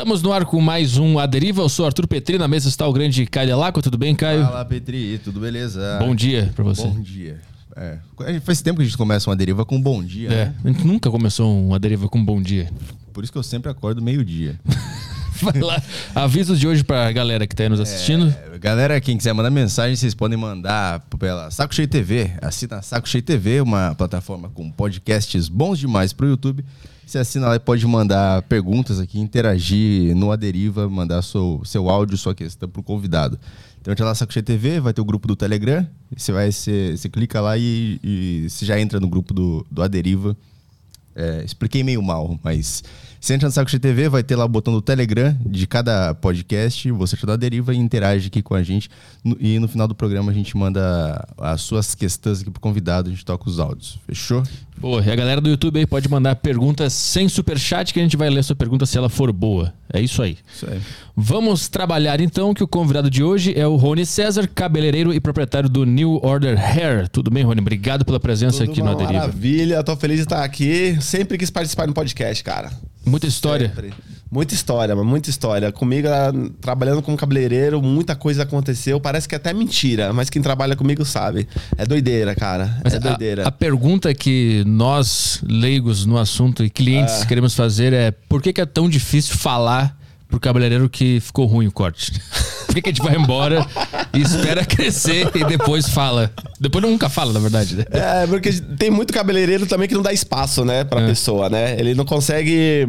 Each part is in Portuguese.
Estamos no ar com mais um A Deriva. Eu sou Arthur Petri, na mesa está o grande Caio Delaco. Tudo bem, Caio? Fala, Petri, tudo beleza? Bom dia pra você. Bom dia. Faz tempo que a gente começa uma deriva com bom dia, né? A gente nunca começou uma deriva com bom dia. Por isso que eu sempre acordo meio-dia. Vai lá, avisos de hoje pra galera que tá aí nos assistindo. Galera, quem quiser mandar mensagem, vocês podem mandar pela Saco Cheio TV. Assina a Saco Cheio TV, uma plataforma com podcasts bons demais pro YouTube. Você assina lá e pode mandar perguntas aqui, interagir no A Deriva, mandar seu áudio, sua questão pro convidado. Então entra lá na Saco Cheio TV, vai ter o grupo do Telegram. Você clica lá e você já entra no grupo do A Deriva. Expliquei meio mal, mas você entra no Saco Cheio TV, vai ter lá o botão do Telegram de cada podcast, você entra na deriva e interage aqui com a gente. E no final do programa a gente manda as suas questões aqui pro convidado, a gente toca os áudios. Fechou? Boa, e a galera do YouTube aí pode mandar perguntas sem superchat que a gente vai ler a sua pergunta se ela for boa. É isso aí. Isso aí. Vamos trabalhar então, que o convidado de hoje é o Rony César, cabeleireiro e proprietário do New Order Hair. Tudo bem, Rony? Obrigado pela presença aqui no A Deriva. Maravilha, tô feliz de estar aqui. Sempre quis participar do podcast, cara. Muita história. Sempre. Muita história, mas muita história. Comigo, trabalhando como cabeleireiro, muita coisa aconteceu. Parece que é até mentira, mas quem trabalha comigo sabe. É doideira, cara. Mas é doideira. A pergunta que nós, leigos no assunto e clientes, queremos fazer é: por que é tão difícil falar pro cabeleireiro que ficou ruim o corte? Por que a gente vai embora e espera crescer e depois fala? Depois nunca fala, na verdade, né? Porque tem muito cabeleireiro também que não dá espaço, né, pra pessoa, né? Ele não consegue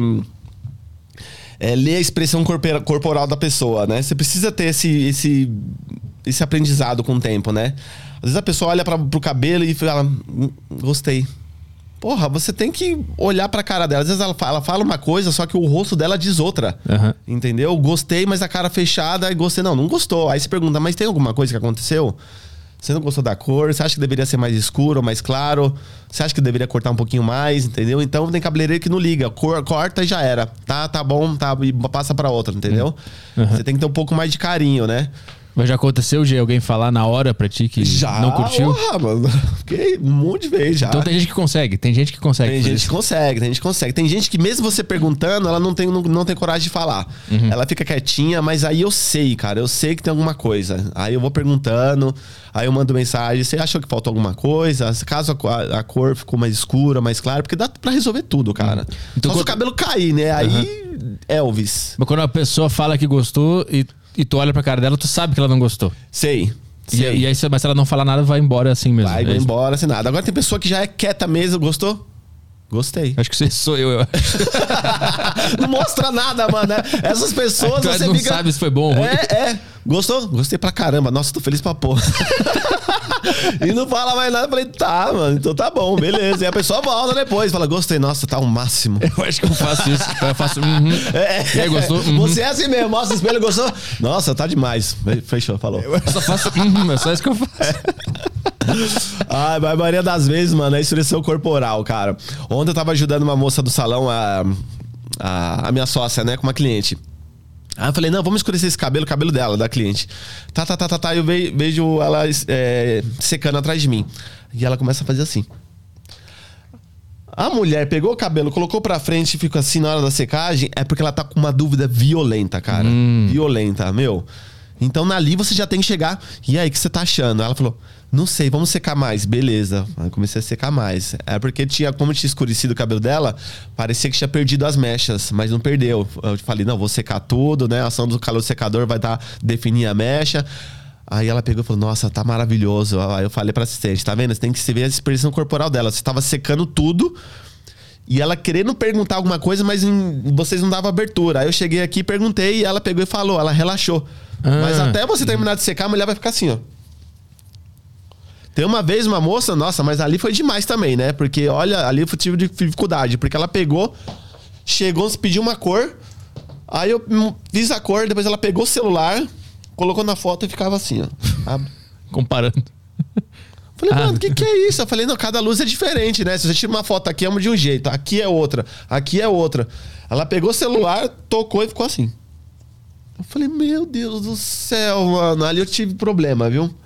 ler a expressão corporal da pessoa, né? Você precisa ter esse aprendizado com o tempo, né? Às vezes a pessoa olha pro cabelo e fala, gostei. Porra, você tem que olhar pra cara dela. Às vezes ela fala uma coisa, só que o rosto dela diz outra. Uhum. Entendeu? Gostei, mas a cara fechada e gostei. Não gostou. Aí você pergunta, mas tem alguma coisa que aconteceu? Você não gostou da cor? Você acha que deveria ser mais escuro ou mais claro? Você acha que deveria cortar um pouquinho mais? Entendeu? Então tem cabeleireiro que não liga. Corta e já era. Tá bom, tá, e passa pra outra, entendeu? Uhum. Você tem que ter um pouco mais de carinho, né? Mas já aconteceu de alguém falar na hora pra ti que já, não curtiu? Mano. Fiquei um monte de vezes já. Então tem gente que consegue. Tem gente que consegue. Tem gente que mesmo você perguntando, ela não tem coragem de falar. Uhum. Ela fica quietinha, mas aí eu sei, cara. Eu sei que tem alguma coisa. Aí eu vou perguntando, aí eu mando mensagem. Você achou que faltou alguma coisa? Caso a cor ficou mais escura, mais clara. Porque dá pra resolver tudo, cara. Então, só se o cabelo cair, né? Aí, Elvis. Mas quando a pessoa fala que gostou e tu olha pra cara dela, tu sabe que ela não gostou. Sei. E aí, mas se ela não falar nada, vai embora assim mesmo. Vai embora sem nada. Agora tem pessoa que já é quieta mesmo, gostou? Gostei. Acho que você sou eu acho. Não mostra nada, mano. Né? Essas pessoas... Tu você não sabe se foi bom ou ruim. Gostou? Gostei pra caramba. Nossa, tô feliz pra porra. E não fala mais nada. Eu falei, tá, mano. Então tá bom, beleza. E a pessoa volta depois. Fala, gostei. Nossa, tá o máximo. Eu acho que eu faço isso. Eu faço... E aí, gostou? Você é assim mesmo. Mostra o espelho, gostou? Nossa, tá demais. Fechou, falou. Eu só faço... É só isso que eu faço. A maioria das vezes, mano, é expressão corporal, cara. Ontem eu tava ajudando uma moça do salão, a minha sócia, né, com uma cliente. Aí eu falei, não, vamos escurecer esse cabelo, o cabelo dela, da cliente. Tá. Eu vejo ela secando atrás de mim. E ela começa a fazer assim. A mulher pegou o cabelo, colocou pra frente e ficou assim na hora da secagem. É porque ela tá com uma dúvida violenta, cara. Violenta, meu. Então, ali você já tem que chegar. E aí, o que você tá achando? Ela falou, não sei, vamos secar mais. Beleza. Aí comecei a secar mais. É porque como tinha escurecido o cabelo dela, parecia que tinha perdido as mechas, mas não perdeu. Eu falei, não, vou secar tudo, né? A ação do calor secador vai definir a mecha. Aí ela pegou e falou, nossa, tá maravilhoso. Aí eu falei pra assistente, tá vendo? Você tem que ver a expressão corporal dela. Você tava secando tudo e ela querendo perguntar alguma coisa, mas vocês não davam abertura. Aí eu cheguei aqui, perguntei e ela pegou e falou, ela relaxou. Mas até você terminar de secar, a mulher vai ficar assim, ó. Tem uma vez uma moça, nossa, mas ali foi demais também, né? Porque, olha, ali eu tive dificuldade. Porque ela pegou, chegou, pediu uma cor. Aí eu fiz a cor, depois ela pegou o celular, colocou na foto e ficava assim, ó. Comparando. Falei, mano, o que é isso? Eu falei, não, cada luz é diferente, né? Se você tira uma foto aqui, é de um jeito. Aqui é outra. Aqui é outra. Ela pegou o celular, tocou e ficou assim. Eu falei, meu Deus do céu, mano. Ali eu tive problema, viu?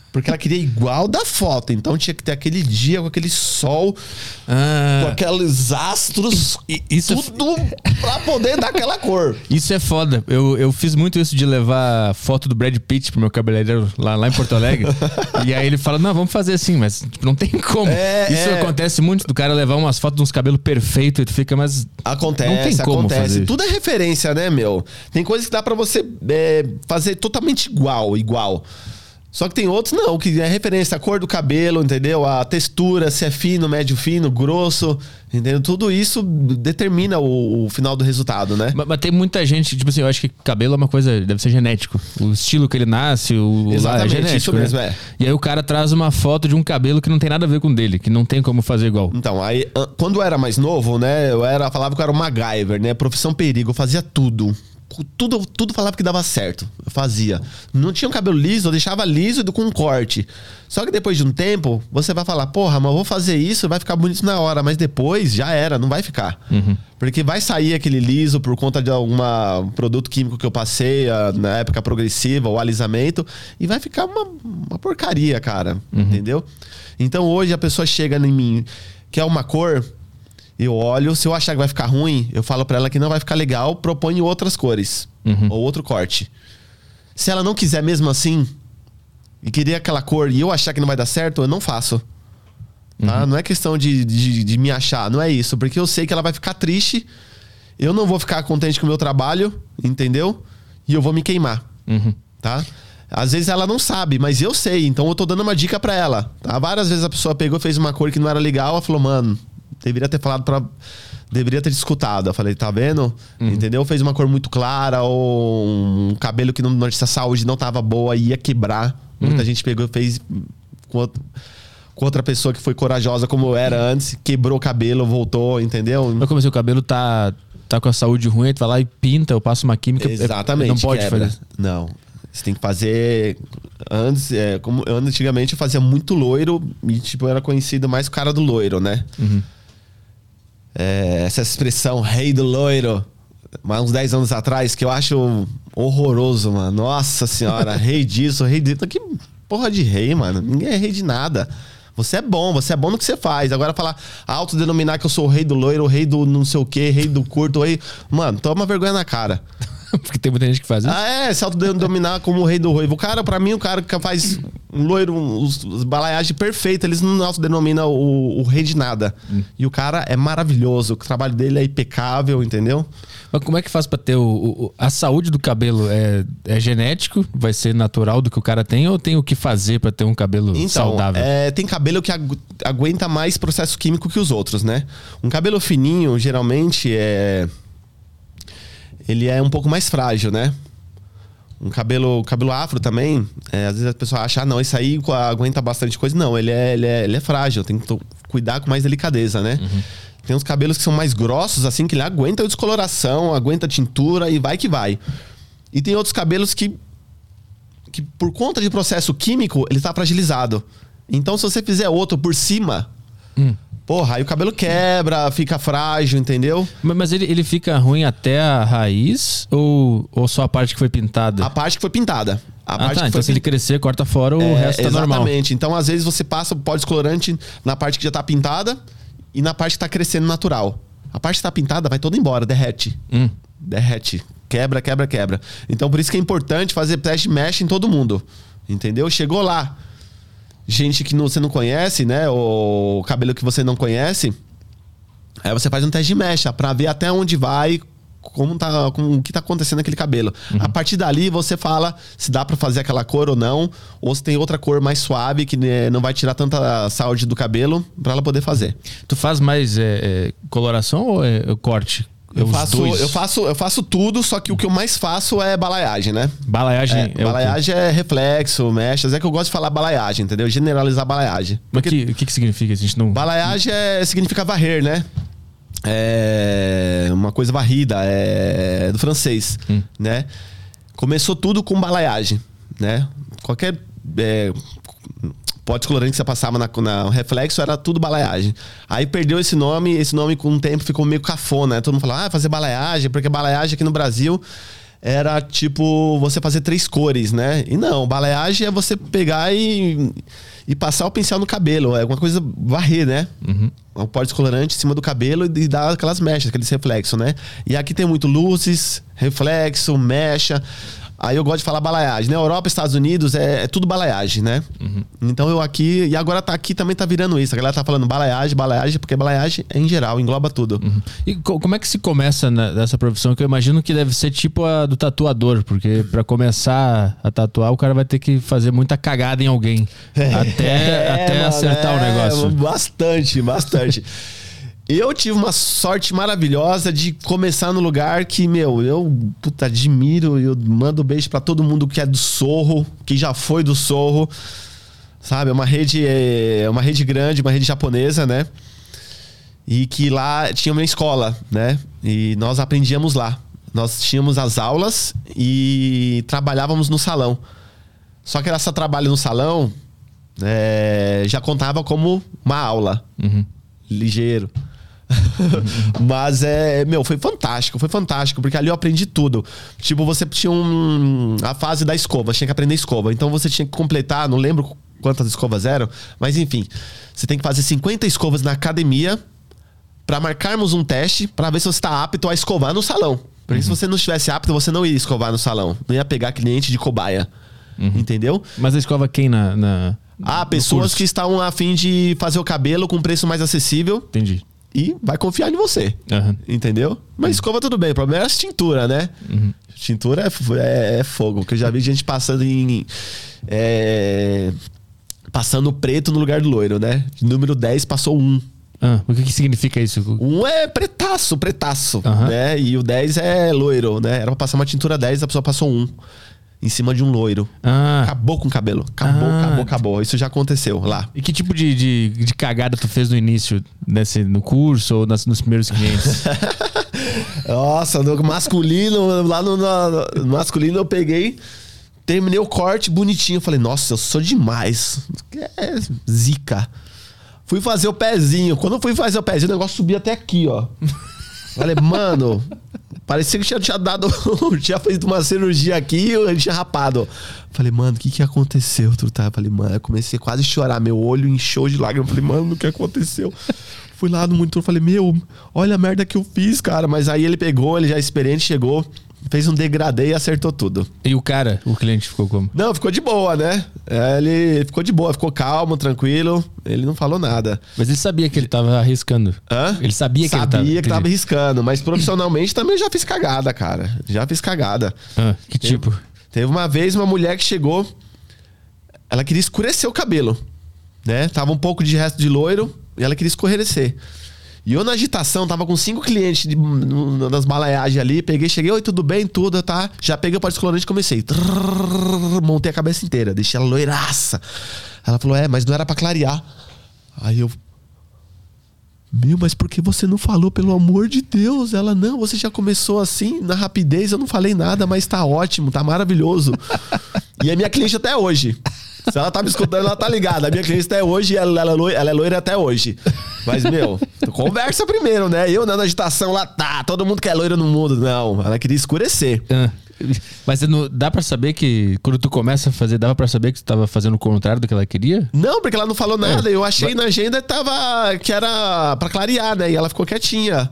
Porque ela queria igual da foto. Então tinha que ter aquele dia com aquele sol, com aqueles astros, tudo pra poder dar aquela cor. Isso é foda. Eu fiz muito isso de levar foto do Brad Pitt pro meu cabeleireiro lá em Porto Alegre. E aí ele fala, não, vamos fazer assim, mas tipo, não tem como. Isso acontece muito, do cara levar umas fotos de uns cabelos perfeitos e tu fica, mas acontece, não tem como fazer. Tudo é referência, né, meu? Tem coisas que dá pra você fazer totalmente igual. Só que tem outros não, que é referência, a cor do cabelo, entendeu? A textura, se é fino, médio fino, grosso, entendeu? Tudo isso determina o final do resultado, né? Mas tem muita gente, tipo assim, eu acho que cabelo é uma coisa, deve ser genético. O estilo que ele nasce, lá é genético, isso mesmo, né? E aí o cara traz uma foto de um cabelo que não tem nada a ver com o dele, que não tem como fazer igual. Então, aí, quando eu era mais novo, né, falava que eu era o MacGyver, né? Profissão perigo, eu fazia tudo. Tudo falava que dava certo. Eu fazia. Não tinha um cabelo liso, eu deixava liso com um corte. Só que depois de um tempo, você vai falar, porra, mas eu vou fazer isso, vai ficar bonito na hora. Mas depois, já era, não vai ficar. Porque vai sair aquele liso por conta de algum produto químico que eu passei na época progressiva, o alisamento. E vai ficar uma porcaria, cara. Entendeu? Então hoje a pessoa chega em mim, quer uma cor... Eu olho, se eu achar que vai ficar ruim, eu falo pra ela que não vai ficar legal, proponho outras cores. Ou outro corte. Se ela não quiser mesmo assim, e queria aquela cor, e eu achar que não vai dar certo, eu não faço. Tá? Não é questão de me achar, não é isso. Porque eu sei que ela vai ficar triste, eu não vou ficar contente com o meu trabalho, entendeu? E eu vou me queimar. Tá? Às vezes ela não sabe, mas eu sei. Então eu tô dando uma dica pra ela. Tá? Várias vezes a pessoa pegou e fez uma cor que não era legal, ela falou, mano... Deveria ter escutado. Eu falei, tá vendo? Entendeu? Fez uma cor muito clara, ou um cabelo que a saúde não tava boa, ia quebrar. Muita gente pegou e fez com outra pessoa que foi corajosa como eu era antes, quebrou o cabelo, voltou, entendeu? Mas como se o cabelo tá com a saúde ruim, aí tu vai lá e pinta, eu passo uma química. Exatamente. Não pode quebra. fazer. Não. Você tem que fazer... como antigamente eu fazia muito loiro e tipo, eu era conhecido mais o cara do loiro, né? Essa expressão, rei do loiro, uns 10 anos atrás, que eu acho horroroso, mano. Nossa senhora, rei disso, rei disso. Que porra de rei, mano. Ninguém é rei de nada. Você é bom no que você faz. Agora falar, autodenominar que eu sou o rei do loiro, o rei do não sei o quê, rei do curto, rei... Mano, toma vergonha na cara. Porque tem muita gente que faz isso. Se autodenominar como o rei do ruivo. Pra mim, o cara que faz um loiro, os balaiagens perfeitos, eles não autodenominam o rei de nada. E o cara é maravilhoso, o trabalho dele é impecável, entendeu? Mas como é que faz pra ter a saúde do cabelo? É genético? Vai ser natural do que o cara tem? Ou tem o que fazer pra ter um cabelo saudável? Tem cabelo que aguenta mais processo químico que os outros, né? Um cabelo fininho, geralmente, ele é um pouco mais frágil, né? Um cabelo afro também, às vezes a pessoa acha, não, isso aí aguenta bastante coisa. Não, ele é frágil, tem que cuidar com mais delicadeza, né? Tem uns cabelos que são mais grossos, assim, que ele aguenta a descoloração, aguenta a tintura e vai que vai. E tem outros cabelos que por conta de processo químico, ele tá fragilizado. Então, se você fizer outro por cima... Porra, aí o cabelo quebra, fica frágil, entendeu? Mas ele fica ruim até a raiz ou só a parte que foi pintada? A parte que foi pintada. Então se ele crescer, corta fora, o resto tá normal. Exatamente. Então, às vezes, você passa o pó descolorante na parte que já tá pintada e na parte que tá crescendo natural. A parte que tá pintada vai toda embora, derrete. Derrete. Quebra. Então, por isso que é importante fazer teste de mesh em todo mundo. Entendeu? Chegou lá. Gente que você não conhece, né? O cabelo que você não conhece. Aí você faz um teste de mecha pra ver até onde vai, o que tá acontecendo naquele cabelo. A partir dali você fala se dá pra fazer aquela cor ou não, ou se tem outra cor mais suave que não vai tirar tanta saúde do cabelo pra ela poder fazer. Tu faz mais coloração ou corte? Eu faço tudo, só que o que eu mais faço é balaiagem, né? Balaiagem balaiagem é reflexo, mechas. É que eu gosto de falar balaiagem, entendeu? Generalizar balaiagem. Porque... O que significa? A gente não... Balaiagem significa varrer, né? É uma coisa varrida, é do francês, né? Começou tudo com balaiagem, né? Qualquer pó descolorante que você passava na reflexo era tudo balaiagem. Aí perdeu esse nome com o tempo ficou meio cafona, né? Todo mundo falava, fazer balaiagem, porque balaiagem aqui no Brasil era tipo você fazer 3 cores, né? E não, balayage é você pegar e passar o pincel no cabelo. É alguma coisa, varrer, né? Um pó descolorante em cima do cabelo e dar aquelas mechas, aqueles reflexos, né? E aqui tem muito luzes, reflexo, mecha. Aí eu gosto de falar balayage. Na Europa, Estados Unidos, é tudo balayage, né? Então eu aqui... E agora aqui também tá virando isso. A galera tá falando balayage, porque balayage é em geral, engloba tudo. E como é que se começa nessa profissão? Que eu imagino que deve ser tipo a do tatuador. Porque pra começar a tatuar, o cara vai ter que fazer muita cagada em alguém. Até mano, acertar o negócio. Bastante. Eu tive uma sorte maravilhosa de começar no lugar que, eu admiro. Eu mando beijo pra todo mundo que é do Sorro, que já foi do Sorro. Sabe? É uma rede grande, uma rede japonesa, né? E que lá tinha uma escola, né? E nós aprendíamos lá. Nós tínhamos as aulas e trabalhávamos no salão. Só que esse trabalho no salão já contava como uma aula. Ligeiro. Mas foi fantástico, porque ali eu aprendi tudo. Tipo, você tinha a fase da escova, tinha que aprender escova. Então você tinha que completar, não lembro quantas escovas eram, mas enfim, você tem que fazer 50 escovas na academia pra marcarmos um teste pra ver se você tá apto a escovar no salão. Porque se você não estivesse apto, você não ia escovar no salão, não ia pegar cliente de cobaia. Entendeu? Mas a escova quem pessoas que estão a fim de fazer o cabelo com preço mais acessível. Entendi. E vai confiar em você. Entendeu? Mas escova tudo bem. O problema é a tintura, né? Tintura é fogo. Que eu já vi gente passando passando preto no lugar do loiro, né? Número 10 passou 1. O que significa isso? 1 é pretaço. Né? E o 10 é loiro, né? Era pra passar uma tintura 10, a pessoa passou 1. Em cima de um loiro. Acabou com o cabelo. Acabou. Isso já aconteceu lá. E que tipo de cagada tu fez no início? No curso ou nos primeiros clientes? Nossa, no masculino, lá no masculino eu peguei, terminei o corte bonitinho. Falei, nossa, eu sou demais. É zica. Fui fazer o pezinho. Quando eu fui fazer o pezinho, o negócio subia até aqui, ó. Falei, mano... Parecia que tinha feito uma cirurgia aqui e eu tinha rapado. Falei, mano, o que aconteceu, Truta? Falei, mano, eu comecei quase a chorar. Meu olho inchou de lágrimas. Falei, mano, o que aconteceu? Fui lá no monitor, falei, olha a merda que eu fiz, cara. Mas aí ele pegou, ele já experiente, chegou, fez um degradê e acertou tudo. E o cliente ficou como? Não, ficou de boa, né? Ele ficou de boa, ficou calmo, tranquilo. Ele não falou nada. Mas ele sabia que ele tava arriscando. Ele sabia que tava arriscando, mas profissionalmente também já fiz cagada, cara. Já fiz cagada. Que tipo? Teve uma vez uma mulher que chegou, ela queria escurecer o cabelo, né? Tava um pouco de resto de loiro e ela queria escurecer. E eu na agitação, tava com 5 clientes nas balaiagens ali, cheguei, oi, tudo bem, tudo, tá? Já peguei o pó descolorante e comecei. Montei a cabeça inteira, deixei ela loiraça. Ela falou, mas não era pra clarear. Aí eu... mas por que você não falou, pelo amor de Deus? Ela, não, você já começou assim, na rapidez, eu não falei nada, mas tá ótimo, tá maravilhoso. E é minha cliente até hoje. Se ela tá me escutando, ela tá ligada. A minha cliente até hoje, ela é loira até hoje. Mas, conversa primeiro, né? Eu na agitação lá, todo mundo quer loira no mundo. Não, ela queria escurecer. Mas dá pra saber que, quando tu começa a fazer, dava pra saber que tu tava fazendo o contrário do que ela queria? Não, porque ela não falou nada. Eu achei na agenda que era pra clarear, né? E ela ficou quietinha.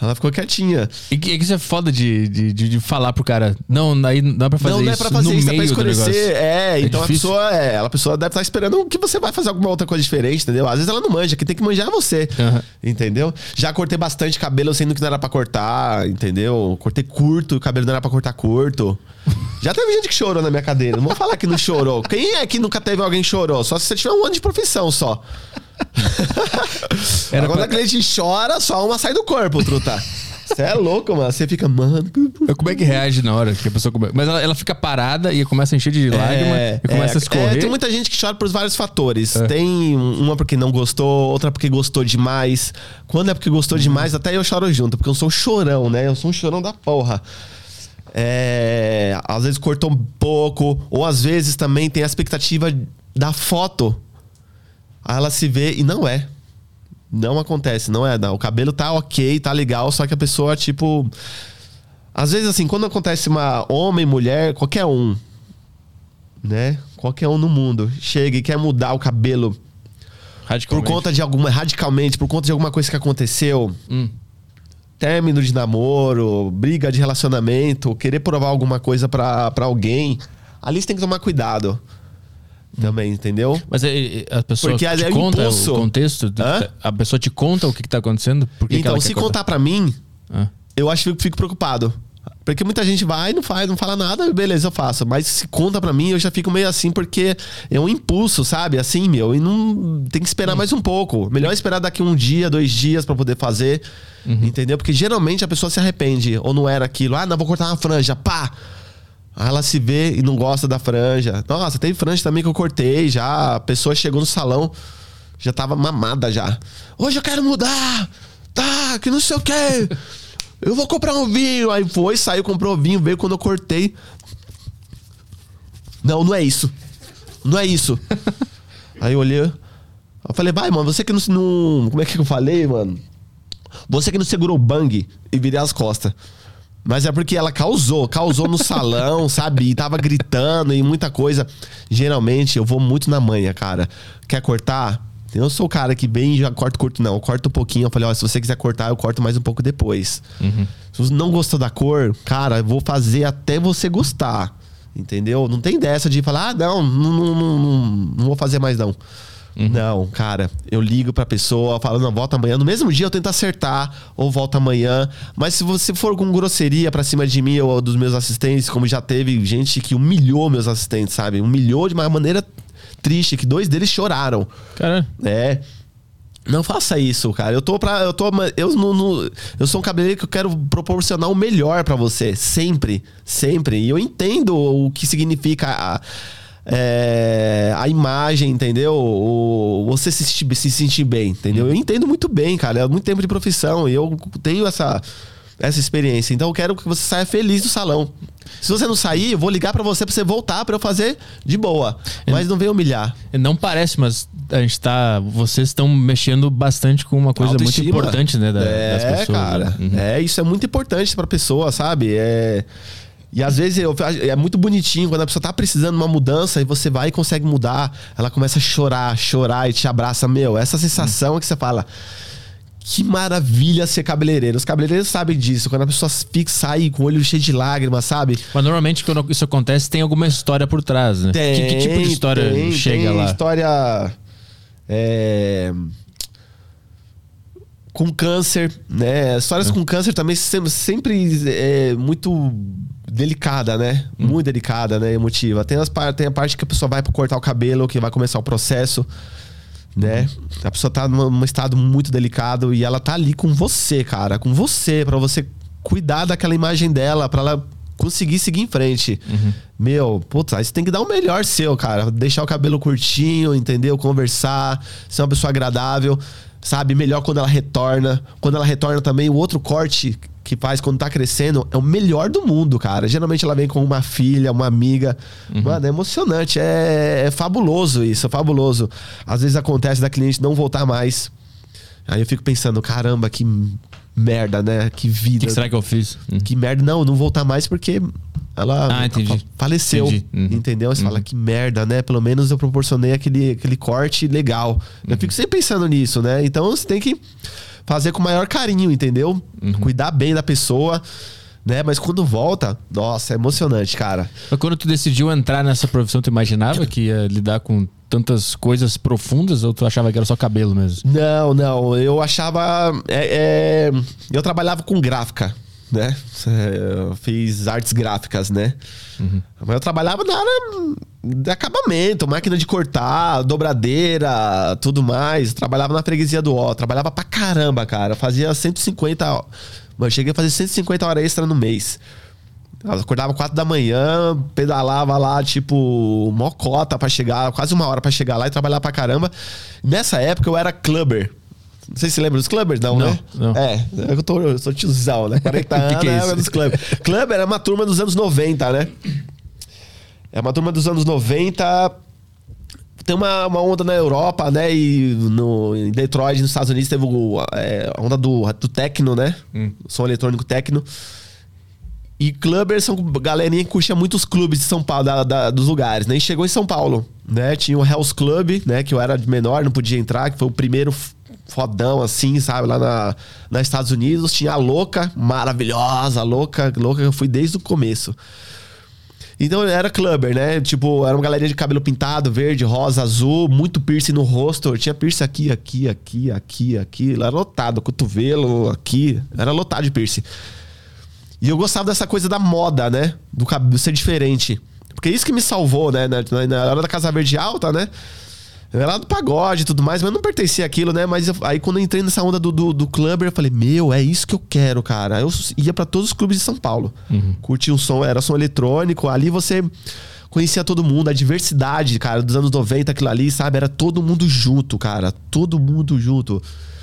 E que isso é foda de falar pro cara. Não, aí não é pra fazer isso. Não é pra fazer isso, é pra escurecer. Então a pessoa deve estar esperando que você vai fazer alguma outra coisa diferente, entendeu? Às vezes ela não manja, que tem que manjar você. Entendeu? Já cortei bastante cabelo sendo que não era pra cortar, entendeu? Cortei curto, o cabelo não era pra cortar curto. Já teve gente que chorou na minha cadeira. Não vou falar que não chorou. Quem é que nunca teve alguém que chorou? Só se você tiver um ano de profissão só. Quando a cliente chora, só uma sai do corpo, Truta. Você é louco, mano. Você fica, mano... Como é que reage na hora que a pessoa... Mas ela fica parada e começa a encher de lágrima e começa a escorrer. Tem muita gente que chora por vários fatores. Tem uma porque não gostou, outra porque gostou demais. Quando é porque gostou demais, até eu choro junto. Porque eu sou um chorão, né? Eu sou um chorão da porra. Às vezes cortou um pouco. Ou às vezes também tem a expectativa da foto. Aí ela se vê e não é. Não acontece, não é. Não. O cabelo tá ok, tá legal, só que a pessoa, tipo... Às vezes, assim, quando acontece uma homem, mulher, qualquer um, né? Qualquer um no mundo chega e quer mudar o cabelo Radicalmente. radicalmente, por conta de alguma coisa que aconteceu. Término de namoro, briga de relacionamento, querer provar alguma coisa pra alguém. Ali você tem que tomar cuidado. Também, entendeu? Mas a pessoa Porque te é conta impulso. o contexto? Hã? A pessoa te conta o que tá acontecendo? Por que que Então, ela se quer contar? contar pra mim, Ah. eu acho que eu fico preocupado. Porque muita gente vai e não faz, não fala nada, beleza, eu faço. Mas se conta pra mim, eu já fico meio assim, porque é um impulso, sabe? Assim, meu, e não tem que esperar mais um pouco. Melhor esperar daqui 1 dia, 2 dias pra poder fazer, entendeu? Porque geralmente a pessoa se arrepende, ou não era aquilo. Ah, não, vou cortar uma franja, pá! Aí ela se vê e não gosta da franja. Nossa, tem franja também que eu cortei já. A pessoa chegou no salão, já tava mamada já. Hoje eu quero mudar! Tá, que não sei o quê! Eu vou comprar um vinho. Aí foi, saiu, comprou vinho, veio quando eu cortei. Não, não é isso. Não é isso. Aí eu olhei. Eu falei, vai, mano, você que não. Como é que eu falei, mano? Você que não segurou o bang e virei as costas. Mas é porque ela causou no salão, sabe? E tava gritando e muita coisa. Geralmente eu vou muito na manha, cara. Quer cortar? Eu sou o cara que vem e já corto curto, não. Eu corto um pouquinho. Eu falei, ó, se você quiser cortar, eu corto mais um pouco depois. Se você não gostou da cor, cara, eu vou fazer até você gostar. Entendeu? Não tem dessa de falar, ah, não vou fazer mais não. Não, cara, eu ligo pra pessoa, falo, não, volta amanhã. No mesmo dia eu tento acertar, ou volta amanhã. Mas se você for com grosseria pra cima de mim ou dos meus assistentes, como já teve gente que humilhou meus assistentes, sabe? Humilhou de uma maneira triste, que 2 deles choraram. Caralho. É. Não faça isso, cara. Eu sou um cabeleireiro que eu quero proporcionar o melhor pra você. Sempre. Sempre. E eu entendo o que significa a imagem, entendeu? Você se sentir bem, entendeu? Eu entendo muito bem, cara. É muito tempo de profissão e eu tenho essa experiência. Então eu quero que você saia feliz do salão. Se você não sair, eu vou ligar pra você fazer pra eu fazer de boa. Mas não venha humilhar. Não parece, mas vocês estão mexendo bastante com uma coisa Autoestima. muito importante, né, das pessoas. Cara. Né? Isso é muito importante pra pessoa, sabe? E às vezes é muito bonitinho quando a pessoa tá precisando de uma mudança e você vai e consegue mudar. Ela começa a chorar e te abraça. Meu, essa sensação que você fala... Que maravilha ser cabeleireiro. Os cabeleireiros sabem disso. Quando a pessoa sai com o olho cheio de lágrimas, sabe? Mas normalmente quando isso acontece tem alguma história por trás, né? Que tipo de história chega lá? História... com câncer, né? Histórias com câncer também sempre é muito delicada, né? Muito delicada, né? Emotiva. Tem a parte que a pessoa vai pra cortar o cabelo, que vai começar o processo, né? A pessoa tá num estado muito delicado e ela tá ali com você, cara. Com você, pra você cuidar daquela imagem dela, pra ela conseguir seguir em frente. Meu, puta, aí você tem que dar o melhor seu, cara. Deixar o cabelo curtinho, entendeu? Conversar, ser uma pessoa agradável, sabe? Melhor quando ela retorna. Quando ela retorna também, o outro corte que faz quando tá crescendo é o melhor do mundo, cara. Geralmente ela vem com uma filha, uma amiga. Mano, é emocionante. É fabuloso isso, é fabuloso. Às vezes acontece da cliente não voltar mais. Aí eu fico pensando, caramba, que merda, né? Que vida. O que será que eu fiz? Que merda. Não voltar mais porque ela faleceu. Entendi. Entendeu? Você fala, que merda, né? Pelo menos eu proporcionei aquele corte legal. Eu fico sempre pensando nisso, né? Então você tem que fazer com o maior carinho, entendeu? Cuidar bem da pessoa, né? Mas quando volta, nossa, é emocionante, cara. Mas quando tu decidiu entrar nessa profissão, tu imaginava que ia lidar com tantas coisas profundas ou tu achava que era só cabelo mesmo? Não. Eu achava... eu trabalhava com gráfica, né? Eu fiz artes gráficas, né? Mas eu trabalhava na área de acabamento, máquina de cortar, dobradeira, tudo mais. Trabalhava na freguesia do Ó. Trabalhava pra caramba, cara. Eu fazia 150... Eu cheguei a fazer 150 horas extra no mês. Eu acordava 4 da manhã, pedalava lá, tipo, mocota pra chegar, quase 1 hora pra chegar lá e trabalhar pra caramba. Nessa época eu era clubber. Não sei se você lembra dos clubbers, não, né? Não. Eu sou tiozão, né? 40 anos, que é isso? dos clubbers. Clubber é uma turma dos anos 90, né? É uma turma dos anos 90. Tem uma onda na Europa, né? E em Detroit, nos Estados Unidos, teve a onda do techno, né? Som eletrônico techno. E clubbers são galerinha que curtia muito os clubes de São Paulo, dos lugares, né? E chegou em São Paulo, né? Tinha o Hell's Club, né? Que eu era de menor, não podia entrar, que foi o primeiro fodão, assim, sabe? Lá nos Estados Unidos. Tinha a Louca, maravilhosa, Louca que eu fui desde o começo. Então eu era clubber, né? Tipo, era uma galerinha de cabelo pintado, verde, rosa, azul, muito piercing no rosto. Eu tinha piercing aqui. Lá era lotado, cotovelo, aqui. Era lotado de piercing. E eu gostava dessa coisa da moda, né? Do cabelo ser diferente. Porque isso que me salvou, né? Na hora da Casa Verde Alta, né? Eu era lá do pagode e tudo mais, mas eu não pertencia àquilo, né? Mas aí quando eu entrei nessa onda do clubber, eu falei, é isso que eu quero, cara. Eu ia pra todos os clubes de São Paulo. Curtia um som, era som eletrônico. Ali você conhecia todo mundo, a diversidade, cara, dos anos 90, aquilo ali, sabe? Era todo mundo junto, cara. Todo mundo junto.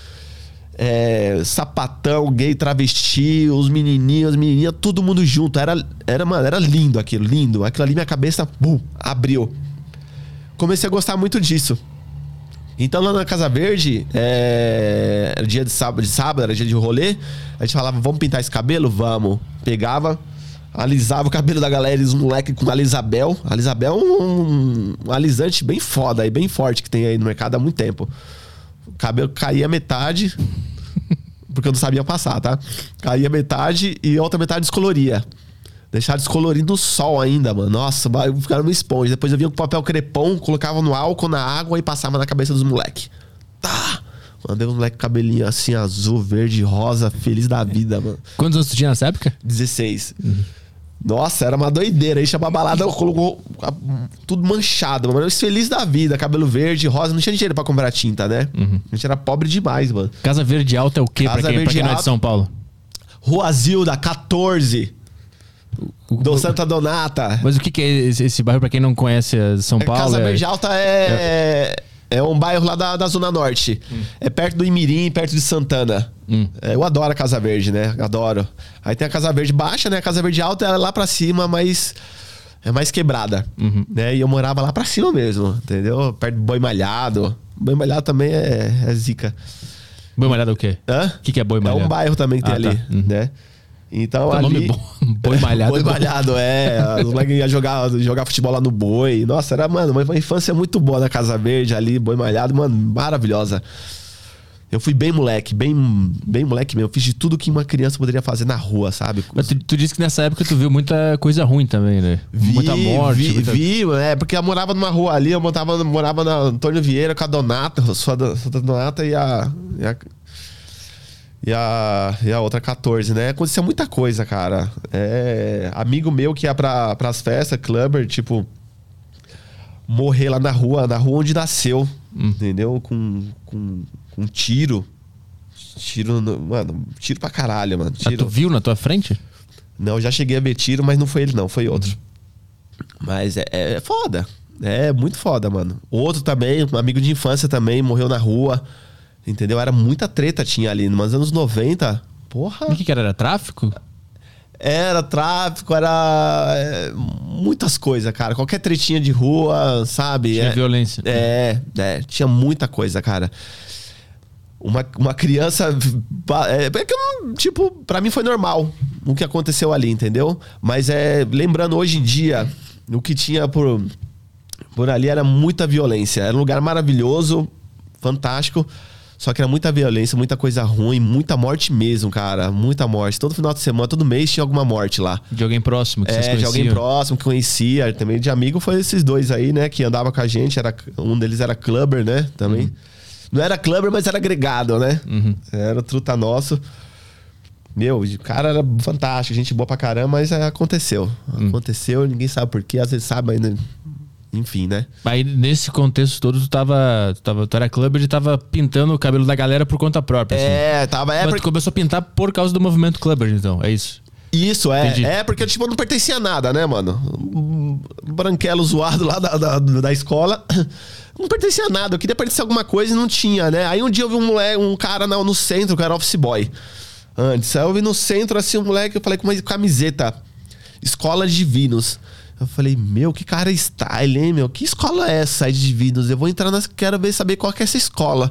Sapatão, gay, travesti, os menininhos, as menininhas, todo mundo junto. Mano, era lindo aquilo, lindo. Aquilo ali, minha cabeça, abriu. Comecei a gostar muito disso. Então lá na Casa Verde, era dia de sábado, era dia de rolê. A gente falava, vamos pintar esse cabelo? Vamos. Pegava, alisava o cabelo da galera, os moleques com Alisabel. Alisabel é um alisante bem foda e bem forte que tem aí no mercado há muito tempo. O cabelo caía metade, porque eu não sabia passar, tá? Caía metade e a outra metade descoloria. Deixar descolorido no sol ainda, mano. Nossa, ficaram uma esponja. Depois eu vinha com papel crepom, colocava no álcool, na água e passava na cabeça dos moleques. Tá! Mandei um moleque com cabelinho assim, azul, verde, rosa, feliz da vida, mano. Quantos anos tu tinha nessa época? 16. Nossa, era uma doideira. Aí chamava a balada, colocou tudo manchado, mano. Eu feliz da vida, cabelo verde, rosa. Não tinha dinheiro pra comprar tinta, né? A gente era pobre demais, mano. Casa Verde Alta é o quê pra quem não é de São Paulo? Rua Zilda, 14. Do Santa Donata. Mas o que é esse bairro pra quem não conhece São Paulo? Casa Verde Alta é um bairro lá da Zona Norte. É perto do Imirim, perto de Santana. Eu adoro a Casa Verde, né? Adoro. Aí tem a Casa Verde Baixa, né? A Casa Verde Alta é lá pra cima, mas é mais quebrada. Né? E eu morava lá pra cima mesmo, entendeu? Perto do Boi Malhado. Boi Malhado também é zica. Boi Malhado é o quê? Hã? O que é Boi Malhado? É um bairro também que tem ali, né? Então ali... nome bom. Boi Malhado. Boi Malhado, Os moleques iam jogar futebol lá no Boi. Nossa, era, mano, uma infância muito boa na Casa Verde ali, Boi Malhado, mano, maravilhosa. Eu fui bem moleque, bem moleque mesmo. Eu fiz de tudo que uma criança poderia fazer na rua, sabe? Mas tu disse que nessa época tu viu muita coisa ruim também, né? Muita morte. Vi, porque eu morava numa rua ali, eu morava na Antônio Vieira com a Donata, a Donata e a outra 14, né? Acontecia muita coisa, cara. Amigo meu que ia pras festas, clubber, tipo, morrer lá na rua onde nasceu, entendeu? Com tiro. Mano, tiro pra caralho, mano. Tiro. Ah, tu viu na tua frente? Não, eu já cheguei a ver tiro, mas não foi ele não, foi outro. Mas é foda. É muito foda, mano. Outro também, um amigo de infância também, morreu na rua. Entendeu? Era muita treta tinha ali. Nos anos 90, porra. O que era? Era tráfico? Era tráfico, era muitas coisas, cara. Qualquer tretinha de rua, sabe? Tinha violência. Tinha muita coisa, cara. Uma criança... que eu, tipo, pra mim foi normal o que aconteceu ali, entendeu? Mas lembrando hoje em dia, o que tinha por ali era muita violência. Era um lugar maravilhoso, fantástico. Só que era muita violência, muita coisa ruim, muita morte mesmo, cara. Muita morte. Todo final de semana, todo mês tinha alguma morte lá. De alguém próximo que vocês conheciam? De alguém próximo que conhecia. Também de amigo foi esses dois aí, né? Que andava com a gente. Um deles era clubber, né? Também. Não era clubber, mas era agregado, né? Era truta nosso. Meu, o cara era fantástico, gente boa pra caramba, mas aconteceu. Aconteceu, ninguém sabe por quê. Às vezes sabe ainda... Enfim, né? Aí nesse contexto todo, tu era clubber e tava pintando o cabelo da galera por conta própria. Assim. Mas tu começou a pintar por causa do movimento clubber, então, é isso? Isso, Entendi. Porque tipo, eu não pertencia a nada, né, mano? Branquelo zoado lá da escola. Não pertencia a nada. Eu queria pertencer a alguma coisa e não tinha, né? Aí um dia eu vi um cara no centro, que era office boy. Antes. Aí eu vi no centro, assim, um moleque, eu falei com uma camiseta. Escola de Divinos. Eu falei, meu, que cara style, hein, meu? Que escola é essa aí de Divinos? Eu vou entrar quero saber qual que é essa escola.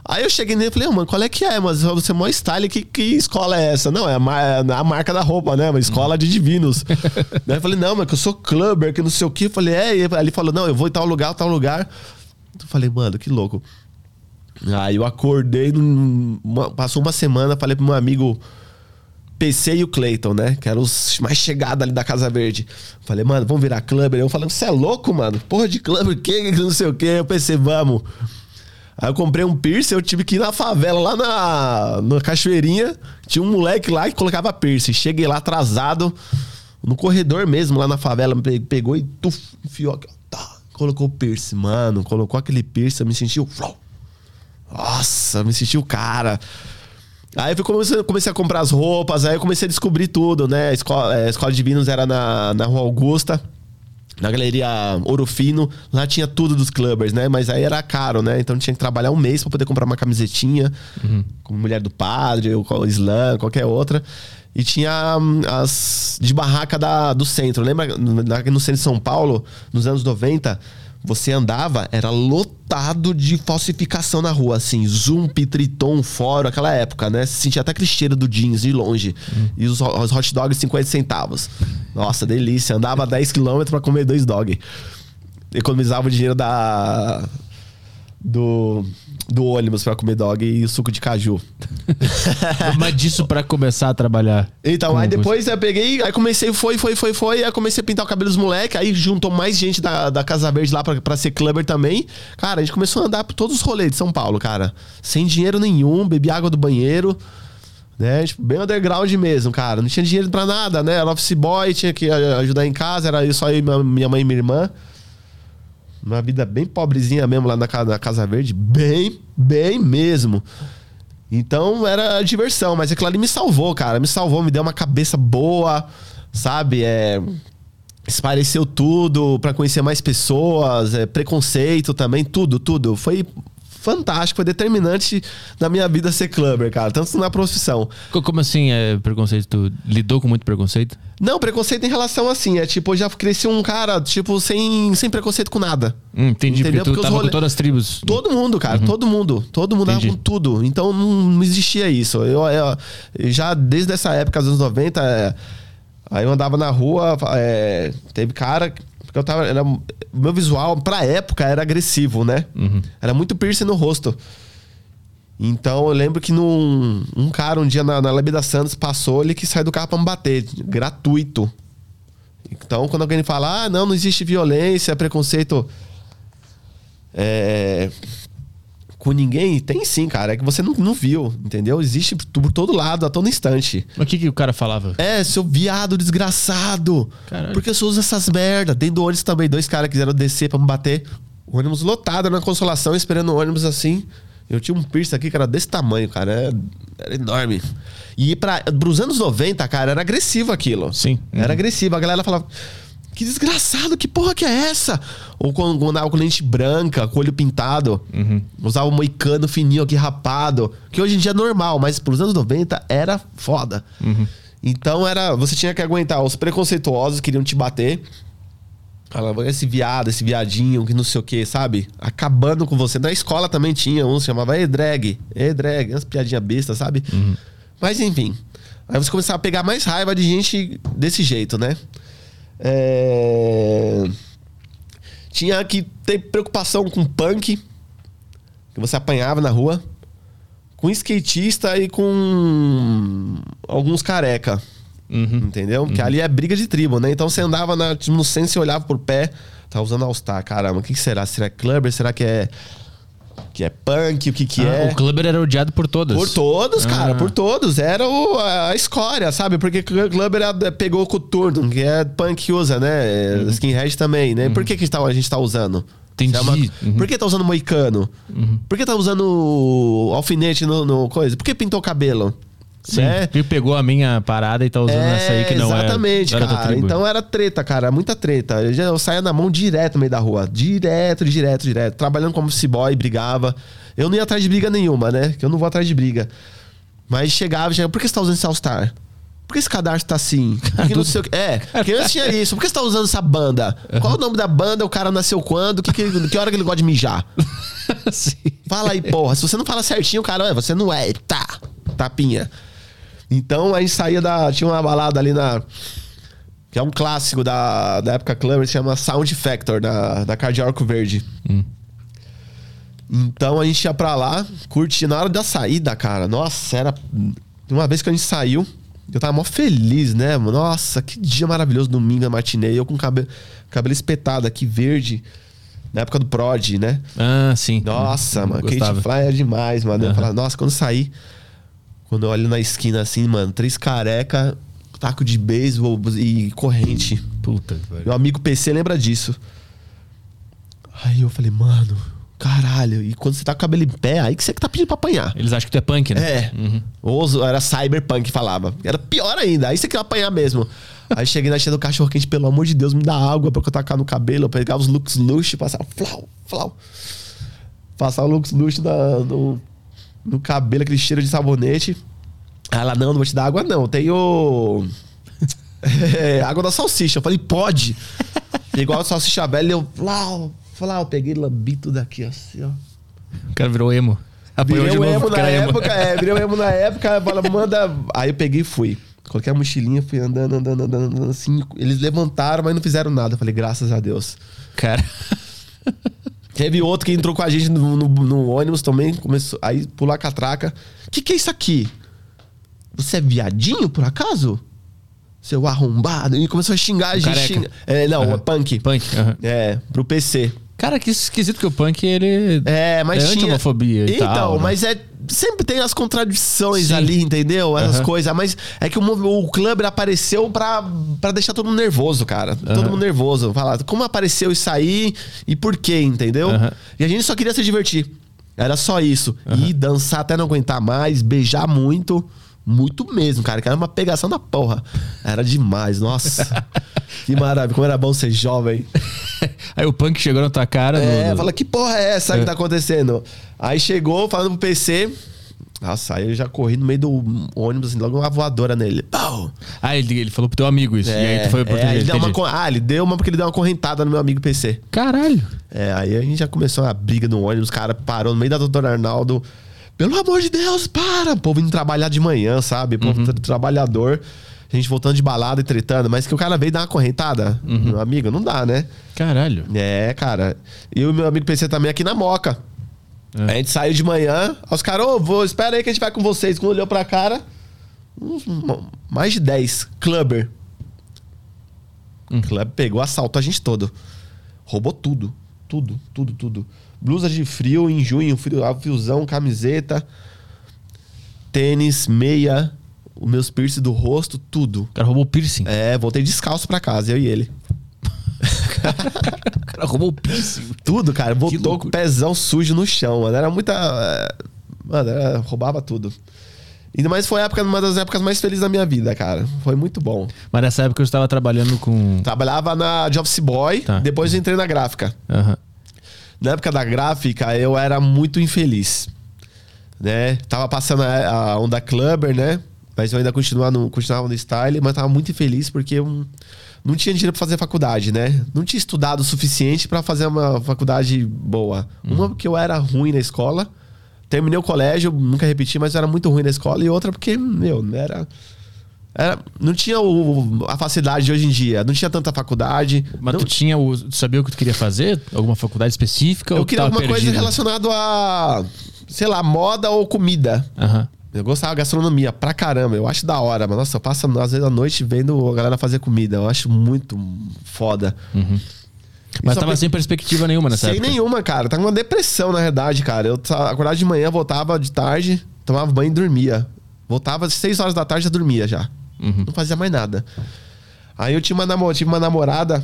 Aí eu cheguei nele e falei, mano, qual é que é? Mas você é mó style, que escola é essa? Não, é a marca da roupa, né? Uma escola de divinos. Daí eu falei, não, mas que eu sou clubber, que não sei o que. Eu falei, e aí ele falou, não, eu vou em tal lugar. Eu falei, mano, que louco. Aí eu acordei, passou uma semana, falei pro meu amigo PC e o Clayton, né? Que eram os mais chegados ali da Casa Verde. Falei, mano, vamos virar clubber. Eu falei, você é louco, mano? Porra de clubber, que não sei o que. Eu pensei, vamos. Aí eu comprei um piercing, eu tive que ir na favela, lá na Cachoeirinha. Tinha um moleque lá que colocava piercing. Cheguei lá atrasado, no corredor mesmo, lá na favela. Pegou e enfiou aqui, tá, colocou o piercing. Mano, colocou aquele piercing, eu me senti Nossa, me senti o cara. Aí eu comecei a comprar as roupas, aí eu comecei a descobrir tudo, né? A Escola de Divinos era na Rua Augusta, na Galeria Ouro Fino. Lá tinha tudo dos clubbers, né? Mas aí era caro, né? Então tinha que trabalhar um mês pra poder comprar uma camisetinha, como Mulher do Padre, ou Slam, qualquer outra. E tinha as de barraca do centro. Lembra no centro de São Paulo, nos anos 90... Você andava, era lotado de falsificação na rua, assim, Zump, Triton, Foro, aquela época, né? Você sentia até aquele cheiro do jeans de longe. E os hot dogs 50 centavos. Nossa, delícia. Andava 10 km pra comer 2 dog. Economizava o dinheiro do ônibus pra comer dog e o suco de caju. Mas disso pra começar a trabalhar. Então, aí depois eu peguei, aí comecei, aí comecei a pintar o cabelo dos moleques, aí juntou mais gente da Casa Verde lá pra ser clubber também. Cara, a gente começou a andar por todos os rolês de São Paulo, cara. Sem dinheiro nenhum, bebi água do banheiro, né? Tipo, bem underground mesmo, cara. Não tinha dinheiro pra nada, né? Era office boy, tinha que ajudar em casa, era só eu, minha mãe e minha irmã. Uma vida bem pobrezinha mesmo lá na Casa Verde. Bem mesmo. Então era diversão, mas aquilo ali me salvou, cara. Me salvou, me deu uma cabeça boa, sabe? Espareceu tudo pra conhecer mais pessoas, preconceito também, tudo. Foi fantástico, foi determinante na minha vida ser clubber, cara. Tanto na profissão. Como assim preconceito? Tu lidou com muito preconceito? Não, preconceito em relação assim, tipo, eu já cresci um cara, tipo, sem preconceito com nada. Entendi, entendeu? porque tu tava com todas as tribos. Todo mundo, cara, todo mundo dava com tudo. Então não existia isso. Eu já desde essa época, dos anos 90, aí eu andava na rua, teve cara... Porque o meu visual, pra época, era agressivo, né? Era muito piercing no rosto. Então, eu lembro que um cara, um dia na Labida Santos, passou, ele quis sair do carro pra me bater. Gratuito. Então, quando alguém fala, não existe violência, preconceito com ninguém, tem sim, cara. É que você não viu, entendeu? Existe por todo lado, a todo instante. Mas o que o cara falava? Seu viado desgraçado. Caralho. Porque você usa essas merda. Dentro do ônibus também, 2 caras quiseram descer pra me bater. O ônibus lotado na Consolação, esperando o ônibus assim. Eu tinha um piercing aqui que era desse tamanho, cara. Era enorme. E pros anos 90, cara, era agressivo aquilo. Sim. Era agressivo. A galera falava... Que desgraçado, que porra que é essa? Ou quando andava com lente branca, com olho pintado. Usava um moicano fininho aqui, rapado. Que hoje em dia é normal, mas pros anos 90 era foda. Então você tinha que aguentar. Os preconceituosos queriam te bater. Falava, esse viadinho, que não sei o que, sabe? Acabando com você. Na escola também tinha uns, chamava drag, umas piadinhas bestas, sabe? Mas enfim. Aí você começava a pegar mais raiva de gente desse jeito, né? Tinha que ter preocupação com punk, que você apanhava na rua, com skatista e com alguns careca. Entendeu? Porque ali é briga de tribo, né? Então você andava no centro, você olhava por pé, tava usando All-Star, caramba, o que será? Será que é clubber? Será que é punk? O que é? O clubber era odiado por todas. Por todos, cara, por todos. Era a escória, sabe? Porque o clubber pegou o coturno, que é punk que usa, né? Skinhead também, né? Por que a gente tá usando? Entendi. Por que tá usando moicano? Por que tá usando alfinete no coisa? Por que pintou o cabelo? Sim, porque pegou a minha parada e tá usando essa aí que não é. Exatamente, cara. Então era treta, cara. Muita treta. Eu saía na mão direto no meio da rua. Direto. Trabalhando como office boy, brigava. Eu não ia atrás de briga nenhuma, né? Que eu não vou atrás de briga. Mas chegava. Por que você tá usando esse All-Star? Por que esse cadarço tá assim? Porque não sei o que. Porque antes tinha isso. Por que você tá usando essa banda? Qual o nome da banda? O cara nasceu quando? Que hora que ele gosta de mijar? Sim. Fala aí, porra. Se você não fala certinho, cara, você não é. Tá. Tapinha. Então, a gente saía tinha uma balada ali que é um clássico da época Clubber, se chama Sound Factor, da Cardeal Arco Verde. Então, a gente ia pra lá, curtia na hora da saída, cara. Nossa, era... Uma vez que a gente saiu, eu tava mó feliz, né? Nossa, que dia maravilhoso, domingo, a matinê. Eu com cabelo espetado aqui, verde. Na época do Prod, né? Ah, sim. Nossa, mano, Kate Fly é demais, mano. Eu falava, nossa, quando eu saí, quando eu olho na esquina assim, mano, 3 careca, taco de beisebol e corrente. Puta que pariu. Meu amigo PC lembra disso. Aí eu falei, mano, caralho. E quando você tá com o cabelo em pé, aí que você que tá pedindo pra apanhar. Eles acham que tu é punk, né? É. Ou era cyberpunk que falava. Era pior ainda. Aí você queria apanhar mesmo. Aí cheguei na cheia do cachorro quente, pelo amor de Deus, me dá água pra eu tacar no cabelo. Eu pegava os Lux Lush, passava flau. Passava o Lux Lush no cabelo, aquele cheiro de sabonete. Ela, não vou te dar água não, tenho... água da salsicha. Eu falei, pode. Igual a salsicha velha, eu flau, peguei e lambi tudo aqui, assim, ó. O cara virou emo. Virei um emo na época, virei um emo na época, fala, manda... Aí eu peguei e fui. Coloquei a mochilinha, fui andando, assim. Eles levantaram, mas não fizeram nada. Eu falei, graças a Deus. Cara... Teve outro que entrou com a gente no ônibus também, começou aí pular a catraca. Que é isso aqui? Você é viadinho, por acaso? Seu arrombado. E começou a xingar a gente. É punk. Punk, pro PC. Cara, que esquisito que o punk, ele... mas é anti-homofobia e tal. Então, né? mas sempre tem as contradições ali, entendeu? Essas coisas. Mas é que o Clubber apareceu pra deixar todo mundo nervoso, cara. Todo mundo nervoso. Falar como apareceu isso aí e por quê, entendeu? E a gente só queria se divertir. Era só isso. E dançar até não aguentar mais, beijar muito. Muito mesmo, cara. Que era uma pegação da porra. Era demais, nossa. Que maravilha. Como era bom ser jovem. Aí o punk chegou na tua cara. Fala, que porra é essa que tá acontecendo? Aí chegou, falando pro PC. Nossa, aí eu já corri no meio do ônibus, assim, logo uma voadora nele. Pau! Ah, ele falou pro teu amigo isso. E aí tu foi pro ele deu uma porque ele deu uma correntada no meu amigo PC. Caralho. Aí a gente já começou uma briga no ônibus. O cara parou no meio da Doutor Arnaldo. Pelo amor de Deus, para! O povo indo trabalhar de manhã, sabe? O povo trabalhador. A gente voltando de balada e tretando. Mas que o cara veio dar uma correntada. Meu amigo, não dá, né? Caralho. Cara. E o meu amigo PC também aqui na Moca. A gente saiu de manhã. Os caras, espera aí que a gente vai com vocês. Quando olhou pra cara, mais de 10. Clubber. Clubber pegou, assaltou a gente todo. Roubou tudo. Tudo. Blusa de frio em junho, fiozão, camiseta, tênis, meia, os meus piercing do rosto, tudo. O cara roubou o piercing. Voltei descalço pra casa, eu e ele. O cara roubou o piercing. Tudo, cara. Voltou com o pezão sujo no chão, mano. Era muita... Mano, roubava tudo. Ainda mais foi uma das épocas mais felizes da minha vida, cara. Foi muito bom. Mas nessa época eu estava trabalhando com... Trabalhava na de Office Boy, depois eu entrei na gráfica. Na época da gráfica, eu era muito infeliz. Né? Tava passando a onda Clubber, né? Mas eu ainda continuava no style, mas tava muito infeliz porque eu não tinha dinheiro pra fazer faculdade, né? Não tinha estudado o suficiente pra fazer uma faculdade boa. Uma porque eu era ruim na escola. Terminei o colégio, nunca repeti, mas eu era muito ruim na escola. E outra porque, não tinha a facilidade de hoje em dia. Não tinha tanta faculdade. Mas tu sabia o que tu queria fazer? Alguma faculdade específica? Eu queria alguma coisa relacionada a, sei lá, moda ou comida. Eu gostava de gastronomia pra caramba. Eu acho da hora. Mas, nossa, eu passo às vezes à noite vendo a galera fazer comida. Eu acho muito foda. Mas tava sem perspectiva nenhuma nessa época? Sem nenhuma, cara. Tava uma depressão, na verdade, cara. Eu acordava de manhã, voltava de tarde, tomava banho e dormia. Voltava às 6 horas da tarde, já dormia já. Não fazia mais nada. Aí eu tive uma namorada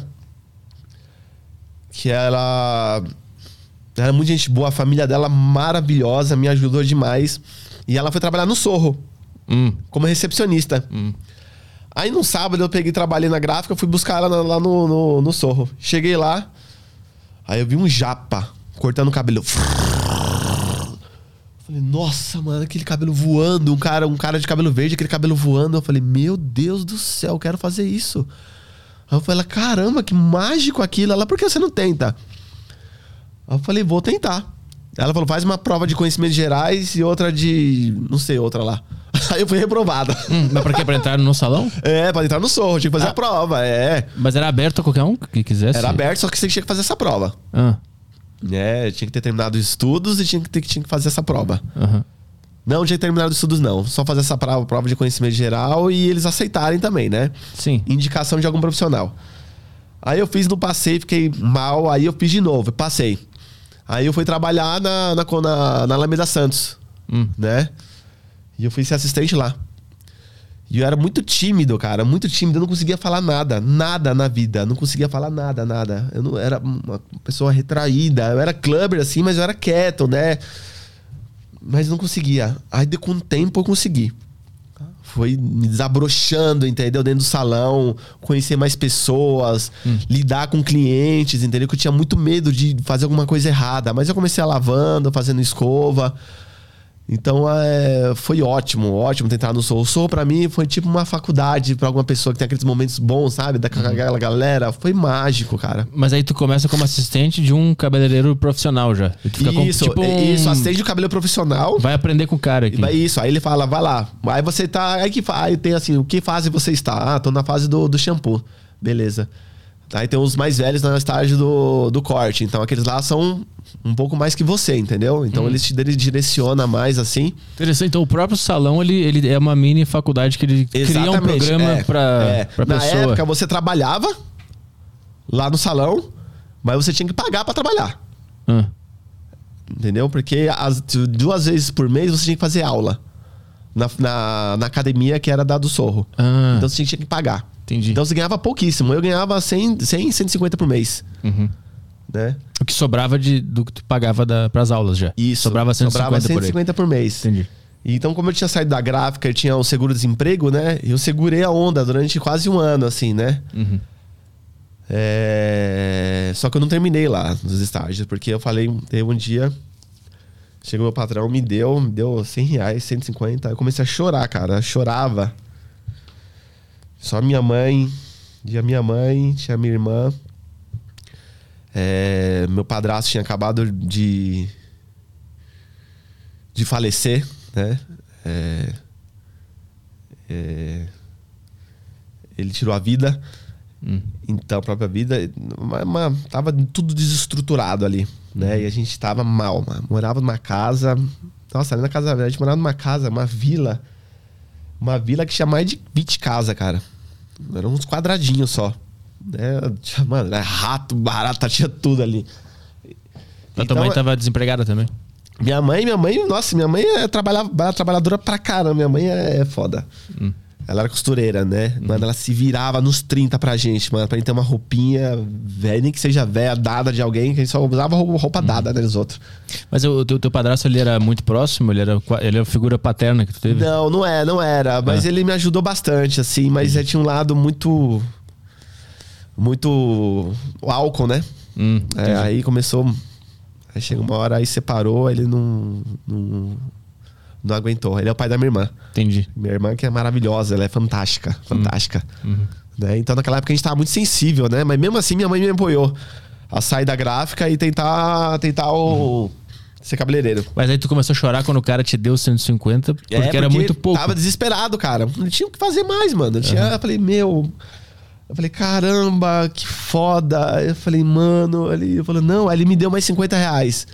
que ela era muito gente boa, a família dela maravilhosa, me ajudou demais. E ela foi trabalhar no Sorro, como recepcionista. Aí no sábado eu trabalhei na gráfica, fui buscar ela lá no Sorro. Cheguei lá, aí eu vi um japa cortando o cabelo. Falei, nossa, mano, aquele cabelo voando, um cara de cabelo verde, aquele cabelo voando. Eu falei, meu Deus do céu, eu quero fazer isso. Aí eu falei, caramba, que mágico aquilo. Ela, por que você não tenta? Aí eu falei, vou tentar. Ela falou, faz uma prova de conhecimentos gerais e outra de... não sei, outra lá. Aí eu fui reprovada. Mas pra quê? Pra entrar no salão? Pra entrar no Sorro, tinha que fazer a prova, Mas era aberto a qualquer um que quisesse? Era aberto, só que você tinha que fazer essa prova. Tinha que ter terminado os estudos e tinha que fazer essa prova. Não tinha terminado os estudos, não. Só fazer essa prova de conhecimento geral e eles aceitarem também, né? Sim. Indicação de algum profissional. Aí eu fiz, não passei, fiquei mal, aí eu fiz de novo, passei. Aí eu fui trabalhar na Alameda Santos, né? E eu fui ser assistente lá. E eu era muito tímido, cara. Muito tímido. Eu não conseguia falar nada. Nada na vida. Não conseguia falar nada. Eu não era uma pessoa retraída. Eu era clubber, assim, mas eu era quieto, né? Mas não conseguia. Aí, com o tempo, eu consegui. Foi me desabrochando, entendeu? Dentro do salão. Conhecer mais pessoas. Lidar com clientes, entendeu? Que eu tinha muito medo de fazer alguma coisa errada. Mas eu comecei a lavando, fazendo escova. Então foi ótimo tentar no Sorro. O Sorro pra mim foi tipo uma faculdade pra alguma pessoa que tem aqueles momentos bons, sabe? Daquela galera. Foi mágico, cara. Mas aí tu começa como assistente de um cabeleireiro profissional já. Tu fica Isso, assistente do cabelo profissional. Vai aprender com o cara aqui. Isso, aí ele fala, vai lá. Aí você tá. Aí tem assim, o que fase você está? Tô na fase do shampoo. Beleza. Aí tem os mais velhos na estágio do corte. Então aqueles lá são um pouco mais que você, entendeu? Então ele direciona mais assim. Interessante. Então o próprio salão, ele é uma mini faculdade que ele cria um programa pra pessoa. Na época você trabalhava lá no salão, mas você tinha que pagar pra trabalhar. Entendeu? Porque 2 vezes por mês você tinha que fazer aula na academia que era da do Sorro. Então você tinha que pagar. Entendi. Então você ganhava pouquíssimo. Eu ganhava 150 por mês. Né? O que sobrava do que tu pagava pras aulas já. Isso. Sobrava 150 por mês. Entendi. Então, como eu tinha saído da gráfica e tinha o seguro-desemprego, né? Eu segurei a onda durante quase 1 ano, assim, né? Só que eu não terminei lá nos estágios, porque eu falei, teve um dia... Chegou meu patrão, me deu R$100, 150. Eu comecei a chorar, cara. Eu chorava. Só minha mãe, tinha minha irmã. Meu padrasto tinha acabado de falecer, né? Ele tirou a vida. Então, a própria vida... tava tudo desestruturado ali, né? E a gente tava mal, mano. Morava numa casa... Nossa, ali na casa... A gente morava numa casa, uma vila... Uma vila que tinha mais de 20 casas, cara. Eram uns quadradinhos só. Mano, era rato, barata, tinha tudo ali. A tua mãe tava desempregada também? Minha mãe, nossa, minha mãe é trabalhadora pra caramba. Minha mãe é foda. Ela era costureira, né? Mano, ela se virava nos 30 pra gente, mano. Pra gente ter uma roupinha velha, nem que seja velha, dada de alguém, que a gente só usava roupa dada, né, dos outros. Mas o teu padrasto, ele era muito próximo? Ele era a figura paterna que tu teve? Não era. Mas ele me ajudou bastante, assim. Mas tinha um lado muito... O álcool, né? Aí começou... Aí chega uma hora, aí separou, ele não aguentou. Ele é o pai da minha irmã. Entendi. Minha irmã que é maravilhosa, ela é fantástica. Né? Então naquela época a gente tava muito sensível, né? Mas mesmo assim minha mãe me apoiou a sair da gráfica e tentar ser cabeleireiro. Mas aí tu começou a chorar quando o cara te deu 150, porque era muito pouco. Tava desesperado, cara. Não tinha o que fazer mais, mano. Eu falei, caramba, que foda. Eu falei, mano... Ele falou, não. Aí ele me deu mais R$50.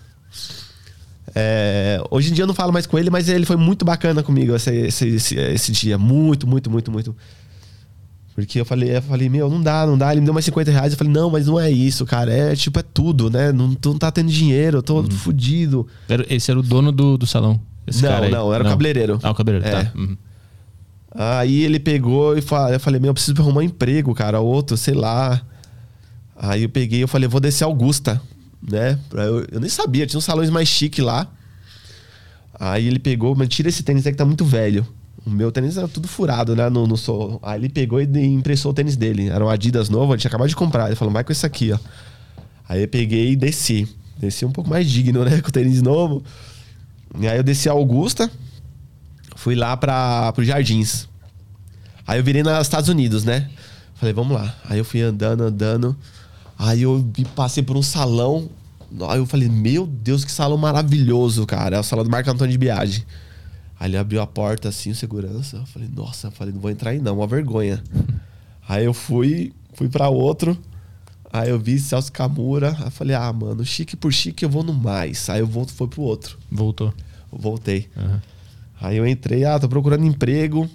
Hoje em dia eu não falo mais com ele, mas ele foi muito bacana comigo esse dia. Muito. Porque eu falei, meu, não dá. Ele me deu mais R$50. Eu falei, não, mas não é isso, cara. É tudo, né? Tu não tá tendo dinheiro, eu tô fudido. Esse era o dono do salão? Não, era o cabeleireiro. Ah, o cabeleireiro, tá. Aí ele pegou e eu falei, meu, eu preciso arrumar um emprego, cara, outro, sei lá. Aí eu peguei e falei, vou descer Augusta, né? Eu nem sabia, tinha uns salões mais chiques lá. Aí ele pegou, mas tira esse tênis aí que tá muito velho. O meu tênis era tudo furado, né? Aí ele pegou e impressou o tênis dele. Era um Adidas novo, ele tinha acabado de comprar. Ele falou, vai com esse aqui, ó. Aí eu peguei e desci. Desci um pouco mais digno, né? Com o tênis novo. E aí eu desci a Augusta. Fui lá pro Jardins. Aí eu virei nos Estados Unidos, né? Falei, vamos lá. Aí eu fui andando. Aí eu passei por um salão Aí eu falei, meu Deus, que salão maravilhoso, cara. É o salão do Marco Antônio de Biagi. Aí ele abriu a porta assim, o segurança. Eu falei, nossa, não vou entrar aí não, uma vergonha. Aí eu fui pra outro. Aí eu vi Celso Camura. Aí eu falei, mano, chique por chique eu vou no mais. Aí eu fui pro outro. Voltou. Voltei. Uhum. Aí eu entrei, tô procurando emprego.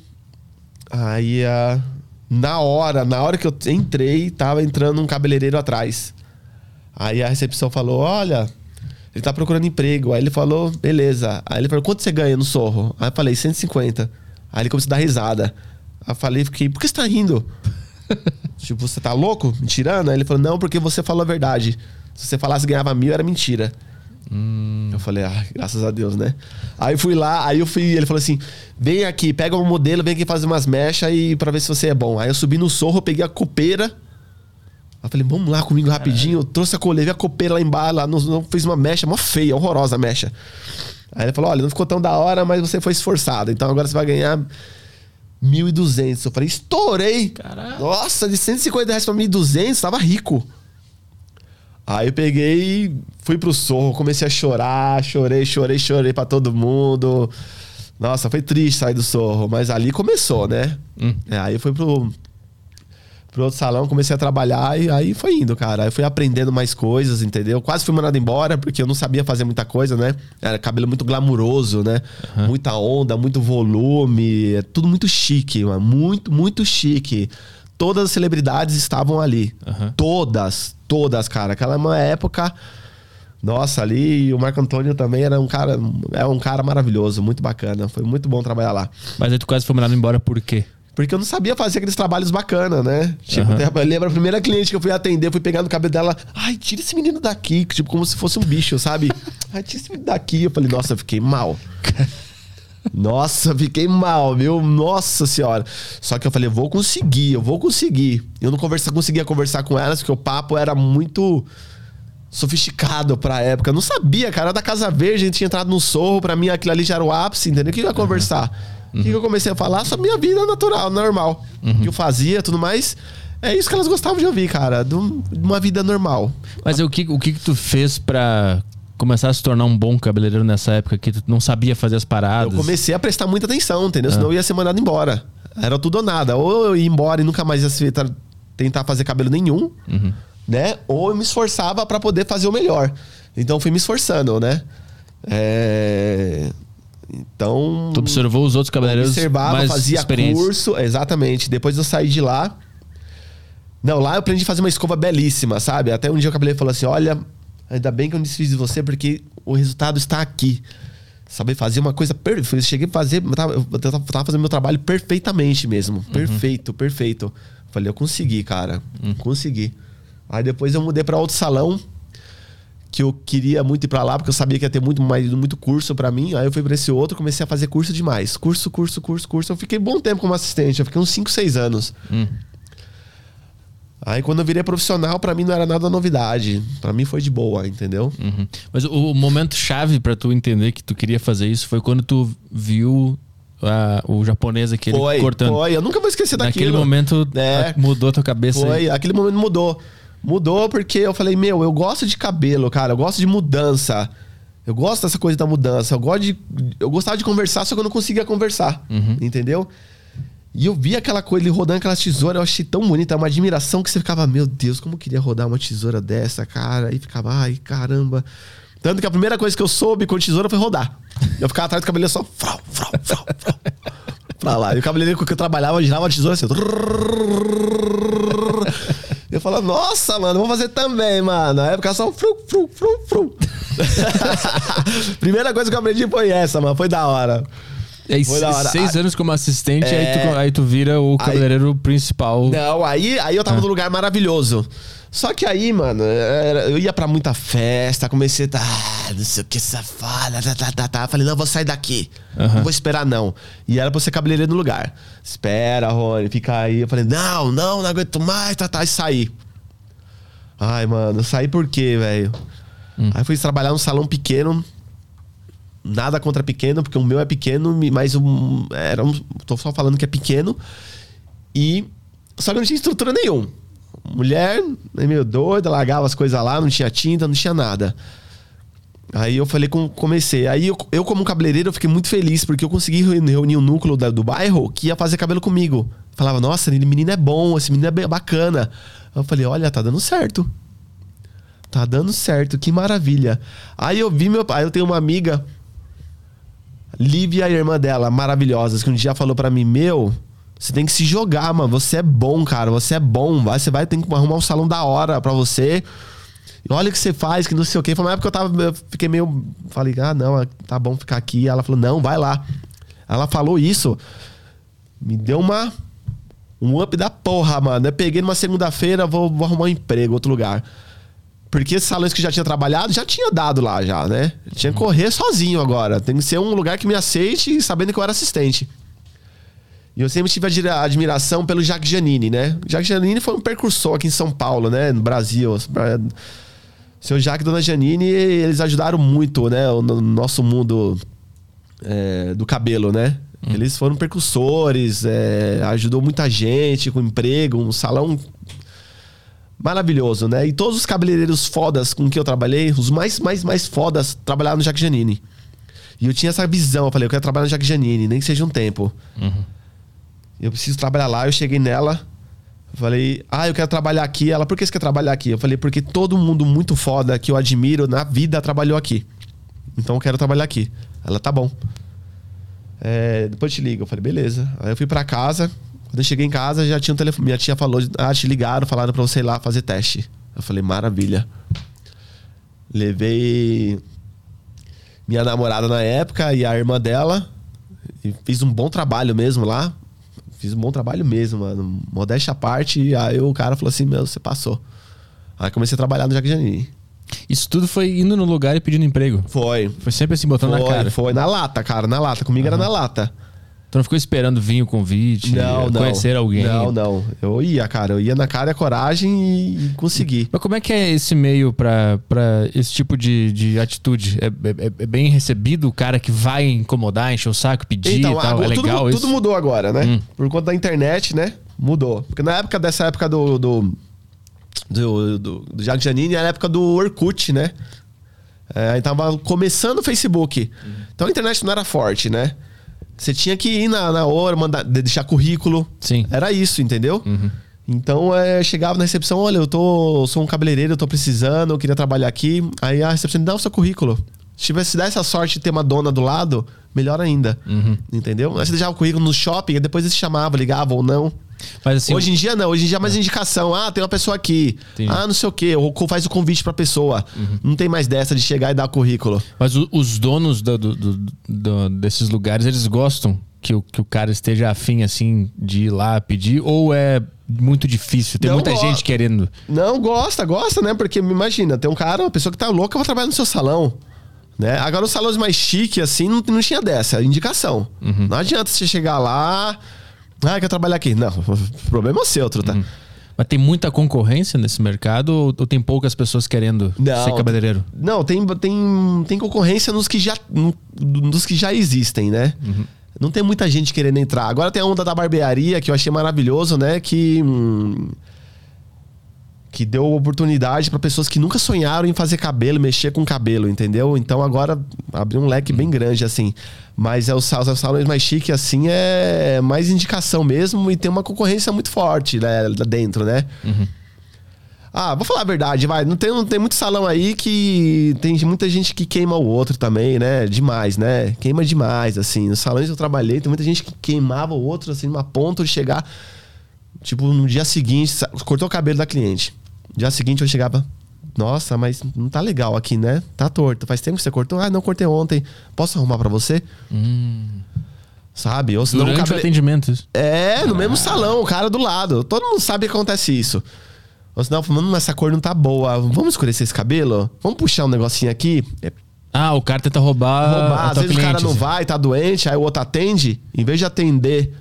Aí na hora que eu entrei, tava entrando um cabeleireiro atrás. Aí a recepção falou, olha, ele tá procurando emprego. Aí ele falou, beleza. Aí ele falou, quanto você ganha no Sorro? Aí eu falei, 150. Aí ele começou a dar risada. Aí eu falei, por que você tá rindo? Tipo, você tá louco? Me tirando? Aí ele falou, não, porque você falou a verdade. Se você falasse que ganhava 1.000, era mentira. Eu falei, graças a Deus, né? Aí fui lá, ele falou assim, vem aqui, pega um modelo, vem aqui fazer umas mechas e pra ver se você é bom. Aí eu subi no Sorro, peguei a copeira. Aí eu falei, vamos lá comigo rapidinho. Eu trouxe a coleira, vi a copeira lá embaixo, lá fiz uma mecha mó feia, horrorosa a mecha. Aí ele falou, olha, não ficou tão da hora, mas você foi esforçado. Então agora você vai ganhar 1.200. Eu falei, estourei. Caraca. Nossa, de 150 reais pra 1.200, tava rico. Aí eu peguei, fui pro Sorro, comecei a chorar, chorei pra todo mundo. Nossa, foi triste sair do Sorro, mas ali começou, né? Aí eu fui pro outro salão, comecei a trabalhar e aí foi indo, cara. Aí eu fui aprendendo mais coisas, entendeu? Quase fui mandado embora, porque eu não sabia fazer muita coisa, né? Era cabelo muito glamuroso, né? Uhum. Muita onda, muito volume, é tudo muito chique, mano. Muito, muito chique. Todas as celebridades estavam ali. Uhum. Todas, cara. Aquela uma época... Nossa, ali e o Marco Antônio também era um cara maravilhoso, muito bacana. Foi muito bom trabalhar lá. Mas aí tu quase foi mandado embora por quê? Porque eu não sabia fazer aqueles trabalhos bacanas, né? Tipo, eu lembro a primeira cliente que eu fui atender, eu fui pegar no cabelo dela. Ai, tira esse menino daqui. Tipo, como se fosse um bicho, sabe? Ai, tira esse menino daqui. Eu falei, nossa, eu fiquei mal. Nossa, fiquei mal, viu? Nossa senhora. Só que eu falei, eu vou conseguir. Eu não conseguia conversar com elas, porque o papo era muito sofisticado pra época. Eu não sabia, cara. Era da Casa Verde, a gente tinha entrado no Sorro. Pra mim, aquilo ali já era o ápice, entendeu? O que eu ia conversar? O que eu comecei a falar? Sobre minha vida natural, normal. O que eu fazia, tudo mais. É isso que elas gostavam de ouvir, cara. De uma vida normal. Mas o que tu fez pra começar a se tornar um bom cabeleireiro nessa época que tu não sabia fazer as paradas? Eu comecei a prestar muita atenção, entendeu? Senão eu ia ser mandado embora. Era tudo ou nada. Ou eu ia embora e nunca mais ia tentar fazer cabelo nenhum, né? Ou eu me esforçava pra poder fazer o melhor. Então eu fui me esforçando, né? Então... Tu observou os outros cabeleireiros mais fazia curso. Exatamente. Depois eu saí de lá. Não, lá eu aprendi a fazer uma escova belíssima, sabe? Até um dia o cabeleireiro falou assim, olha, ainda bem que eu não desfiz de você, porque o resultado está aqui. Saber fazer uma coisa perfeita. Eu cheguei a fazer... Eu tava fazendo meu trabalho perfeitamente mesmo. Perfeito. Falei, eu consegui, cara. Consegui. Aí depois eu mudei para outro salão, que eu queria muito ir pra lá, porque eu sabia que ia ter muito curso pra mim. Aí eu fui pra esse outro, comecei a fazer curso demais. Curso. Eu fiquei bom tempo como assistente, eu fiquei uns 5, 6 anos. Aí quando eu virei profissional, pra mim não era nada novidade. Pra mim foi de boa, entendeu? Mas o momento chave pra tu entender que tu queria fazer isso foi quando tu viu o japonês aquele cortando. Foi, eu nunca vou esquecer daquilo. Naquele momento mudou a tua cabeça. Foi, aquele momento mudou porque eu falei, eu gosto de cabelo, cara. Eu gosto de mudança. Eu gosto dessa coisa da mudança. Eu gostava de conversar, só que eu não conseguia conversar. Entendeu? E eu vi aquela coisa, ele rodando aquela tesoura, eu achei tão bonita, uma admiração que você ficava, meu Deus, como eu queria rodar uma tesoura dessa, cara. Aí ficava, ai, caramba. Tanto que a primeira coisa que eu soube com tesoura foi rodar. Eu ficava atrás do cabeleireiro só pra lá. E o cabeleireiro com que eu trabalhava girava a tesoura assim. Eu falava, nossa, mano, vou fazer também, mano. Aí eu ficava só fru. Primeira coisa que eu aprendi foi essa, mano. Foi da hora. E aí, 6 anos como assistente, aí tu vira o cabeleireiro principal. Não, aí eu tava num lugar maravilhoso. Só que aí, mano, eu ia pra muita festa, comecei a... não sei o que, safada, Falei, não, vou sair daqui. Não vou esperar, não. E era pra você cabeleireiro no lugar. Espera, Rony, fica aí. Eu falei, não aguento mais, e saí. Ai, mano, saí por quê, velho? Aí fui trabalhar num salão pequeno. Nada contra pequeno, porque o meu é pequeno, mas tô só falando que é pequeno. Só que eu não tinha estrutura nenhuma. Mulher, meio doida, largava as coisas lá, não tinha tinta, não tinha nada. Aí eu falei, comecei. Aí eu como cabeleireiro, eu fiquei muito feliz, porque eu consegui reunir o núcleo do bairro que ia fazer cabelo comigo. Falava, nossa, esse menino é bom, esse menino é bacana. Eu falei, olha, tá dando certo. Tá dando certo, que maravilha. Aí eu vi aí eu tenho uma amiga, Lívia, a irmã dela, maravilhosas, que um dia falou pra mim, você tem que se jogar, mano. Você é bom, cara. Você é bom. Você vai ter que arrumar um salão da hora pra você. Olha o que você faz, que não sei o quê. Foi uma época que eu fiquei meio... Falei, não, tá bom ficar aqui. Ela falou, não, vai lá. Ela falou isso. Me deu um up da porra, mano. Eu peguei numa segunda-feira, vou arrumar um emprego em outro lugar. Porque esses salões que já tinha trabalhado, já tinha dado lá já, né? Tinha que correr sozinho agora. Tem que ser um lugar que me aceite, sabendo que eu era assistente. E eu sempre tive admiração pelo Jacques Giannini, né? Jacques Giannini foi um precursor aqui em São Paulo, né? No Brasil. Seu Jacques e Dona Giannini, eles ajudaram muito, né? No nosso mundo do cabelo, né? Eles foram precursores, ajudou muita gente com emprego, um salão maravilhoso, né? E todos os cabeleireiros fodas com que eu trabalhei, os mais fodas, trabalharam no Jacques Giannini. E eu tinha essa visão, eu falei, eu quero trabalhar no Jacques Giannini, nem que seja um tempo. Eu preciso trabalhar lá. Eu cheguei nela, falei, eu quero trabalhar aqui. Ela, por que você quer trabalhar aqui? Eu falei, porque todo mundo muito foda que eu admiro na vida trabalhou aqui. Então eu quero trabalhar aqui. Ela, tá bom. Depois eu te ligo. Eu falei, beleza. Aí eu fui pra casa. Quando eu cheguei em casa, já tinha um telefone. Minha tia falou, te ligaram, falaram pra você ir lá fazer teste. Eu falei, maravilha. Levei minha namorada na época e a irmã dela. E fiz um bom trabalho mesmo lá. Fiz um bom trabalho mesmo, mano. Modéstia à parte. E aí o cara falou assim, você passou. Aí comecei a trabalhar no Jacques Giannini. Isso tudo foi indo no lugar e pedindo emprego? Foi. Foi sempre assim, botando na cara? Foi, na lata, cara, na lata. Comigo era na lata. Então não ficou esperando vir o convite? Não. Conhecer alguém? Não. Eu ia, cara. Eu ia na cara e a coragem e consegui. Mas como é que é esse meio pra esse tipo de atitude? É bem recebido o cara que vai incomodar, encher o saco, pedir e tal? Agora, é legal isso? Tudo mudou agora, né? Por conta da internet, né? Mudou. Porque dessa época do Jacques Giannini, era a época do Orkut, né? Aí tava começando o Facebook. Então a internet não era forte, né? Você tinha que ir na hora, deixar currículo. Sim. Era isso, entendeu? Então, chegava na recepção, olha, sou um cabeleireiro, eu tô precisando, eu queria trabalhar aqui. Aí a recepção dá o seu currículo. Se der essa sorte de ter uma dona do lado, melhor ainda. Entendeu? Aí você deixava o currículo no shopping, e depois eles chamavam, ligavam ou não. Mas assim, hoje em dia não, hoje em dia é mais indicação. Tem uma pessoa aqui. Entendi. Não sei o quê, ou faz o convite pra pessoa. Não tem mais dessa de chegar e dar o currículo. Mas os donos desses lugares, eles gostam que o cara esteja afim, assim, de ir lá pedir? Ou é muito difícil? Tem muita gente querendo? Não, gosta, né? Porque imagina, tem um cara, uma pessoa que tá louca, vai trabalhar no seu salão. Né? Agora os salões mais chiques, assim, não tinha dessa, indicação. Não adianta você chegar lá... quer trabalhar aqui. Não, o problema é o seu, truta. Mas tem muita concorrência nesse mercado ou tem poucas pessoas querendo ser cabeleireiro? Não, tem concorrência nos que já existem, né? Não tem muita gente querendo entrar. Agora tem a onda da barbearia, que eu achei maravilhoso, né? Que deu oportunidade para pessoas que nunca sonharam em fazer cabelo, mexer com cabelo, entendeu? Então agora abriu um leque bem grande, assim. Mas os salões mais chiques, assim, é mais indicação mesmo e tem uma concorrência muito forte, né, lá dentro, né? Vou falar a verdade, vai. Não tem muito salão aí que tem muita gente que queima o outro também, né? Demais, né? Queima demais, assim. Nos salões que eu trabalhei, tem muita gente que queimava o outro, assim, numa ponta de chegar... Tipo, no dia seguinte, cortou o cabelo da cliente. No dia seguinte eu chegava... Nossa, mas não tá legal aqui, né? Tá torto. Faz tempo que você cortou? Não, cortei ontem. Posso arrumar pra você? Sabe? Ou senão durante o atendimento. No mesmo salão, o cara do lado. Todo mundo sabe que acontece isso. Ou senão, mano, essa cor não tá boa. Vamos escurecer esse cabelo? Vamos puxar um negocinho aqui? O cara tenta roubar às vezes cliente, o cara não vai, tá doente, aí o outro atende. Em vez de atender,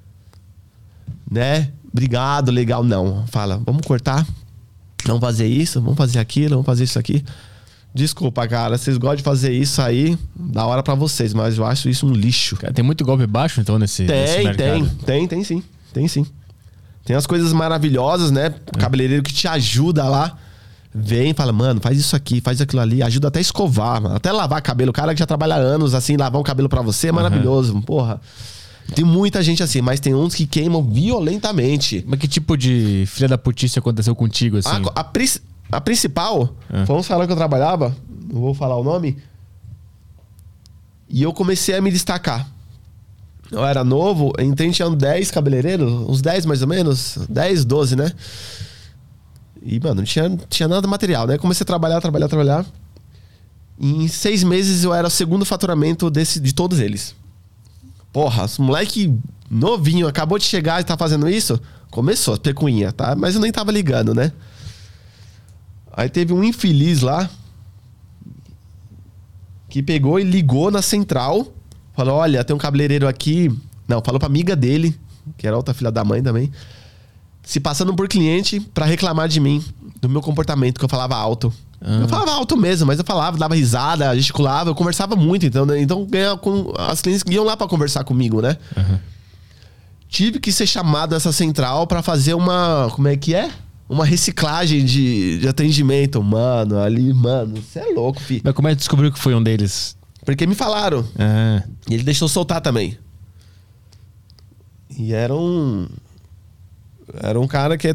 né? Obrigado, legal. Não. Fala, vamos cortar? Vamos fazer isso, vamos fazer aquilo, vamos fazer isso aqui. Desculpa, cara, vocês gostam de fazer isso aí, da hora pra vocês, mas eu acho isso um lixo. Cara, tem muito golpe baixo, então, nesse mercado? Tem sim. Tem as coisas maravilhosas, né? O cabeleireiro que te ajuda lá. Vem e fala, mano, faz isso aqui, faz aquilo ali. Ajuda até a escovar, mano. Até lavar cabelo. O cara que já trabalha há anos, assim, lavar um cabelo pra você é maravilhoso. Porra. Tem muita gente assim, mas tem uns que queimam violentamente. Mas que tipo de filha da putice aconteceu contigo, assim? A principal foi um salão que eu trabalhava, não vou falar o nome, e eu comecei a me destacar. Eu era novo, entrei, tinha 10 cabeleireiros, uns 10 mais ou menos, 10, 12, né? E, mano, não tinha nada de material, né? Comecei a trabalhar. E em 6 meses eu era o segundo faturamento de todos eles. Porra, esse moleque novinho, acabou de chegar e tá fazendo isso? Começou, pecuinha, tá? Mas eu nem tava ligando, né? Aí teve um infeliz lá que pegou e ligou na central. Falou, olha, tem um cabeleireiro aqui. Não, falou pra amiga dele, que era outra filha da mãe também, se passando por cliente pra reclamar de mim, do meu comportamento, que eu falava alto. Eu falava alto mesmo, mas eu falava, dava risada, gesticulava, eu conversava muito. Então as clientes iam lá pra conversar comigo, né? Tive que ser chamado nessa central pra fazer uma... Como é que é? Uma reciclagem de atendimento. Mano, ali, mano, você é louco, filho. Mas como é que descobriu que foi um deles? Porque me falaram. E ele deixou soltar também. E era um cara que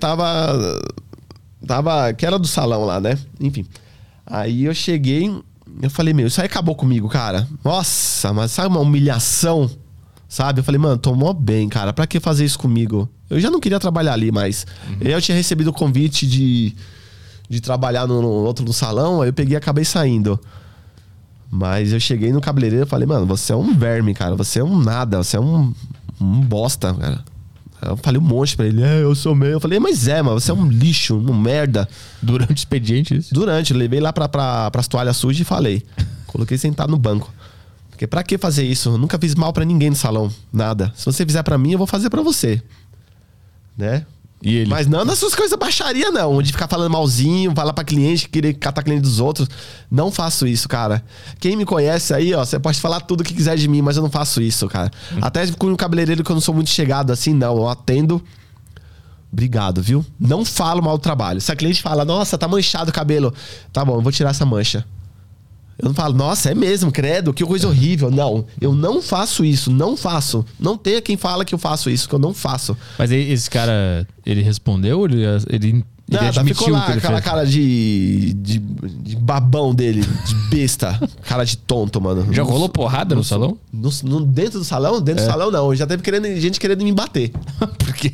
que era do salão lá, né? Enfim. Aí eu cheguei, eu falei, meu, isso aí acabou comigo, cara. Nossa, mas sabe uma humilhação? Sabe? Eu falei, mano, tô mó bem, cara. Pra que fazer isso comigo? Eu já não queria trabalhar ali mais. Eu tinha recebido o convite de trabalhar no salão, aí eu peguei e acabei saindo. Mas eu cheguei no cabeleireiro e falei, mano, você é um verme, cara. Você é um nada, você é um bosta, cara. Eu falei um monte pra ele, eu sou meio. Eu falei, mas mano, você é um lixo, um merda. Durante o expediente, isso? Durante, eu levei lá pras toalhas sujas e falei. Coloquei sentado no banco. Porque pra que fazer isso? Eu nunca fiz mal pra ninguém no salão, nada. Se você fizer pra mim, eu vou fazer pra você. Né? E ele? Mas não nessas coisas baixaria, não. De ficar falando malzinho, falar pra cliente, querer catar cliente dos outros. Não faço isso, cara. Quem me conhece aí, ó, você pode falar tudo o que quiser de mim, mas eu não faço isso, cara. Até com um cabeleireiro que eu não sou muito chegado assim, não. Eu atendo. Obrigado, viu? Não falo mal do trabalho. Se a cliente fala, nossa, tá manchado o cabelo. Tá bom, eu vou tirar essa mancha. Eu não falo, nossa, é mesmo, credo, que coisa horrível. Não, eu não faço isso, não faço. Não tenha quem fala que eu faço isso, que eu não faço. Mas esse cara, ele respondeu? Ele Nada, ficou lá aquela cara de babão dele, de besta. Cara de tonto, mano. Já rolou porrada no salão? Dentro do salão? Dentro do salão, não. Já teve gente querendo me bater. Por quê?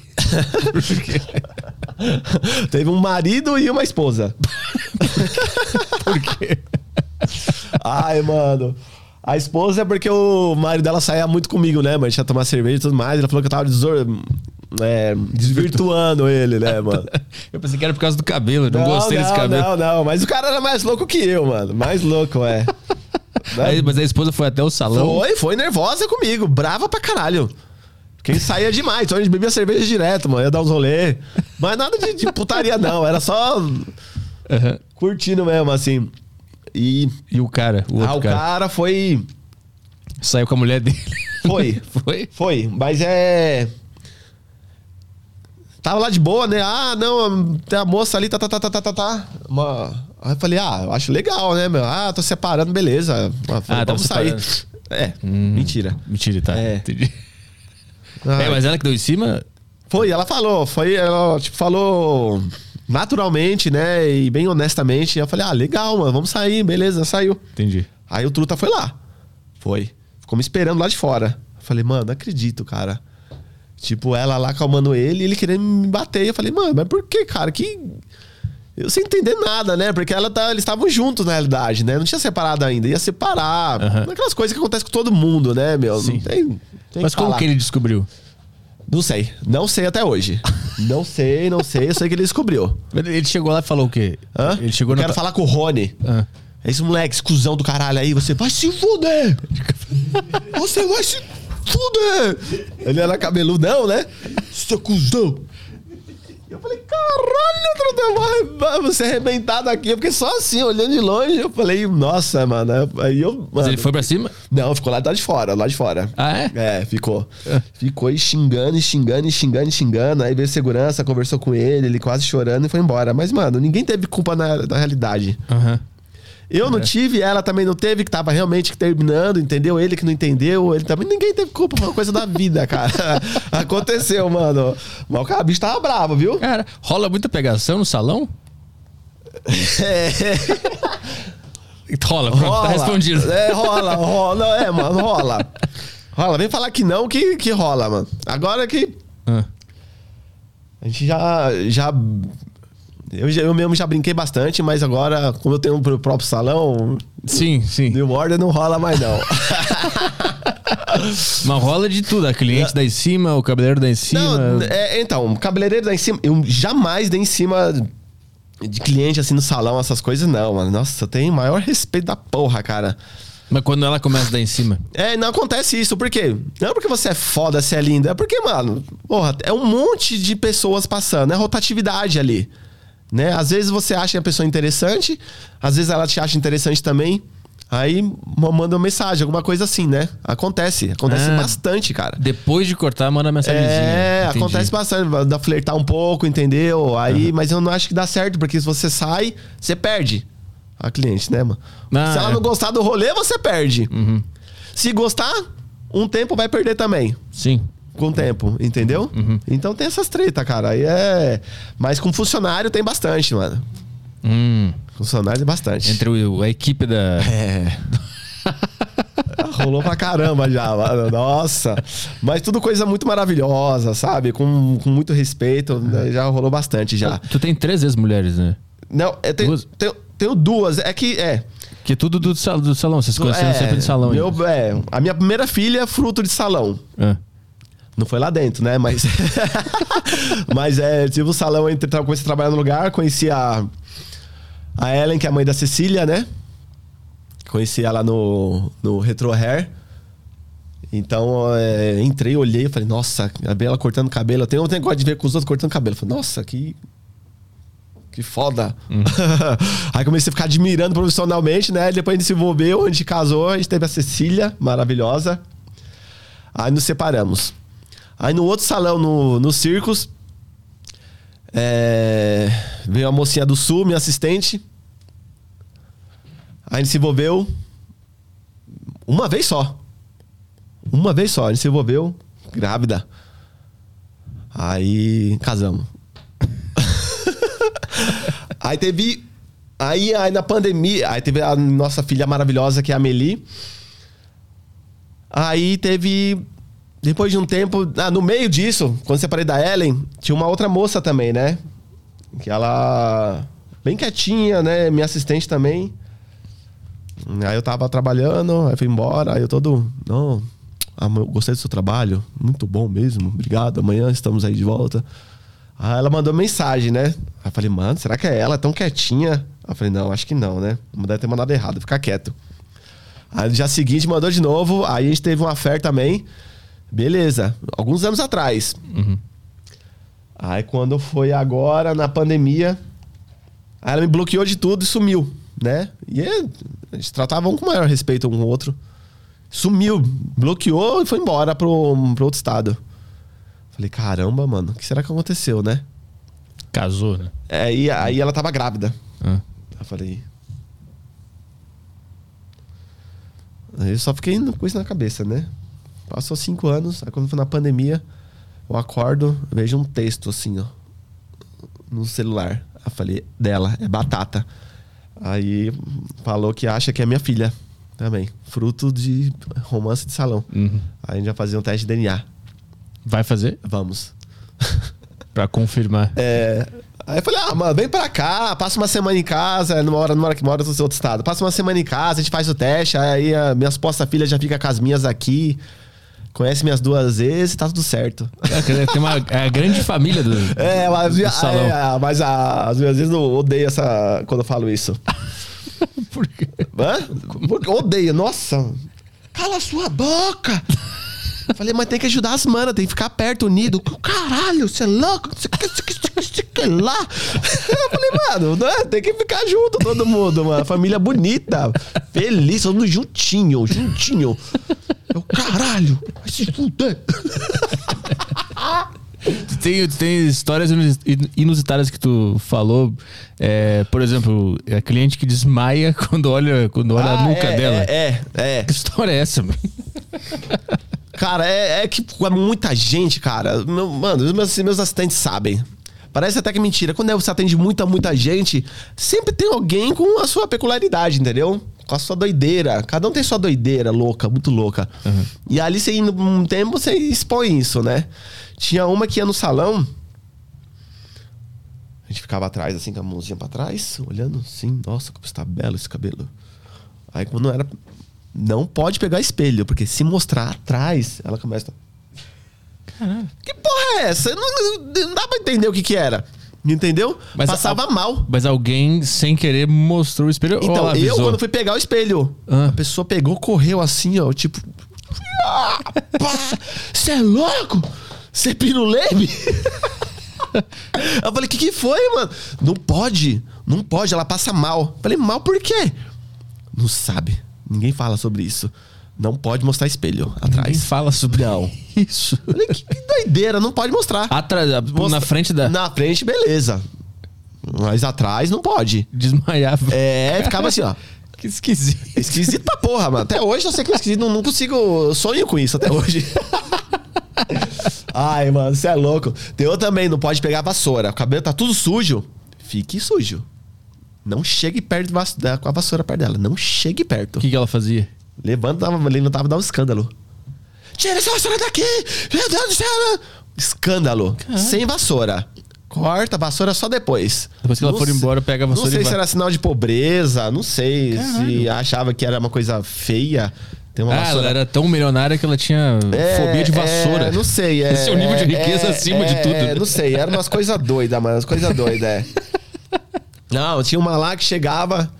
Teve um marido e uma esposa. Por quê? Ai, mano. A esposa é porque o marido dela saía muito comigo, né, mano? A gente ia tomar cerveja e tudo mais. Ela falou que eu tava desvirtuando ele, né, mano? Eu pensei que era por causa do cabelo. Não gostei desse cabelo. Não. Mas o cara era mais louco que eu, mano. Mais louco, é. Mas a esposa foi até o salão? Foi nervosa comigo. Brava pra caralho. Porque saía demais. Então a gente bebia cerveja direto, mano. Ia dar uns rolê. Mas nada de putaria, não. Era só curtindo mesmo, assim. E o cara? O outro cara foi... Saiu com a mulher dele. Foi. Mas tava lá de boa, né? Ah, não, tem a moça ali, tá. Aí eu falei, eu acho legal, né, meu? Ah, tô separando, beleza. Vamos sair. Mentira. Mentira, tá. Entendi. Mas ela que deu em cima? Ela falou. Ela falou naturalmente, né? E bem honestamente. Eu falei, legal, mano, vamos sair, beleza, saiu. Entendi. Aí o truta foi lá. Ficou me esperando lá de fora. Eu falei, mano, não acredito, cara. Tipo, ela lá calmando ele e ele querendo me bater. Eu falei, mano, mas por que, cara? Eu sem entender nada, né? Porque eles estavam juntos na realidade, né? Não tinha separado ainda. Ia separar. Aquelas coisas que acontecem com todo mundo, né, meu? Sim. Não tem mas como que ele descobriu? Não sei. Não sei até hoje. Não sei. Eu sei que ele descobriu. Ele chegou lá e falou o quê? Ele chegou quero falar com o Rony. Esse moleque, esse cuzão do caralho aí, você vai se fuder! Você vai se fuder! Ele era cabeludão, né? Seu cuzão! Eu falei, caralho, vai você arrebentado aqui. Eu fiquei só assim, olhando de longe. Eu falei, nossa, mano. Aí mano, Mas ele foi pra cima? Não, ficou lá de fora, lá de fora. Ah, é? É, ficou. Ficou aí xingando. Aí veio segurança, conversou com ele quase chorando e foi embora. Mas, mano, ninguém teve culpa na realidade. Aham. Eu não tive, ela também não teve, que tava realmente terminando, entendeu? Ele que não entendeu, ele também, ninguém teve culpa, foi uma coisa da vida, cara. Aconteceu, mano. Mas o bicho tava bravo, viu? Cara, rola muita pegação no salão? Rola, pronto, tá respondido. Rola. Não, mano, rola. Rola, vem falar que não, que rola, mano. Agora que... A gente já eu mesmo já brinquei bastante, mas agora, como eu tenho um próprio salão... Sim. New Order não rola mais, não. Mas rola de tudo. A cliente dá em cima, o cabeleireiro dá em cima. Não, então, o cabeleireiro dá em cima... Eu jamais dei em cima de cliente, assim, no salão, essas coisas, não, mano. Nossa, eu tenho o maior respeito da porra, cara. Mas quando ela começa a dar em cima? Não acontece isso. Por quê? Não é porque você é foda, você é linda. É porque, mano, porra, é um monte de pessoas passando. É rotatividade ali. Né? Às vezes você acha a pessoa interessante, às vezes ela te acha interessante também. Aí manda uma mensagem, alguma coisa assim, né? Acontece bastante, cara. Depois de cortar, manda mensagenzinha. Entendi. Acontece bastante, dá flertar um pouco, entendeu? Aí, mas eu não acho que dá certo, porque se você sai, você perde a cliente, né, mano? Se ela não gostar do rolê, você perde. Uhum. Se gostar, um tempo vai perder também. Sim. Com o tempo, entendeu? Uhum. Então tem essas tretas, cara. Aí Mas com funcionário tem bastante, mano. Funcionário tem bastante. Entre a equipe da... Rolou pra caramba já, mano. Nossa. Mas tudo coisa muito maravilhosa, sabe? Com muito respeito. Já rolou bastante já. Tu tem 3 ex-mulheres, né? Não, eu tenho 2. Que é tudo do salão. Vocês se conheceram sempre de salão. A minha primeira filha é fruto de salão. Não foi lá dentro, né? Mas... Mas tive um salão, comecei a trabalhar no lugar, conheci a Ellen, que é a mãe da Cecília, né? Conheci ela no Retro Hair. Então, entrei, olhei, falei, nossa, a Bela cortando cabelo. Eu tenho um negócio de ver com os outros cortando cabelo. Falei, nossa, que foda. Aí comecei a ficar admirando profissionalmente, né? Depois a gente se envolveu, a gente casou, a gente teve a Cecília, maravilhosa. Aí nos separamos. Aí no outro salão, no Circus, veio a mocinha do Sul, minha assistente. Aí a gente se envolveu uma vez só. A gente se envolveu, grávida. Aí casamos. Aí teve... Aí na pandemia... Aí teve a nossa filha maravilhosa, que é a Amelie. Aí teve... Depois de um tempo... no meio disso, quando separei da Ellen, tinha uma outra moça também, né? Que ela... Bem quietinha, né? Minha assistente também. Aí eu tava trabalhando, aí fui embora. Aí eu todo... Não, eu gostei do seu trabalho. Muito bom mesmo. Obrigado. Amanhã estamos aí de volta. Aí ela mandou mensagem, né? Aí eu falei, mano, será que é ela? Tão quietinha. Aí eu falei, não, acho que não, né? Deve ter mandado errado, ficar quieto. Aí no dia seguinte mandou de novo. Aí a gente teve uma fé também. Beleza. Alguns anos atrás. Aí quando foi agora, na pandemia, aí ela me bloqueou de tudo e sumiu, né? E a gente tratava um com maior respeito um com o outro. Sumiu, bloqueou e foi embora pro outro estado. Falei, caramba, mano, o que será que aconteceu, né? Casou, né? Aí ela tava grávida. Eu falei... Aí eu só fiquei com isso na cabeça, né? Passou 5 anos, aí quando foi na pandemia, eu acordo, vejo um texto assim, ó, no celular. Aí eu falei, dela, é Batata. Aí falou que acha que é minha filha também. Fruto de romance de salão. Aí a gente vai fazer um teste de DNA. Vai fazer? Vamos. Pra confirmar. Aí eu falei, mano, vem pra cá, passa uma semana em casa, numa hora que mora no outro estado. Passa uma semana em casa, a gente faz o teste, aí a minha suposta filha já fica com as minhas aqui. Conhece minhas 2 vezes e tá tudo certo. Tem uma grande família do salão. Mas às vezes eu odeio quando eu falo isso. Por quê? Porque eu odeio. Nossa, cala a sua boca. Eu falei, mas tem que ajudar as manas, tem que ficar perto, unido. Caralho, você é louco? que lá. Eu falei, mano, né? Tem que ficar junto todo mundo, mano. Família bonita, feliz, todo mundo juntinho. Eu, caralho, vai se fuder. Tem histórias inusitadas que tu falou. Por exemplo, a cliente que desmaia quando olha a nuca dela. Que história é essa, mano? Cara, que é muita gente, cara. Mano, meus assistentes sabem. Parece até que é mentira. Quando você atende muita gente, sempre tem alguém com a sua peculiaridade, entendeu? Com a sua doideira. Cada um tem sua doideira louca, muito louca. Uhum. E ali, você indo um tempo, você expõe isso, né? Tinha uma que ia no salão. A gente ficava atrás, assim, com a mãozinha pra trás, olhando assim. Nossa, como está belo esse cabelo. Aí, quando era... Não pode pegar espelho, porque se mostrar atrás, ela começa... Caralho. Que porra é essa? Não dá pra entender o que era. Entendeu? Mas passava mal. Mas alguém, sem querer, mostrou o espelho? Então, eu, quando fui pegar o espelho, a pessoa pegou, correu assim, ó, tipo... Você é louco? Você é piruleme? Eu falei, que foi, mano? Não pode, ela passa mal. Eu falei, mal por quê? Não sabe. Ninguém fala sobre isso. Não pode mostrar espelho atrás. Ninguém fala sobre isso. Eu falei, que doideira, não pode mostrar. Na frente da... Na frente, beleza. Mas atrás não pode. Desmaiava. Ficava assim, ó. Que esquisito. Esquisito pra porra, mano. Até hoje eu sei que é esquisito. Não consigo... Eu sonho com isso até hoje. Ai, mano, você é louco. Tem outro também, não pode pegar a vassoura. O cabelo tá tudo sujo. Fique sujo. Não chegue perto com a vassoura perto dela. Não chegue perto. O que ela fazia? Levantava, dava um escândalo. Tira essa vassoura daqui! Meu Deus do céu! Escândalo. Caramba. Sem vassoura. Corta a vassoura só depois. Depois que ela for embora, pega a vassoura e vai. Não sei se era sinal de pobreza. Não sei. Caralho. Se achava que era uma coisa feia. Tem uma vassoura. Ela era tão milionária que ela tinha fobia de vassoura. Não sei. Esse é o nível de riqueza acima de tudo. Não sei. Era umas coisas doidas, mano. Umas coisas doidas, Não, tinha uma lá que chegava...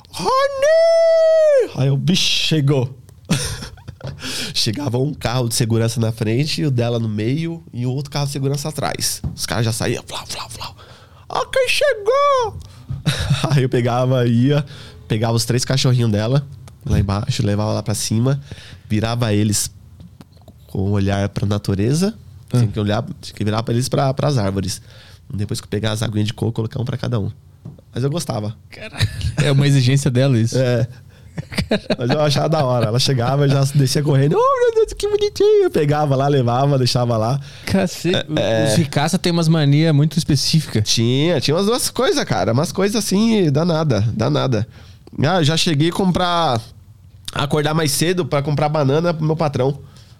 Rony! Aí o bicho chegou. Chegava um carro de segurança na frente, o dela no meio e o outro carro de segurança atrás. Os caras já saíam, flau. Ó, quem chegou? Aí eu pegava os 3 cachorrinhos dela lá embaixo, levava lá pra cima, virava eles com o olhar pra natureza, tinha que virar pra eles pras árvores. Depois que eu pegar as aguinhas de coco, colocar um pra cada um. Mas eu gostava. Caralho. É uma exigência dela isso. Mas eu achava da hora. Ela chegava, já descia correndo. Oh, meu Deus, que bonitinho. Eu pegava lá, levava, deixava lá. Cacete. Os ricaça tem umas manias muito específicas. Tinha umas duas coisas, cara. Umas coisas assim, danada. Já cheguei a acordar mais cedo pra comprar banana pro meu patrão.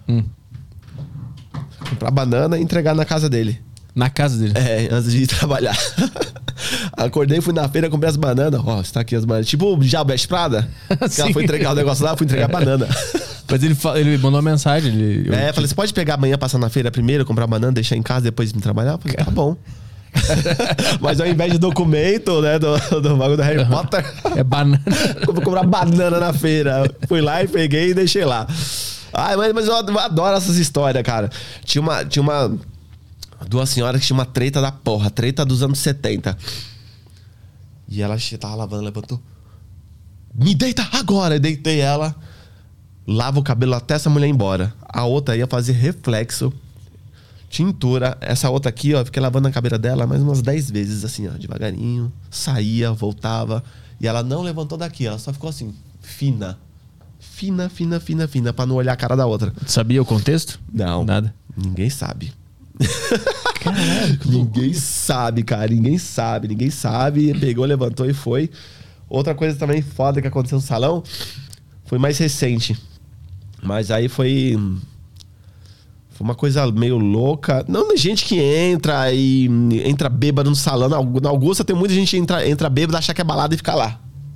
Comprar banana e entregar na casa dele. Na casa dele? Antes de ir trabalhar. Acordei, fui na feira, comprei as bananas. Ó, está aqui as bananas. Tipo o Diabo Veste Prada. Ela foi entregar o negócio lá, fui entregar a banana. Mas ele mandou uma mensagem. Falei, você pode pegar amanhã, passar na feira primeiro, comprar banana, deixar em casa, depois me trabalhar? Eu falei, tá bom. Mas ao invés de documento, né, do bagulho do Harry Potter... É banana. Vou comprar banana na feira. Fui lá e peguei e deixei lá. Mas eu adoro essas histórias, cara. Tinha duas senhoras que tinha uma treta da porra. Treta dos anos 70. E ela tava lavando, levantou. Me deita agora! Eu deitei ela. Lava o cabelo até essa mulher ir embora. A outra ia fazer reflexo. Tintura. Essa outra aqui, ó, fiquei lavando a cabeça dela mais umas 10 vezes, assim, ó, devagarinho. Saía, voltava. E ela não levantou daqui. Ela só ficou assim, fina, pra não olhar a cara da outra. Sabia o contexto? Não. Nada. Ninguém sabe. Caralho, ninguém sabe, cara. Ninguém sabe. Pegou, levantou e foi. Outra coisa também foda que aconteceu no salão foi mais recente. Mas aí foi uma coisa meio louca. Não, gente que entra bêbado no salão. Na Augusta tem muita gente que entra bêbado, achar que é balada e fica lá.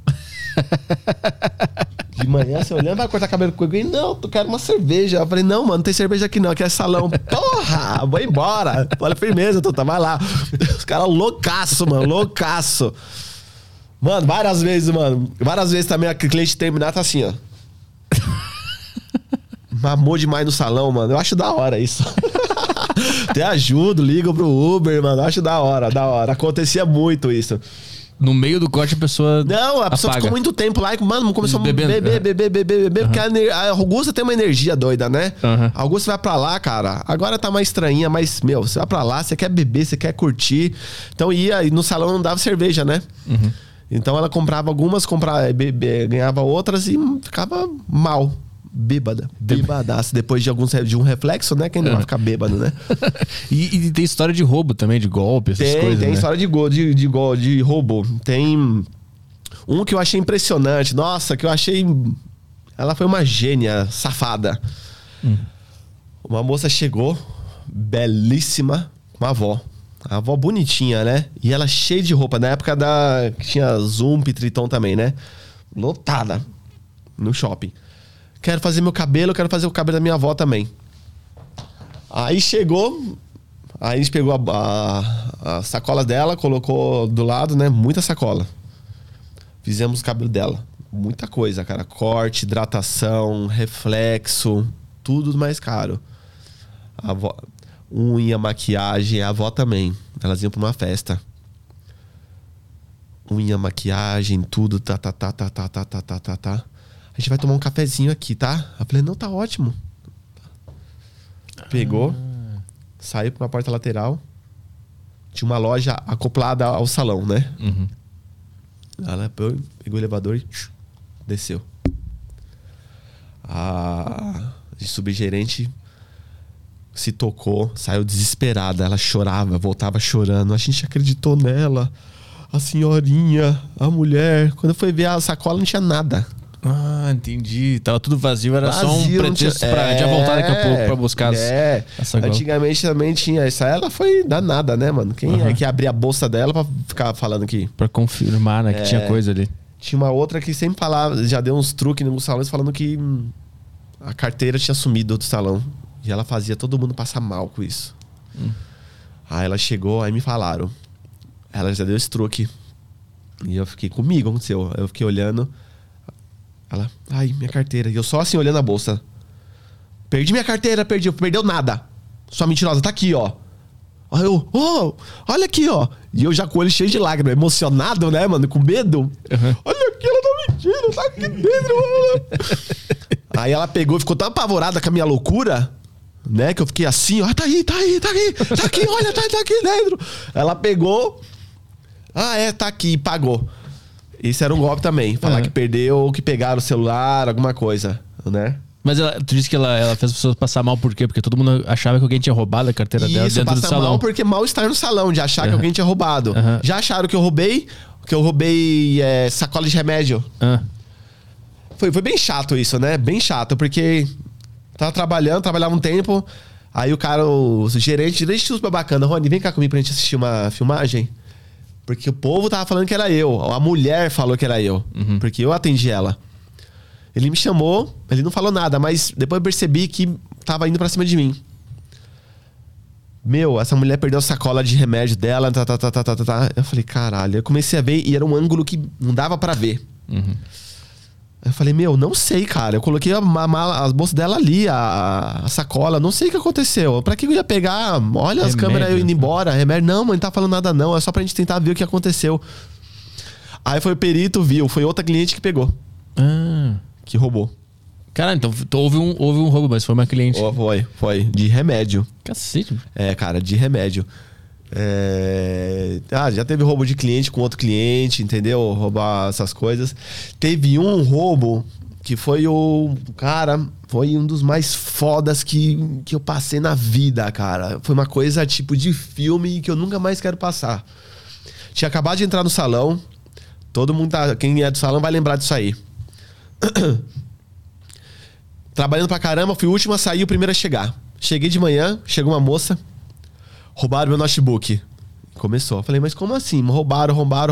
De manhã, você olhando, vai cortar cabelo comigo. E não, tu quer uma cerveja. Eu falei, não, mano, não tem cerveja aqui não, aqui é salão. Porra, vou embora. Olha, firmeza, tu vai lá. Os caras loucaço, mano, loucaço. Mano, várias vezes também a cliente terminar tá assim, ó. Mamou demais no salão, mano. Eu acho da hora isso. Até ajudo, ligo pro Uber, mano. Acho da hora. Acontecia muito isso. No meio do corte a pessoa. Não, a pessoa ficou muito tempo lá e, mano, começou a beber. Porque a Augusta tem uma energia doida, né? A Augusta vai pra lá, cara. Agora tá mais estranhinha, mas, meu, você vai pra lá, você quer beber, você quer curtir. Então ia, e no salão não dava cerveja, né? Então ela comprava algumas, ganhava outras e ficava mal. Bêbadaço. Depois de um reflexo, né? Quem não vai ficar bêbado, né? E tem história de roubo também, de golpe, essas coisas. Tem né? história de roubo. Tem um que eu achei impressionante. Nossa, que eu achei. Ela foi uma gênia, safada. Uma moça chegou, belíssima, com a avó. A avó bonitinha, né? E ela cheia de roupa. Na época que tinha Zump, Triton também, né? Lotada no shopping. Quero fazer meu cabelo, quero fazer o cabelo da minha avó também. Aí chegou, aí a gente pegou a sacola dela, colocou do lado, né? Muita sacola. Fizemos o cabelo dela. Muita coisa, cara. Corte, hidratação, reflexo, tudo mais caro. A avó, unha, maquiagem, a avó também. Elas iam pra uma festa. Unha, maquiagem, tudo, tá. A gente vai tomar um cafezinho aqui, tá? Eu falei, não, tá ótimo. Pegou, saiu pra uma porta lateral. Tinha uma loja acoplada ao salão, né? Ela pegou o elevador e desceu. A subgerente se tocou, saiu desesperada. Ela chorava, voltava chorando. A gente acreditou nela. A senhorinha, a mulher. Quando foi ver a sacola, não tinha nada. Ah, entendi. Tava tudo vazio, era só um pretexto pra já voltar daqui a pouco pra buscar essa antigamente também tinha isso. Ela foi danada, né, mano? Quem é que abria a bolsa dela pra ficar falando aqui? Pra confirmar, né, que tinha coisa ali. Tinha uma outra que sempre falava, já deu uns truques nos salões falando que a carteira tinha sumido do salão. E ela fazia todo mundo passar mal com isso. Aí ela chegou, aí me falaram. Ela já deu esse truque. E eu fiquei comigo, aconteceu. Eu fiquei olhando. Ela, ai, minha carteira. E eu só assim olhando a bolsa. Perdi minha carteira, perdeu nada. Sua mentirosa, tá aqui, ó. Aí eu, olha aqui, ó. E eu já com o olho cheio de lágrimas, emocionado, né, mano, com medo. Olha aqui, ela tá mentindo, tá aqui dentro, mano. Aí ela pegou e ficou tão apavorada com a minha loucura, né, que eu fiquei assim, ó, tá aqui, olha, tá aqui dentro. Ela pegou, tá aqui, e pagou. Isso era um golpe também. Falar que perdeu ou que pegaram o celular, alguma coisa, né? Mas tu disse que ela fez as pessoas passar mal por quê? Porque todo mundo achava que alguém tinha roubado a carteira dela dentro do salão. Mal porque mal estar no salão, de achar que alguém tinha roubado. Já acharam que eu roubei sacola de remédio. Foi bem chato isso, né? Bem chato, porque trabalhava um tempo, aí o gerente super bacana. Rony, vem cá comigo pra gente assistir uma filmagem. Porque o povo tava falando que era eu. A mulher falou que era eu. Porque eu atendi ela. Ele me chamou, ele não falou nada, mas depois eu percebi que tava indo pra cima de mim. Meu, essa mulher perdeu a sacola de remédio dela, Eu falei, caralho. Eu comecei a ver e era um ângulo que não dava pra ver. Eu falei, meu, não sei, cara. Eu coloquei as bolsas dela ali, a sacola. Não sei o que aconteceu. Pra que eu ia pegar? Olha as câmeras eu indo embora. Remédio. Não, mãe, não tá falando nada não. É só pra gente tentar ver o que aconteceu. Aí foi o perito, viu. Foi outra cliente que pegou. Que roubou. Cara, então houve um roubo, mas foi uma cliente. Foi. De remédio. Cacete. Cara, de remédio. Já teve roubo de cliente com outro cliente, entendeu? Roubar essas coisas. Teve um roubo que foi foi um dos mais fodas que eu passei na vida, cara. Foi uma coisa tipo de filme que eu nunca mais quero passar. Tinha acabado de entrar no salão. Todo mundo quem é do salão vai lembrar disso aí. Trabalhando pra caramba, fui o último a sair, o primeiro a chegar. Cheguei de manhã, chegou uma moça. Roubaram meu notebook. Começou. Eu falei, mas como assim? Roubaram.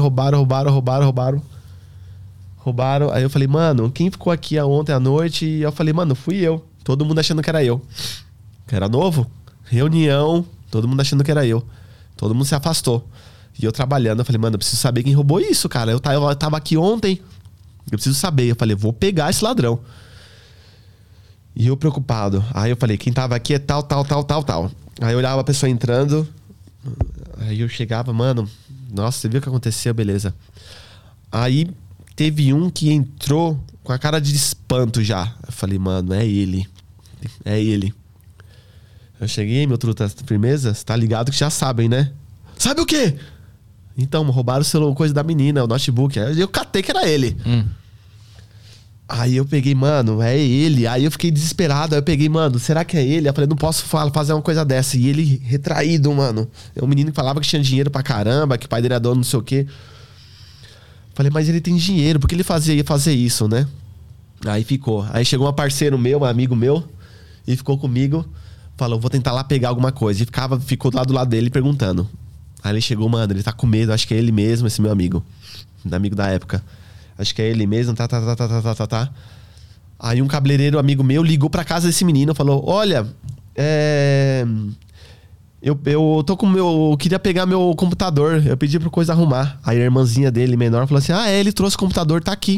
Aí eu falei, mano, quem ficou aqui ontem à noite? E eu falei, mano, fui eu. Todo mundo achando que era eu. Que era novo. Reunião. Todo mundo achando que era eu. Todo mundo se afastou. E eu trabalhando. Eu falei, mano, eu preciso saber quem roubou isso, cara. Eu tava aqui ontem. Eu preciso saber. Eu falei, vou pegar esse ladrão. E eu preocupado. Aí eu falei, quem tava aqui é tal. Aí eu olhava a pessoa entrando. Aí eu chegava, mano, nossa, você viu o que aconteceu? Beleza. Aí teve um que entrou com a cara de espanto já. Eu falei, mano, é ele. É ele. Eu cheguei, meu truta, firmeza? Você tá ligado que já sabem, né? Sabe o quê? Então, roubaram o celular, coisa da menina, o notebook. Aí eu catei que era ele. Aí eu peguei, mano, é ele. Aí eu fiquei desesperado. Aí eu peguei, mano, será que é ele? Eu falei, não posso fazer uma coisa dessa. E ele retraído, mano. É um menino que falava que tinha dinheiro pra caramba, que o pai dele era dono, não sei o quê. Falei, mas ele tem dinheiro, por que ele ia fazer isso, né? Aí ficou. Aí chegou um parceiro meu, um amigo meu, e ficou comigo. Falou, vou tentar lá pegar alguma coisa. E ficou lá do lado dele perguntando. Aí ele chegou, mano, ele tá com medo, acho que é ele mesmo, esse meu amigo. Amigo da época. Acho que é ele mesmo, tá. Aí um cabeleireiro amigo meu ligou pra casa desse menino, falou, olha, eu tô com eu queria pegar meu computador, eu pedi pra coisa arrumar. Aí a irmãzinha dele, menor, falou assim, ele trouxe o computador, tá aqui.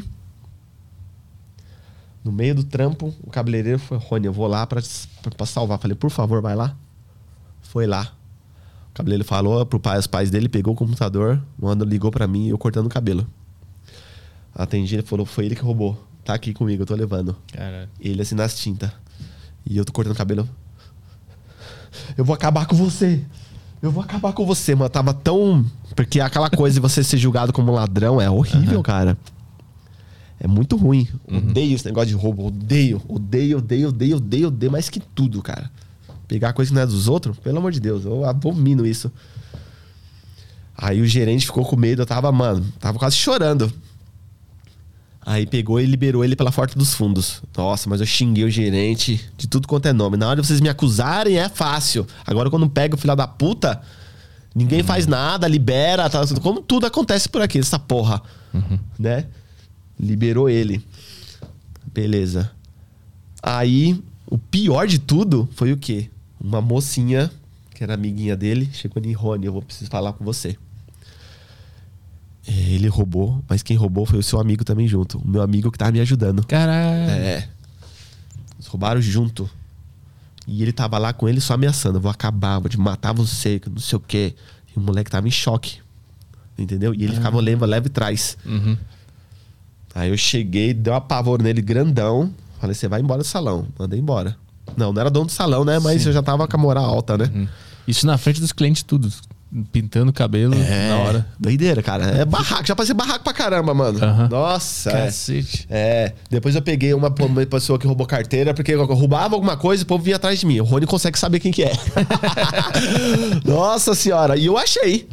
No meio do trampo, o cabeleireiro foi, Rony, eu vou lá pra salvar. Falei, por favor, vai lá. Foi lá. O cabeleireiro falou os pais dele, pegou o computador, o Andro ligou pra mim e eu cortando o cabelo. Atendi, ele falou, foi ele que roubou. Tá aqui comigo, eu tô levando. Caralho. Ele assim nas tintas. E eu tô cortando o cabelo. Eu vou acabar com você. Eu vou acabar com você, mano. Tava tão... Porque aquela coisa de você ser julgado como ladrão é horrível, cara. É muito ruim. Odeio esse negócio de roubo. Odeio mais que tudo, cara. Pegar coisa que não é dos outros, pelo amor de Deus. Eu abomino isso. Aí o gerente ficou com medo. Eu tava quase chorando. Aí pegou e liberou ele pela porta dos fundos. Nossa, mas eu xinguei o gerente de tudo quanto é nome. Na hora de vocês me acusarem, é fácil. Agora, quando pega o filho da puta, ninguém faz nada, libera, tá, como tudo acontece por aqui, essa porra. Né? Liberou ele. Beleza. Aí, o pior de tudo foi o quê? Uma mocinha, que era amiguinha dele, chegou em Rony, eu preciso falar com você. Ele roubou, mas quem roubou foi o seu amigo também junto. O meu amigo que tava me ajudando. Caralho. Eles roubaram junto. E ele tava lá com ele só ameaçando. Vou acabar, vou te matar você, não sei o quê. E o moleque tava em choque. Entendeu? E ele ficava leve trás. Aí eu cheguei, dei um apavoro nele grandão. Falei, você vai embora do salão. Mandei embora. Não era dono do salão, né? Mas eu já tava com a moral alta, né? Isso na frente dos clientes tudo. Pintando o cabelo na hora. Doideira, cara. É barraco. Já passei barraco pra caramba, mano. Nossa. Cacete. Depois eu peguei uma pessoa que roubou carteira, porque eu roubava alguma coisa e o povo vinha atrás de mim. O Rony consegue saber quem que é. Nossa senhora. E eu achei.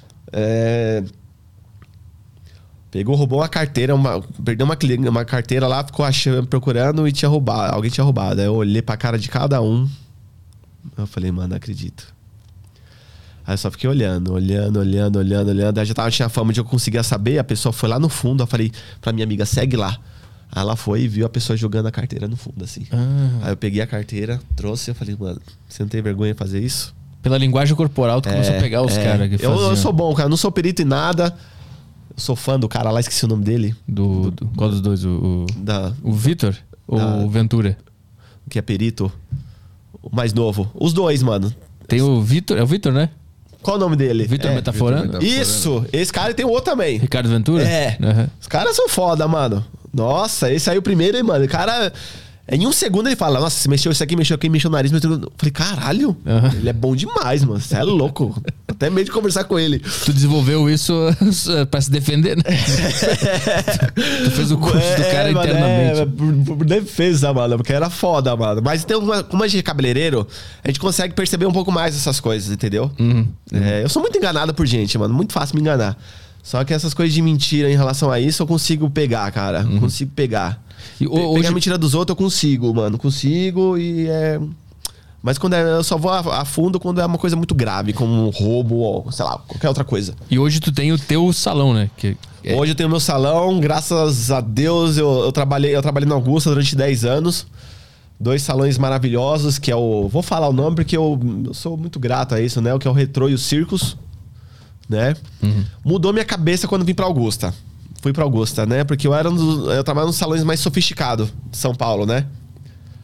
Pegou, roubou uma carteira, perdeu uma carteira lá, ficou procurando e tinha roubado. Alguém tinha roubado. Aí eu olhei pra cara de cada um. Eu falei, mano, não acredito. Aí eu só fiquei olhando. Aí já tinha fama de eu conseguir saber. A pessoa foi lá no fundo. Eu falei pra minha amiga, segue lá. Aí ela foi e viu a pessoa jogando a carteira no fundo, assim. Aí eu peguei a carteira, trouxe. Eu falei, mano, você não tem vergonha de fazer isso? Pela linguagem corporal, tu começou a pegar os caras que faziam. Eu sou bom, cara. Não sou perito em nada. Eu sou fã do cara lá, esqueci o nome dele. Qual dos dois? O Vitor ou o Ventura? Que é perito. O mais novo. Os dois, mano. Tem o Vitor. É o Vitor, né? Qual o nome dele? Vitor Metaforando? Isso! Esse cara e tem o outro também. Ricardo Ventura? Os caras são foda, mano. Nossa, esse aí o primeiro, hein, mano. O cara... Em um segundo ele fala, nossa, você mexeu isso aqui, mexeu aqui, mexeu o nariz. Eu falei, caralho, ele é bom demais, mano. Você é louco. Até medo de conversar com ele. Tu desenvolveu isso pra se defender, né? Tu fez o curso do cara mano, internamente. Por defesa, mano. Porque era foda, mano. Mas tem como a gente é cabeleireiro, a gente consegue perceber um pouco mais essas coisas, entendeu? Eu sou muito enganado por gente, mano. Muito fácil me enganar. Só que essas coisas de mentira em relação a isso, eu consigo pegar, cara. Consigo pegar. Pegar a mentira dos outros eu consigo, mano. Consigo e Mas quando eu só vou a fundo quando é uma coisa muito grave, como um roubo ou, sei lá, qualquer outra coisa. E hoje tu tem o teu salão, né? Hoje eu tenho meu salão, graças a Deus eu trabalhei na Augusta durante 10 anos. 2 salões maravilhosos, que é o... Vou falar o nome porque eu sou muito grato a isso, né? O que é o Retrô e o Circus, né? Mudou minha cabeça quando vim pra Augusta. Fui pra Augusta, né? Porque eu trabalhava nos salões mais sofisticados de São Paulo, né?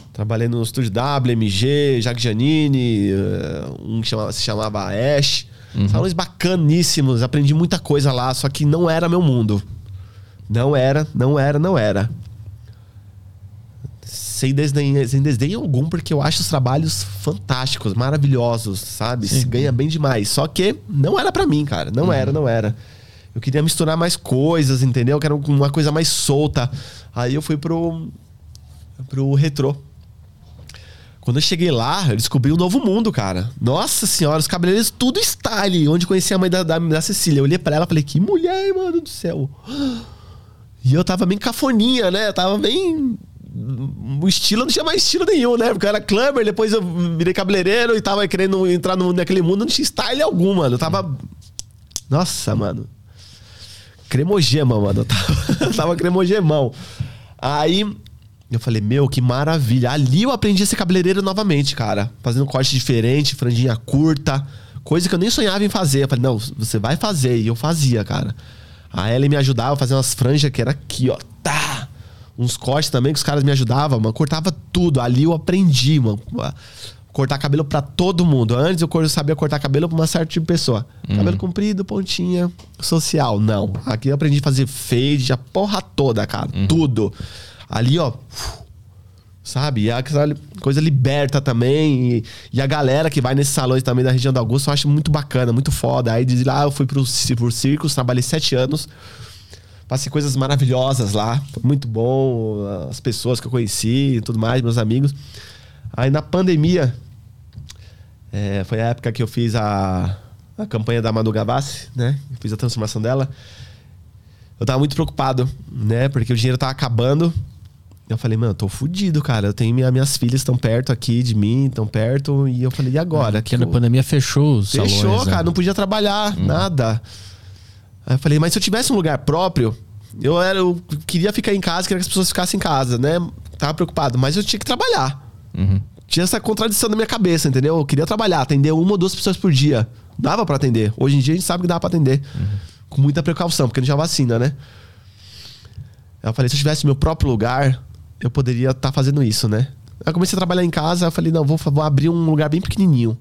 Trabalhei no Estúdio WMG, Jacques Giannini, um que se chamava Ash. Salões bacaníssimos, aprendi muita coisa lá, só que não era meu mundo. Não era. Sem desdém algum, porque eu acho os trabalhos fantásticos, maravilhosos, sabe? Se ganha bem demais. Só que não era pra mim, cara. Não era. Eu queria misturar mais coisas, entendeu? Eu quero uma coisa mais solta. Aí eu fui pro retrô. Quando eu cheguei lá, eu descobri um novo mundo, cara. Nossa senhora, os cabeleireiros tudo style. Onde conheci a mãe da Cecília. Eu olhei pra ela e falei, que mulher, mano do céu. E eu tava bem cafoninha, né? Eu tava bem... O estilo, não tinha mais estilo nenhum, né? Porque eu era clubber, depois eu virei cabeleireiro e tava querendo entrar naquele mundo. Não tinha style algum, mano. Eu tava... Nossa, mano. Cremogema, mano. Eu tava cremogemão. Aí... Eu falei, meu, que maravilha. Ali eu aprendi a ser cabeleireiro novamente, cara. Fazendo corte diferente, franjinha curta. Coisa que eu nem sonhava em fazer. Eu falei, não, você vai fazer. E eu fazia, cara. A Ellen me ajudava a fazer umas franjas que era aqui, ó. Tá! Uns cortes também que os caras me ajudavam, mano. Cortava tudo. Ali eu aprendi, mano. Cortar cabelo pra todo mundo. Antes eu sabia cortar cabelo pra uma certa tipo de pessoa. Cabelo comprido, pontinha, social. Não. Aqui eu aprendi a fazer fade, a porra toda, cara. Tudo. Ali, ó, sabe? E aquela coisa liberta também. E a galera que vai nesses salões também da região da Augusta, eu acho muito bacana, muito foda. Aí de lá eu fui pro Circos, trabalhei 7 anos. Passei coisas maravilhosas lá. Foi muito bom. As pessoas que eu conheci e tudo mais, meus amigos. Aí na pandemia, foi a época que eu fiz a campanha da Manu Gavassi, né? Eu fiz a transformação dela. Eu tava muito preocupado, né? Porque o dinheiro tava acabando. Eu falei, mano, eu tô fudido, cara. Eu tenho minhas filhas estão perto aqui de mim, estão perto. E eu falei, e agora? Porque na pandemia fechou os salões. Fechou, cara. Não podia trabalhar, nada. Aí eu falei, mas se eu tivesse um lugar próprio, eu queria ficar em casa, queria que as pessoas ficassem em casa, né? Tava preocupado, mas eu tinha que trabalhar. Tinha essa contradição na minha cabeça, entendeu? Eu queria trabalhar, atender 1 ou 2 pessoas por dia. Dava pra atender. Hoje em dia a gente sabe que dava pra atender. Com muita precaução, porque não tinha vacina, né? Eu falei, se eu tivesse meu próprio lugar, eu poderia estar fazendo isso, né? Aí eu comecei a trabalhar em casa, eu falei, não, vou abrir um lugar bem pequenininho.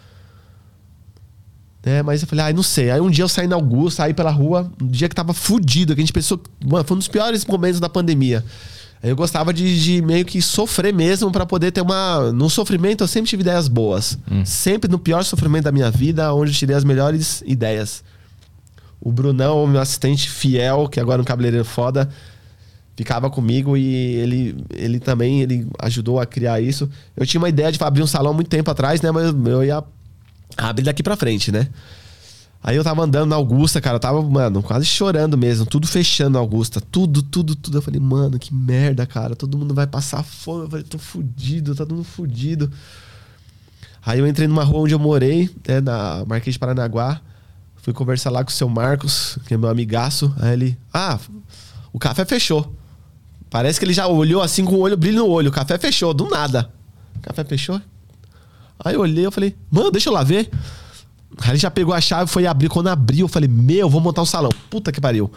Mas eu falei, não sei. Aí um dia eu saí na Augusta, saí pela rua, um dia que tava fudido, que a gente pensou, mano, foi um dos piores momentos da pandemia. Aí eu gostava de meio que sofrer mesmo pra poder ter uma... No sofrimento eu sempre tive ideias boas. Sempre no pior sofrimento da minha vida, onde eu tirei as melhores ideias. O Brunão, meu assistente fiel, que agora é um cabeleireiro foda, ficava comigo e ele também ajudou a criar isso. Eu tinha uma ideia de abrir um salão há muito tempo atrás, né? Mas eu ia abrir daqui pra frente, né? Aí eu tava andando na Augusta, cara. Eu tava, mano, quase chorando mesmo. Tudo fechando na Augusta. Tudo. Eu falei, mano, que merda, cara. Todo mundo vai passar fome. Eu falei, tô fudido, tá todo mundo fudido. Aí eu entrei numa rua onde eu morei, na Marquês de Paranaguá. Fui conversar lá com o seu Marcos, que é meu amigaço. Aí ele... o café fechou. Parece que ele já olhou assim com o olho, brilho no olho. O café fechou, do nada. O café fechou? Aí eu olhei, eu falei... Mano, deixa eu lá ver. Aí ele já pegou a chave e foi abrir. Quando abriu, eu falei... vou montar um salão. Puta que pariu.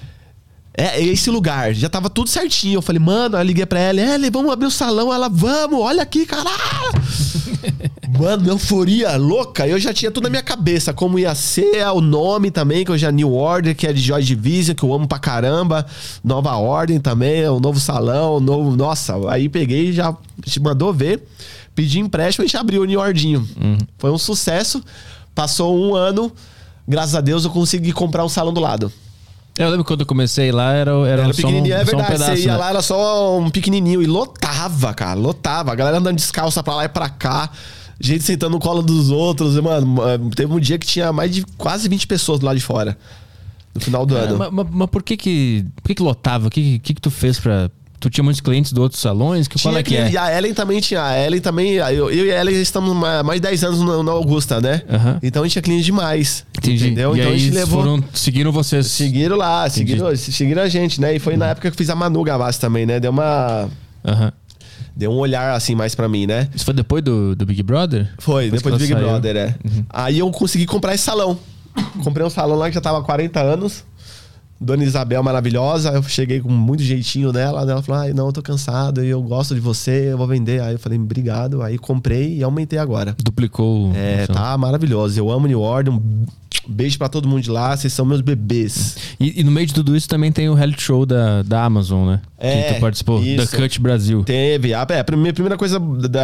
É esse lugar. Já tava tudo certinho. Eu falei... Mano, aí eu liguei pra ela. Vamos abrir o salão. Ela, vamos. Olha aqui, caralho. Mano, euforia louca. Eu já tinha tudo na minha cabeça. Como ia ser, o nome também, que eu já New Order, que é de Joy Division, que eu amo pra caramba. Nova Ordem também, o novo salão, Nossa, aí peguei e já te mandou ver. Pedi empréstimo e a gente abriu o New Ordinho. Foi um sucesso. Passou 1 ano. Graças a Deus eu consegui comprar um salão do lado. Eu lembro que quando eu comecei lá, era pequenininho, é verdade. Só um pedaço, você ia lá, era só um pequenininho. E lotava, cara, lotava. A galera andando descalça pra lá e pra cá. Gente sentando no colo dos outros. E, mano, teve um dia que tinha mais de quase 20 pessoas do lado de fora. No final do ano. Mas por que lotava? O que tu fez pra... Tu tinha muitos clientes de outros salões? Qual é que é? E a Ellen também tinha. Eu e a Ellen estamos mais de 10 anos na Augusta, né? Então a gente tinha cliente demais. Entendi. Entendeu? E então aí a gente levou... seguiram vocês. Seguiram lá, seguiram a gente, né? E foi na época que eu fiz a Manu Gavassi também, né? Deu uma... Deu um olhar assim mais pra mim, né? Isso foi depois do Big Brother? Foi, depois do Big Brother, Aí eu consegui comprar esse salão. Comprei um salão lá que já tava há 40 anos. Dona Isabel maravilhosa. Eu cheguei com muito jeitinho nela. Ela falou, ai, não, eu tô cansado, eu gosto de você, eu vou vender. Aí eu falei, obrigado. Aí comprei e aumentei agora. Duplicou. Tá maravilhoso. Eu amo New Order. Um beijo pra todo mundo de lá. Vocês são meus bebês. E no meio de tudo isso também tem o reality show da Amazon, né? Que tu participou. Isso. Da Cut Brasil. Teve. A primeira coisa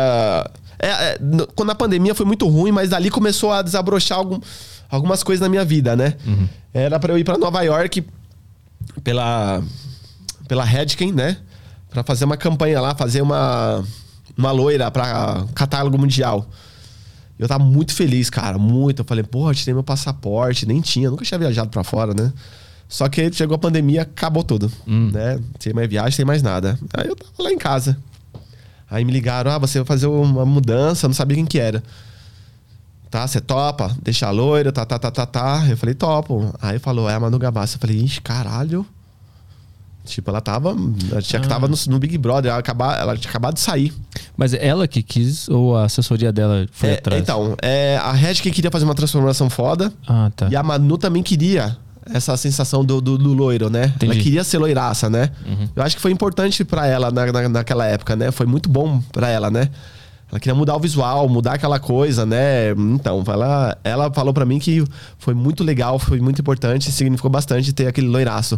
quando a pandemia foi muito ruim, mas dali começou a desabrochar algumas coisas na minha vida, né? Era pra eu ir pra Nova York pela Redken, né? Pra fazer uma campanha lá, fazer uma loira pra catálogo mundial. Eu tava muito feliz, cara, muito. Eu falei, porra, tirei meu passaporte, nem tinha, nunca tinha viajado pra fora, né? Só que chegou a pandemia, acabou tudo, né? Sem mais viagem, sem mais nada. Aí eu tava lá em casa. Aí me ligaram, você vai fazer uma mudança, não sabia quem que era. Tá, você topa? Deixa a loira, tá. Eu falei, topo. Aí falou, é a Manu Gavassi. Eu falei, ixi, caralho. Tipo, ela tinha que tava no Big Brother, ela tinha acabado de sair. Mas ela que quis ou a assessoria dela foi atrás? Então, a Red que queria fazer uma transformação foda. Tá. E a Manu também queria essa sensação do loiro, né? Entendi. Ela queria ser loiraça, né? Eu acho que foi importante pra ela naquela época, né? Foi muito bom pra ela, né? Ela queria mudar o visual, mudar aquela coisa, né? Então, ela falou pra mim que foi muito legal, foi muito importante, significou bastante ter aquele loiraço.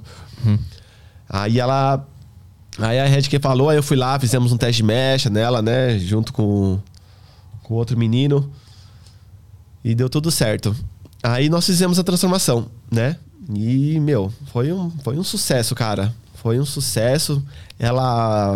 Aí a Red que falou, aí eu fui lá, fizemos um teste de mecha nela, né? Junto com outro menino. E deu tudo certo. Aí nós fizemos a transformação, né? E, foi um sucesso, cara. Foi um sucesso. Ela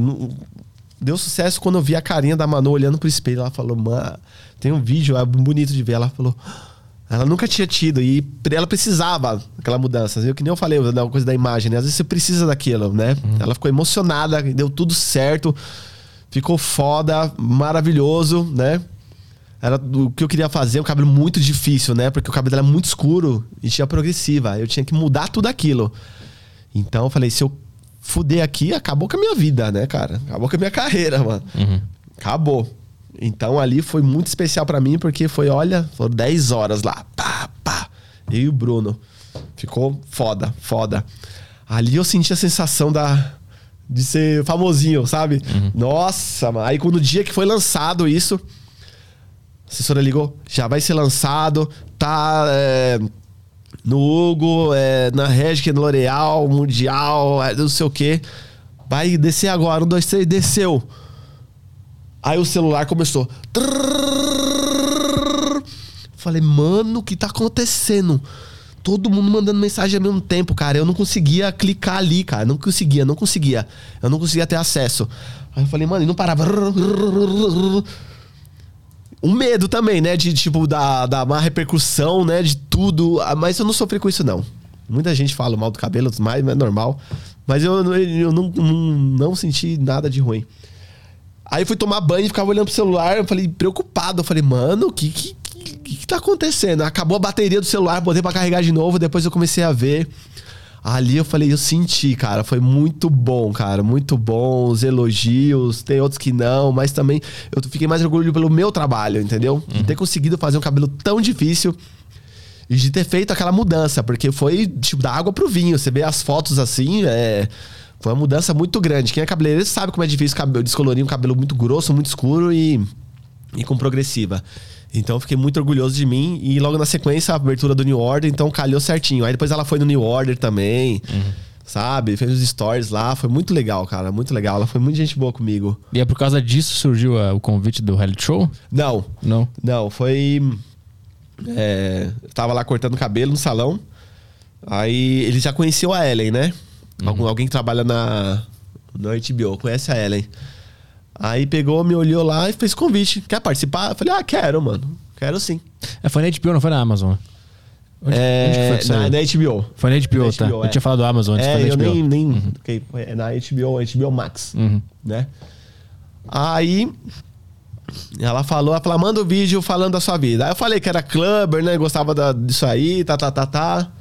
deu sucesso quando eu vi a carinha da Manu olhando pro espelho. Ela falou, mano, tem um vídeo, é bonito de ver. Ela falou, ela nunca tinha tido e ela precisava daquela mudança. Que nem eu falei, uma coisa da imagem, né? Às vezes você precisa daquilo, né? Ela ficou emocionada, deu tudo certo. Ficou foda, maravilhoso, né? O que eu queria fazer, um cabelo muito difícil, né? Porque o cabelo dela é muito escuro e tinha progressiva. Eu tinha que mudar tudo aquilo. Então eu falei, se eu fuder aqui, acabou com a minha vida, né, cara? Acabou com a minha carreira, mano. Acabou. Então ali foi muito especial pra mim, porque foram 10 horas lá. Pá. Eu e o Bruno. Ficou foda. Ali eu senti a sensação de ser famosinho, sabe? Nossa, mano. Aí quando o dia que foi lançado isso, a assessora ligou, já vai ser lançado, tá no Hugo, na Redken, no L'Oréal, Mundial, não sei o quê. Vai descer agora, 1, 2, 3, desceu. Aí o celular começou. Falei, mano, o que tá acontecendo? Todo mundo mandando mensagem ao mesmo tempo, cara. Eu não conseguia clicar ali, cara. Não conseguia. Eu não conseguia ter acesso. Aí eu falei, mano, e não parava. Um medo também, né? De, tipo, da má repercussão, né? De tudo. Mas eu não sofri com isso, não. Muita gente fala mal do cabelo, mas é normal. Mas eu não senti nada de ruim. Aí eu fui tomar banho e ficava olhando pro celular. Eu falei, preocupado. Eu falei, mano, o que tá acontecendo? Acabou a bateria do celular, botei pra carregar de novo. Depois eu comecei a ver. Ali eu falei, eu senti, cara. Foi muito bom, cara. Muito bom. Os elogios. Tem outros que não. Mas também eu fiquei mais orgulhoso pelo meu trabalho, entendeu? De ter conseguido fazer um cabelo tão difícil. E de ter feito aquela mudança. Porque foi, tipo, da água pro vinho. Você vê as fotos assim, foi uma mudança muito grande. Quem é cabeleireiro sabe como é difícil descolorir um cabelo muito grosso, muito escuro e com progressiva. Então eu fiquei muito orgulhoso de mim. E logo na sequência, a abertura do New Order, então calhou certinho. Aí depois ela foi no New Order também, sabe? Fez os stories lá. Foi muito legal, cara. Muito legal. Ela foi muito gente boa comigo. E é por causa disso surgiu o convite do reality show? Não. Não, foi... eu tava lá cortando cabelo no salão. Aí ele já conheceu a Ellen, né? Alguém que trabalha na HBO, conhece a Ellen. Aí pegou, me olhou lá e fez convite. Quer participar? Eu falei, quero, mano. Quero sim. Foi na HBO, não foi na Amazon? Onde que foi que saiu? Na HBO. Foi na HBO, tá? Eu tinha falado do Amazon antes, foi na HBO. Eu nem é na HBO Max, né? Aí ela falou, manda o vídeo falando da sua vida. Aí eu falei que era clubber, né? Gostava disso aí, tá.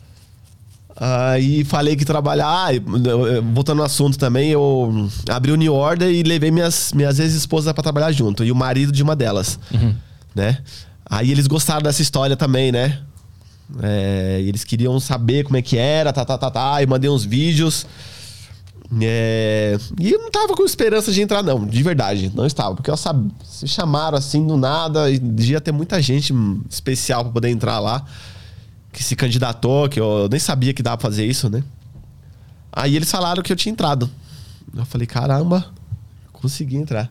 Aí falei que trabalhar, voltando no assunto também, eu abri o New Order e levei minhas ex-esposas pra trabalhar junto. E o marido de uma delas, né? Aí eles gostaram dessa história também, né? Eles queriam saber como é que era, e mandei uns vídeos. E eu não tava com esperança de entrar, não, de verdade, não estava, porque eu sabia, se chamaram assim do nada, e devia ter muita gente especial pra poder entrar lá, que se candidatou, que eu nem sabia que dava pra fazer isso, né? Aí eles falaram que eu tinha entrado. Eu falei, caramba, consegui entrar.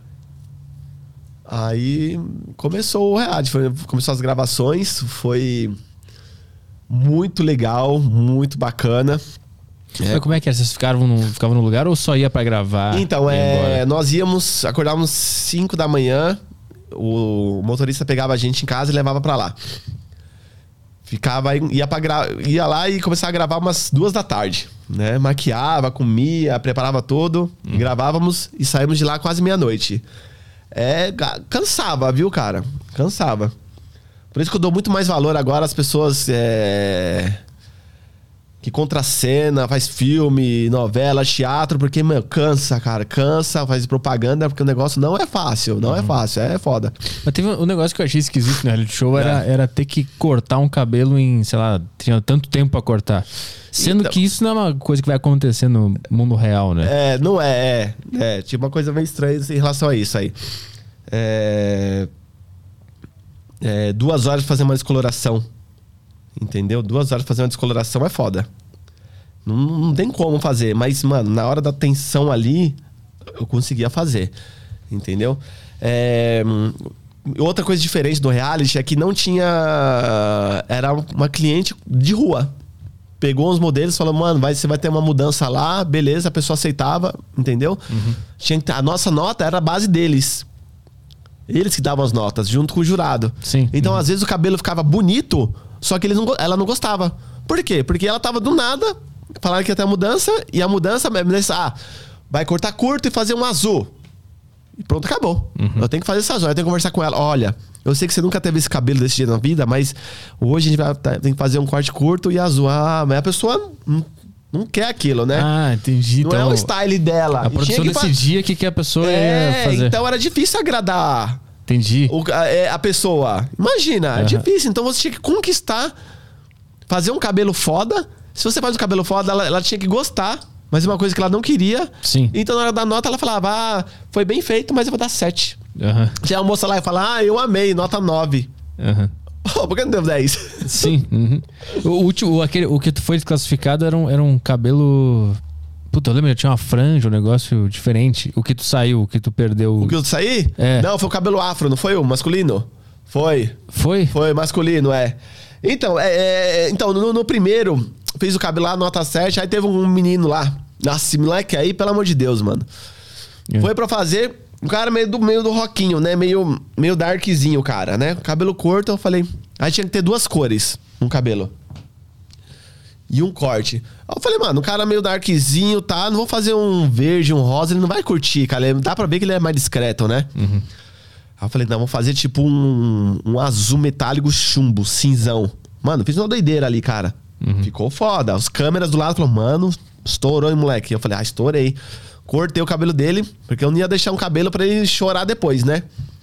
Aí começou o reality, começou as gravações, foi muito legal, muito bacana. Mas como é que era? Vocês ficavam no lugar ou só ia pra gravar? Então, nós acordávamos 5 da manhã, o motorista pegava a gente em casa e levava pra lá. Ia lá e começava a gravar umas 2 da tarde, né? Maquiava, comia, preparava tudo, gravávamos e saímos de lá quase meia-noite. Cansava, viu, cara? Cansava. Por isso que eu dou muito mais valor agora às pessoas que contracena, faz filme, novela, teatro, porque, meu, cansa, cara. Cansa, faz propaganda, porque o negócio não é fácil. Não é fácil, é foda. Mas teve um negócio que eu achei esquisito no reality show, era ter que cortar um cabelo em, sei lá, tinha tanto tempo pra cortar. Sendo que isso não é uma coisa que vai acontecer no mundo real, né? Não é. Tinha uma coisa meio estranha em relação a isso aí. 2 horas pra fazer uma descoloração. Entendeu? 2 horas pra fazer uma descoloração é foda. Não tem como fazer. Mas, mano, na hora da tensão ali, eu conseguia fazer. Entendeu? Outra coisa diferente do reality é que não tinha... Era uma cliente de rua. Pegou uns modelos e falou, mano, você vai ter uma mudança lá. Beleza, a pessoa aceitava. Entendeu? A nossa nota era a base deles. Eles que davam as notas, junto com o jurado. Sim. Então, às vezes, o cabelo ficava bonito, só que ela não gostava. Por quê? Porque ela tava do nada, falaram que ia ter a mudança, e a mudança, vai cortar curto e fazer um azul. E pronto, acabou. Eu tenho que fazer essa azul, eu tenho que conversar com ela. Olha, eu sei que você nunca teve esse cabelo desse jeito na vida, mas hoje a gente tem que fazer um corte curto e azul. Mas a pessoa não quer aquilo, né? Entendi. Não então, é o style dela. A produção decidia o que a pessoa ia fazer. Então era difícil agradar. Entendi. A pessoa. Imagina, é difícil. Então você tinha que conquistar, fazer um cabelo foda. Se você faz um cabelo foda, ela tinha que gostar. Mas é uma coisa que ela não queria. Sim. Então na hora da nota ela falava, foi bem feito, mas eu vou dar 7. Tinha uma moça lá e fala, eu amei, nota 9. Por que não deu 10? Sim. O que tu foi desclassificado era um cabelo... Puta, eu lembro, tinha uma franja, um negócio diferente. O que tu saiu, o que tu perdeu... O que eu saí? Não, foi o cabelo afro, não foi o masculino? Foi. Foi? Foi masculino, Então, então no primeiro, fiz o cabelo lá, nota 7, aí teve um menino lá. Nossa, esse moleque aí, pelo amor de Deus, mano. Foi pra fazer... Um cara meio do rockinho, né? Meio darkzinho, o cara, né? Cabelo curto, eu falei... Aí tinha que ter 2 cores no cabelo. E um corte. Aí eu falei, mano, um cara meio darkzinho, tá? Não vou fazer um verde, um rosa, ele não vai curtir, cara. Dá pra ver que ele é mais discreto, né? Aí eu falei, não, vou fazer tipo um azul metálico chumbo, cinzão. Mano, fiz uma doideira ali, cara. Ficou foda. As câmeras do lado falaram, mano, estourou, hein, moleque? Eu falei, estourei. Cortei o cabelo dele, porque eu não ia deixar um cabelo pra ele chorar depois, né?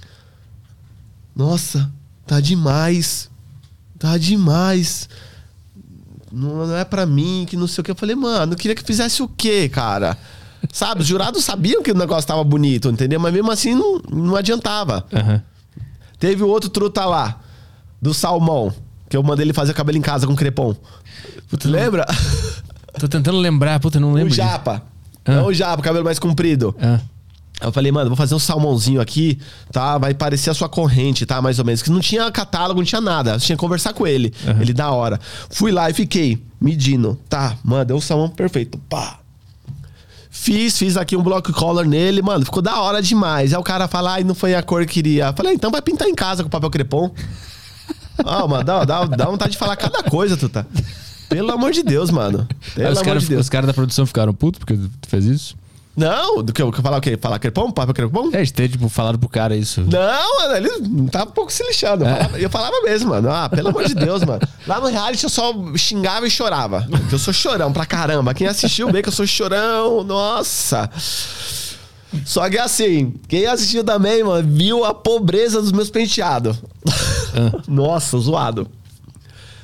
Nossa, tá demais. Tá demais. Não é pra mim, que não sei o que. Eu falei, mano, eu queria que fizesse o quê, cara? Sabe, os jurados sabiam que o negócio tava bonito, entendeu? Mas mesmo assim não adiantava. Teve o outro truta lá, do salmão, que eu mandei ele fazer o cabelo em casa com crepom. Tu lembra? Tô tentando lembrar, puta, não lembro. O japa. Não o japa, o cabelo mais comprido. Eu falei, mano, vou fazer um salmãozinho aqui, tá? Vai parecer a sua corrente, tá? Mais ou menos. Que não tinha catálogo, não tinha nada. Você tinha que conversar com ele. Ele da hora. Fui lá e fiquei medindo. Tá, mano, deu um salmão perfeito. Pá. Fiz aqui um block collar nele, mano. Ficou da hora demais. Aí o cara fala, não foi a cor que queria. Eu falei, então vai pintar em casa com papel crepom. Mano, dá vontade de falar cada coisa, Tuta. Pelo amor de Deus, mano. Pelo amor de Deus. Os caras da produção ficaram putos porque tu fez isso? Não, do que eu falar o quê? Falar crepom? Papel crepom? De ter, tipo, falado pro cara isso. Não, mano, ele tava um pouco se lixando. Eu falava mesmo, mano. Pelo amor de Deus, mano. Lá no reality eu só xingava e chorava. Eu sou chorão pra caramba. Quem assistiu vê que eu sou chorão. Nossa. Só que assim, quem assistiu também, mano, viu a pobreza dos meus penteados. Nossa, zoado.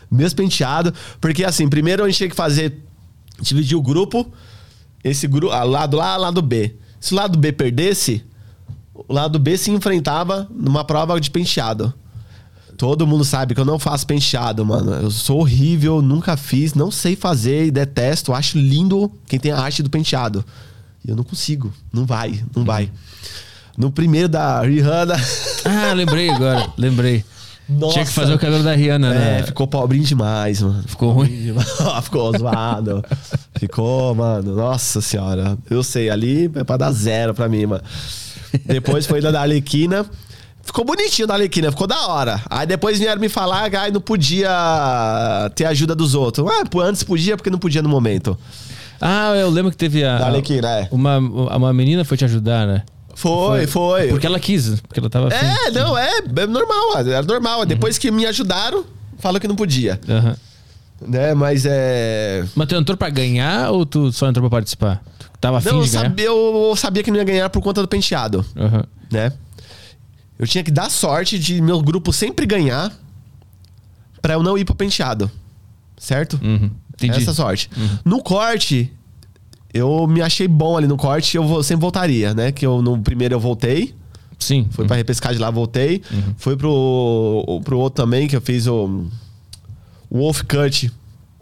Meus penteados. Porque assim, primeiro a gente tinha que fazer... Dividir o grupo. Esse grupo, lado A, lado B. Se o lado B perdesse, o lado B se enfrentava numa prova de penteado. Todo mundo sabe que eu não faço penteado, mano. Eu sou horrível, nunca fiz, não sei fazer e detesto. Acho lindo quem tem a arte do penteado. E eu não consigo. Não vai. No primeiro da Rihanna... Ah, lembrei agora. Lembrei. Nossa. Tinha que fazer o cabelo da Rihanna, né? Ficou pobrinho demais, mano. Ficou ruim. Ficou zoado. Ficou, mano. Nossa senhora. Eu sei, ali é pra dar 0 pra mim, mano. Depois foi da Arlequina. Ficou bonitinho da Arlequina, ficou da hora. Aí depois vieram me falar que não podia ter ajuda dos outros. Antes podia, porque não podia no momento. Ah, eu lembro que teve Da Arlequina, uma menina foi te ajudar, né? Foi. Porque ela quis, porque ela tava afim. É normal, era normal. Depois que me ajudaram, falou que não podia. Né, mas é... Mas tu entrou pra ganhar ou tu só entrou pra participar? Tu tava afim de ganhar? Eu sabia que não ia ganhar por conta do penteado. Né? Eu tinha que dar sorte de meu grupo sempre ganhar pra eu não ir pro penteado. Certo? Entendi. Essa sorte. No corte, eu me achei bom ali no corte, eu sempre voltaria, né? Que no primeiro eu voltei. Sim. Fui pra repescagem lá, voltei. Fui pro outro também, que eu fiz o Wolf Cut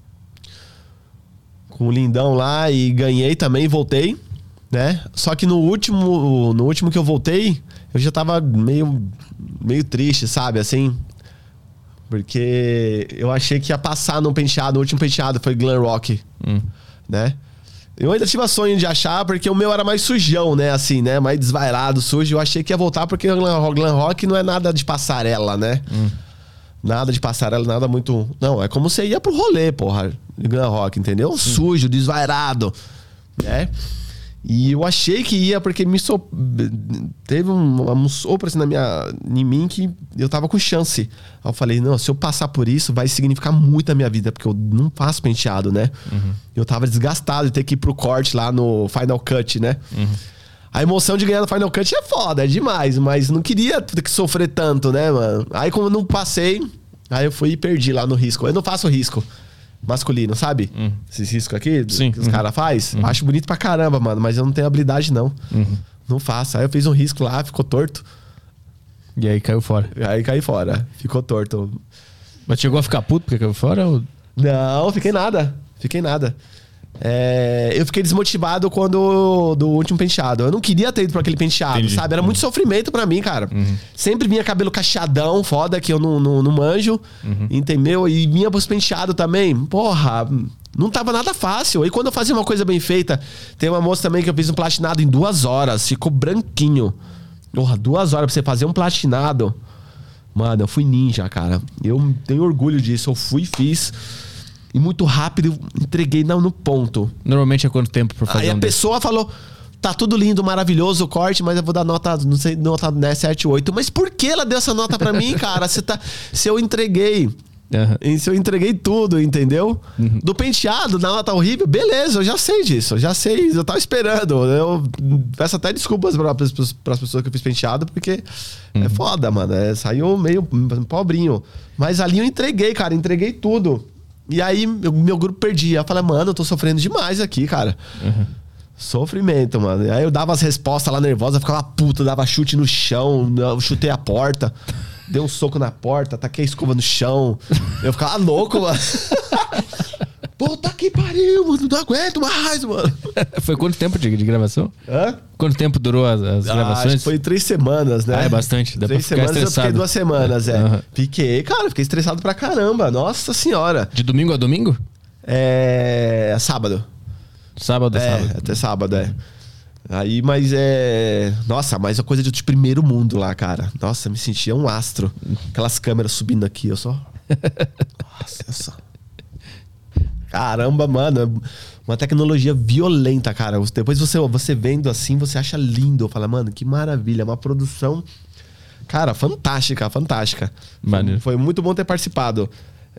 com o Lindão lá e ganhei também, voltei, né? Só que no último que eu voltei, eu já tava meio triste, sabe? Assim, porque eu achei que ia passar no penteado, o último penteado foi Glam Rock, né? Eu ainda tive a sonho de achar, porque o meu era mais sujão, né? Assim, né? Mais desvairado, sujo. Eu achei que ia voltar, porque o Glam Rock não é nada de passarela, né? Nada de passarela, nada muito... Não, é como você ia pro rolê, porra, de Glam Rock, entendeu? Sujo, desvairado, né? E eu achei que ia, porque teve um sopro assim em mim que eu tava com chance. Aí eu falei, não, se eu passar por isso, vai significar muito a minha vida, porque eu não faço penteado, né? Eu tava desgastado de ter que ir pro corte lá no Final Cut, né? A emoção de ganhar no Final Cut é foda, é demais, mas não queria ter que sofrer tanto, né, mano? Aí como eu não passei, aí eu fui e perdi lá no risco. Eu não faço risco masculino, sabe? Esses riscos aqui que os caras fazem. Acho bonito pra caramba, mano, mas eu não tenho habilidade, não. Não faço. Aí eu fiz um risco lá, ficou torto. E aí caiu fora. Aí caí fora. Ficou torto. Mas chegou a ficar puto porque caiu fora? Ou... Não, fiquei nada. Eu fiquei desmotivado do último penteado. Eu não queria ter ido pra aquele penteado, Entendi. sabe? Era muito sofrimento pra mim, cara. Sempre vinha cabelo cacheadão, foda, que eu não manjo, entendeu? E vinha pros penteados também. Porra, não tava nada fácil. E quando eu fazia uma coisa bem feita, tem uma moça também que eu fiz um platinado em 2 horas, ficou branquinho. Porra, 2 horas pra você fazer um platinado. Mano, eu fui ninja, cara. Eu tenho orgulho disso. Eu fui e fiz... E muito rápido, entreguei no ponto. Normalmente é quanto tempo pra fazer Aí a pessoa falou, tá tudo lindo, maravilhoso o corte, mas eu vou dar nota, não sei, nota, né, 7, 8. Mas por que ela deu essa nota pra mim, cara? Se eu entreguei... Se eu entreguei tudo, entendeu? Do penteado, na nota horrível, beleza, eu já sei disso. Eu tava esperando. Eu peço até desculpas pras pessoas que eu fiz penteado, porque é foda, mano. Saiu meio pobrinho. Mas ali eu entreguei, cara, entreguei tudo. E aí, meu grupo perdia. Eu falei, mano, eu tô sofrendo demais aqui, cara. Sofrimento, mano. E aí eu dava as respostas lá nervosa, ficava puto, dava chute no chão, eu chutei a porta, dei um soco na porta, taquei a escova no chão. Eu ficava louco, mano. Puta que pariu, mano, não aguento mais, mano. Foi quanto tempo de gravação? Hã? Quanto tempo durou as gravações? Acho que foi 3 semanas, né? É bastante. Dá 3 pra ficar semanas estressado. eu fiquei 2 semanas, Fiquei estressado pra caramba. Nossa senhora. De domingo a domingo? Sábado. Sábado. Até sábado, Aí, mas Nossa, mas a coisa de primeiro mundo lá, cara. Nossa, me sentia um astro. Aquelas câmeras subindo aqui, eu só... Nossa, eu só... Caramba, mano. Uma tecnologia violenta, cara. Depois você vendo assim, você acha lindo. Fala, mano, que maravilha. Uma produção, cara, fantástica. Maneiro. Foi muito bom ter participado.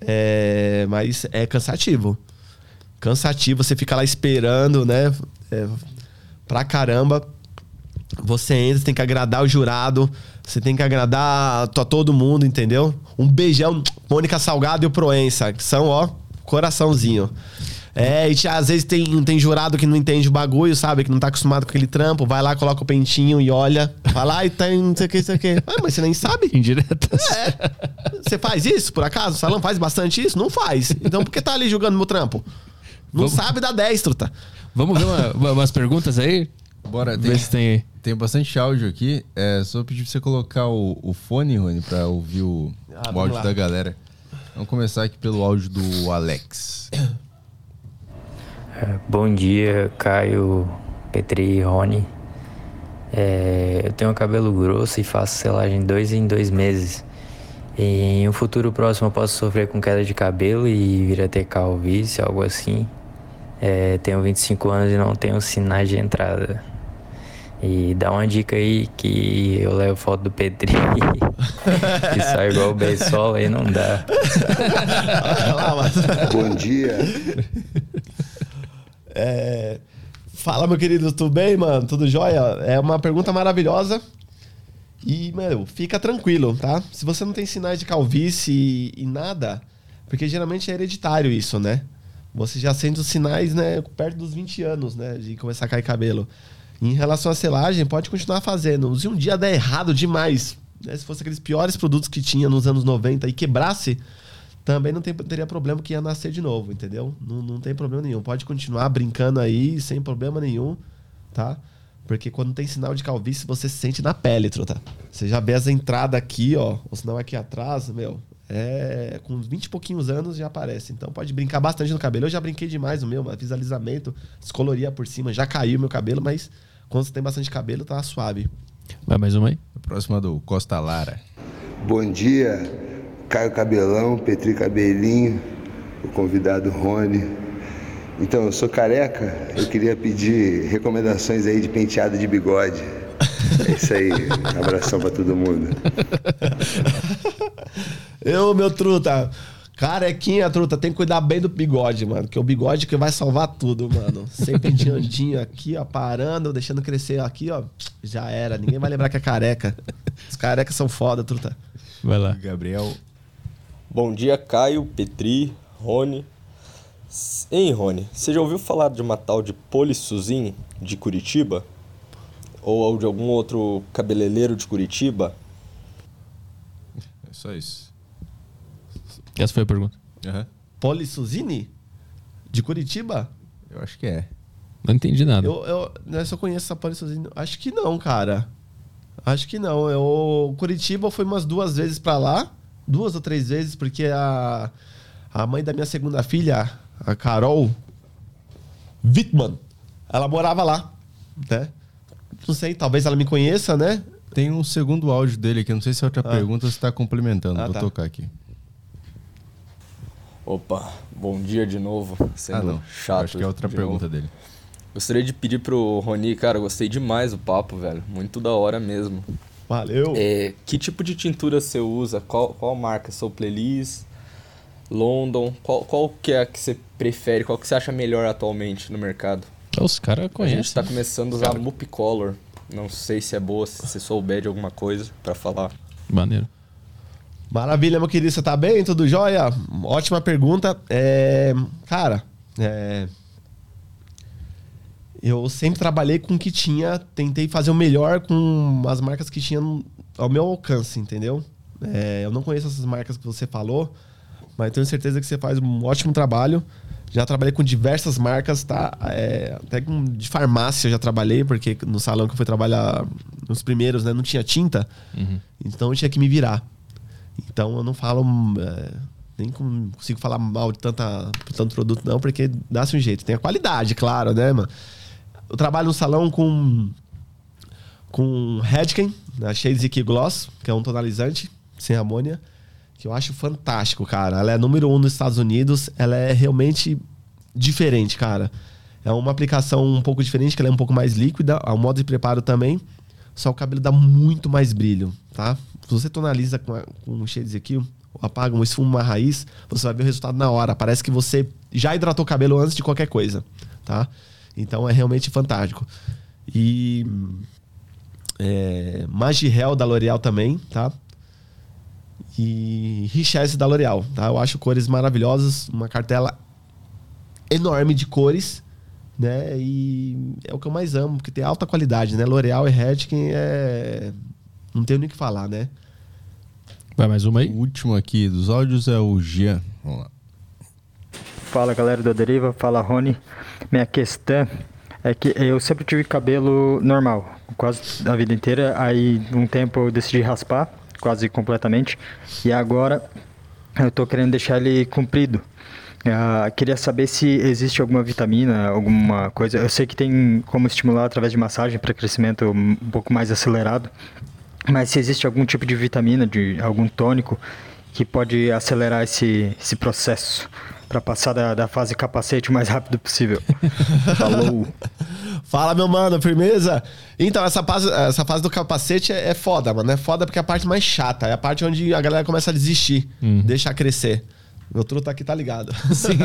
Mas é cansativo. Você fica lá esperando, né? Pra caramba. Você entra, você tem que agradar o jurado. Você tem que agradar a todo mundo, entendeu? Um beijão, Mônica Salgado e o Proença, que são, ó, coraçãozinho. E às vezes tem jurado que não entende o bagulho, sabe? Que não tá acostumado com aquele trampo. Vai lá, coloca o pentinho e olha. Fala, e tem não sei o que, isso aqui. Mas você nem sabe. Indiretas. Você faz isso, por acaso? O salão faz bastante isso? Não faz. Então por que tá ali julgando meu trampo? Não sabe dar 10, truta. Vamos ver umas perguntas aí? Bora, Ver se tem aí. Tem bastante áudio aqui. Só pedir pra você colocar o fone, Rony, pra ouvir o áudio lá. da galera. Vamos começar aqui pelo áudio do Alex. Bom dia, Caio, Petri e Rony. Eu tenho cabelo grosso e faço selagem 2 em 2 meses. Em um futuro próximo eu posso sofrer com queda de cabelo e vir a ter calvície, algo assim. Tenho 25 anos e não tenho sinais de entrada. E dá uma dica aí que eu levo foto do Petri que sai igual o Beisola e não dá. Bom dia. Fala, meu querido, tudo bem, mano? Tudo jóia? É uma pergunta maravilhosa. E, meu, fica tranquilo, tá? Se você não tem sinais de calvície e nada, porque geralmente é hereditário isso, né? Você já sente os sinais, né, perto dos 20 anos, né, de começar a cair cabelo. Em relação à selagem, pode continuar fazendo. Se um dia der errado demais, né, se fosse aqueles piores produtos que tinha nos anos 90 e quebrasse, também não teria problema que ia nascer de novo, entendeu? Não tem problema nenhum. Pode continuar brincando aí sem problema nenhum, tá? Porque quando tem sinal de calvície, você se sente na pele, truta. Você já vê as entradas aqui, ó. O sinal aqui atrás, meu. Com 20 e pouquinhos anos já aparece. Então pode brincar bastante no cabelo. Eu já brinquei demais no meu, fiz alisamento, descoloria por cima, já caiu meu cabelo, mas quando você tem bastante cabelo, tá suave. Vai mais uma aí? A próxima do Costa Lara. Bom dia, Caio Cabelão, Petri Cabelinho, o convidado Rony. Então, eu sou careca, eu queria pedir recomendações aí de penteado de bigode. É isso aí, um abração pra todo mundo. Meu truta, carequinha, truta, tem que cuidar bem do bigode, mano. Que é o bigode que vai salvar tudo, mano. Sem penteandinho aqui, ó, parando, deixando crescer aqui, ó. Já era, ninguém vai lembrar que é careca. Os carecas são foda, truta. Vai lá. Gabriel. Bom dia, Caio, Petri, Rony. Hein, Rony, você já ouviu falar de uma tal de Polisuzin de Curitiba? Ou de algum outro cabeleireiro de Curitiba? É só isso. Essa foi a pergunta. Uhum. Polisuzini? De Curitiba? Eu acho que é. Não entendi nada. Eu só conheço essa Polisuzini. Acho que não, cara. Acho que não. Curitiba eu fui umas 2 vezes pra lá. 2 ou 3 vezes, porque a mãe da minha segunda filha, a Carol Wittmann, ela morava lá, né? Não sei, talvez ela me conheça, né? Tem um segundo áudio dele aqui, não sei se é outra pergunta ou se tá complementando. Vou tocar aqui. Opa, bom dia de novo. Sendo não. chato. Acho que é outra pergunta dele. Gostaria de pedir pro Rony, cara, gostei demais do papo, velho. Muito da hora mesmo. Valeu. Que tipo de tintura você usa? Qual marca? Soul Playlist? London? Qual que é a que você prefere? Qual que você acha melhor atualmente no mercado? Os caras A conhecem. gente tá começando a usar Mupicolor. Não sei se é boa, se você souber de alguma coisa pra falar. Maneiro. Maravilha, meu querido. Você tá bem? Tudo jóia? Ótima pergunta. Cara, eu sempre trabalhei com o que tinha. Tentei fazer o melhor com as marcas que tinham ao meu alcance, entendeu? Eu não conheço essas marcas que você falou, mas tenho certeza que você faz um ótimo trabalho. Já trabalhei com diversas marcas, tá? Até de farmácia eu já trabalhei, porque no salão que eu fui trabalhar, nos primeiros, né, não tinha tinta. Uhum. Então eu tinha que me virar. Então eu não falo... nem consigo falar mal de tanto produto, não, porque dá-se um jeito. Tem a qualidade, claro, né, mano? Eu trabalho no salão com Redken, a Shades EQ Gloss, que é um tonalizante sem amônia, que eu acho fantástico, cara. Ela é número 1 nos Estados Unidos. Ela é realmente diferente, cara. É uma aplicação um pouco diferente, que ela é um pouco mais líquida. O modo de preparo também. Só o cabelo dá muito mais brilho, tá? Se você tonaliza com o Shades EQ, apaga um esfuma, uma raiz, você vai ver o resultado na hora. Parece que você já hidratou o cabelo antes de qualquer coisa, tá? Então é realmente fantástico. E Magirel da L'Oréal também, tá? E Richesse da L'Oréal, tá? Eu acho cores maravilhosas, uma cartela enorme de cores, né? E é o que eu mais amo, porque tem alta qualidade, né? L'Oréal e Redken não tenho nem o que falar, né? Vai mais uma aí? O último aqui dos áudios é o Jean. Vamos lá. Fala, galera do Deriva, fala, Rony. Minha questão é que eu sempre tive cabelo normal, quase a vida inteira. Aí, um tempo eu decidi raspar, quase completamente. E agora eu tô querendo deixar ele comprido. Queria saber se existe alguma vitamina, alguma coisa. Eu sei que tem como estimular através de massagem para crescimento um pouco mais acelerado. Mas se existe algum tipo de vitamina, de algum tônico que pode acelerar esse processo para passar da fase capacete o mais rápido possível. Falou! Fala, meu mano, firmeza? Então, essa fase do capacete é foda, mano. É foda porque é a parte mais chata. É a parte onde a galera começa a desistir, deixar crescer. Meu truta aqui tá ligado. Sim.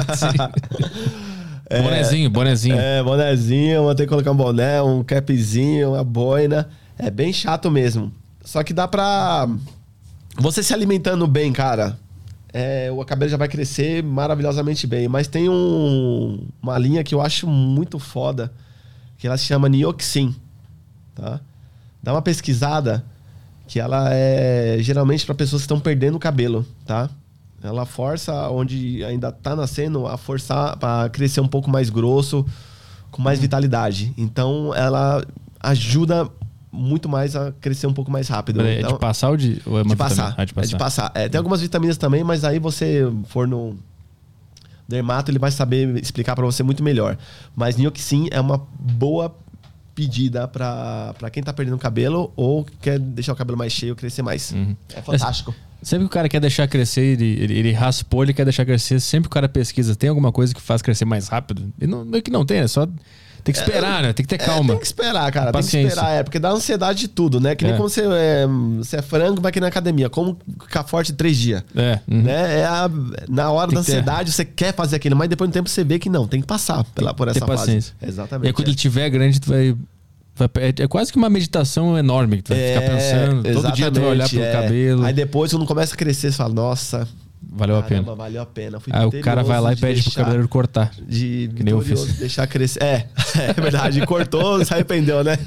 Bonezinho. Bonezinho. Vou ter que colocar um boné, um capzinho, uma boina. É bem chato mesmo. Só que dá pra... Você se alimentando bem, cara, o cabelo já vai crescer maravilhosamente bem. Mas tem uma linha que eu acho muito foda, que ela se chama Nioxin, tá? Dá uma pesquisada, que ela é geralmente para pessoas que estão perdendo o cabelo, tá? Ela força onde ainda tá nascendo a forçar para crescer um pouco mais grosso, com mais vitalidade. Então ela ajuda muito mais a crescer um pouco mais rápido. É então, de passar ou ou é uma de passar. vitamina? É de passar. Tem algumas vitaminas também, mas aí você for no dermato, ele vai saber explicar para você muito melhor. Mas Nioxin é uma boa pedida para quem tá perdendo cabelo ou quer deixar o cabelo mais cheio, crescer mais. É fantástico. Sempre que o cara quer deixar crescer, ele raspou, ele quer deixar crescer, sempre que o cara pesquisa, tem alguma coisa que faz crescer mais rápido? E não é que não tem, é só... Tem que esperar, né? Tem que ter calma. Tem que esperar, cara. Paciência. Tem que esperar, porque dá ansiedade de tudo, né? Que nem como você é frango, vai aqui na academia. Como ficar forte em 3 dias. Né? Na hora da ansiedade, você quer fazer aquilo, mas depois do tempo você vê que não, tem que passar por essa paciência. fase. Exatamente. E aí, quando ele tiver grande, tu vai é quase que uma meditação enorme, que tu vai ficar pensando. Todo dia tu vai olhar pro cabelo. Aí depois, quando começa a crescer, você fala, nossa... Valeu a pena. Valeu a pena. Aí o cara vai lá e pede pro cabeleireiro cortar. Que nem eu fiz. Deixar crescer. É verdade. Cortou, se arrependeu, né?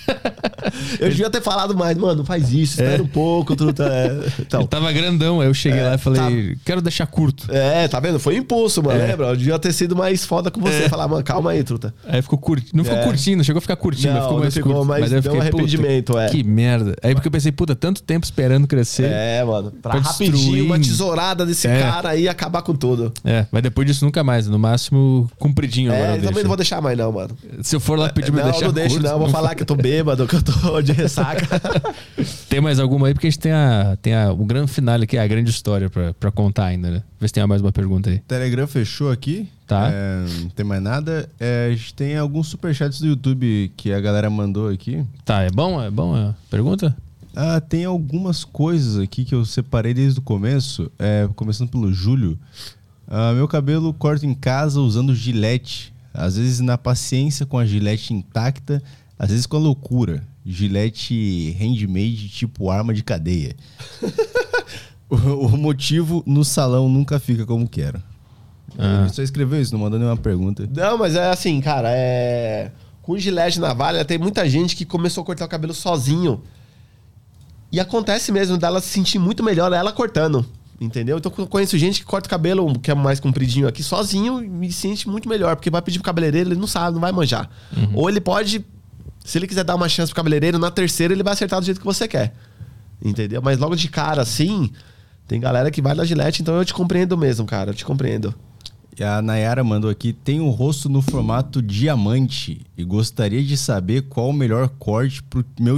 Eu devia ter falado mais, mano, faz isso, espera um pouco. Então. Ele tava grandão, aí eu cheguei lá e falei, quero deixar curto. Tá vendo? Foi impulso, mano, lembra? Eu devia ter sido mais foda com você. Falar, mano, calma aí, truta. Aí ficou curtinho. Não ficou curtinho, não chegou a ficar curtinho, mas ficou mais curto. Mas aí eu deu fiquei, um arrependimento, Que merda. Aí porque eu pensei, tanto tempo esperando crescer. Mano, pra rapidinho, uma tesourada desse cara aí acabar com tudo. Mas depois disso nunca mais. No máximo, compridinho agora. Eu também não vou deixar mais, não, mano. Se eu for lá pedir pra deixar não deixo, curto, não. Vou falar que eu tô bêbado, que eu tô de ressaca. Tem mais alguma aí? Porque a gente tem o grande final aqui, a grande história pra contar ainda, né? Vê se tem mais uma pergunta aí. Telegram fechou aqui. Tá. Não tem mais nada. A gente tem alguns superchats do YouTube que a galera mandou aqui. Tá, é bom a pergunta? Tem algumas coisas aqui que eu separei desde o começo. Começando pelo Júlio. Meu cabelo corto em casa usando gilete. Às vezes na paciência com a gilete intacta, às vezes com a loucura. Gilete handmade tipo arma de cadeia. O motivo no salão nunca fica como quero. Ele só escreveu isso, não mandou nenhuma pergunta. Não, mas é assim, cara, com gilete navalha, tem muita gente que começou a cortar o cabelo sozinho. E acontece mesmo dela se sentir muito melhor ela cortando, entendeu? Então eu conheço gente que corta o cabelo, que é mais compridinho aqui, sozinho e se sente muito melhor, porque vai pedir pro cabeleireiro, ele não sabe, não vai manjar. Ou ele pode, se ele quiser dar uma chance pro cabeleireiro, na terceira ele vai acertar do jeito que você quer, entendeu? Mas logo de cara, assim, tem galera que vai na gilete, então eu te compreendo mesmo, cara, eu te compreendo. E a Nayara mandou aqui, tem o rosto no formato diamante e gostaria de saber qual o melhor corte pro meu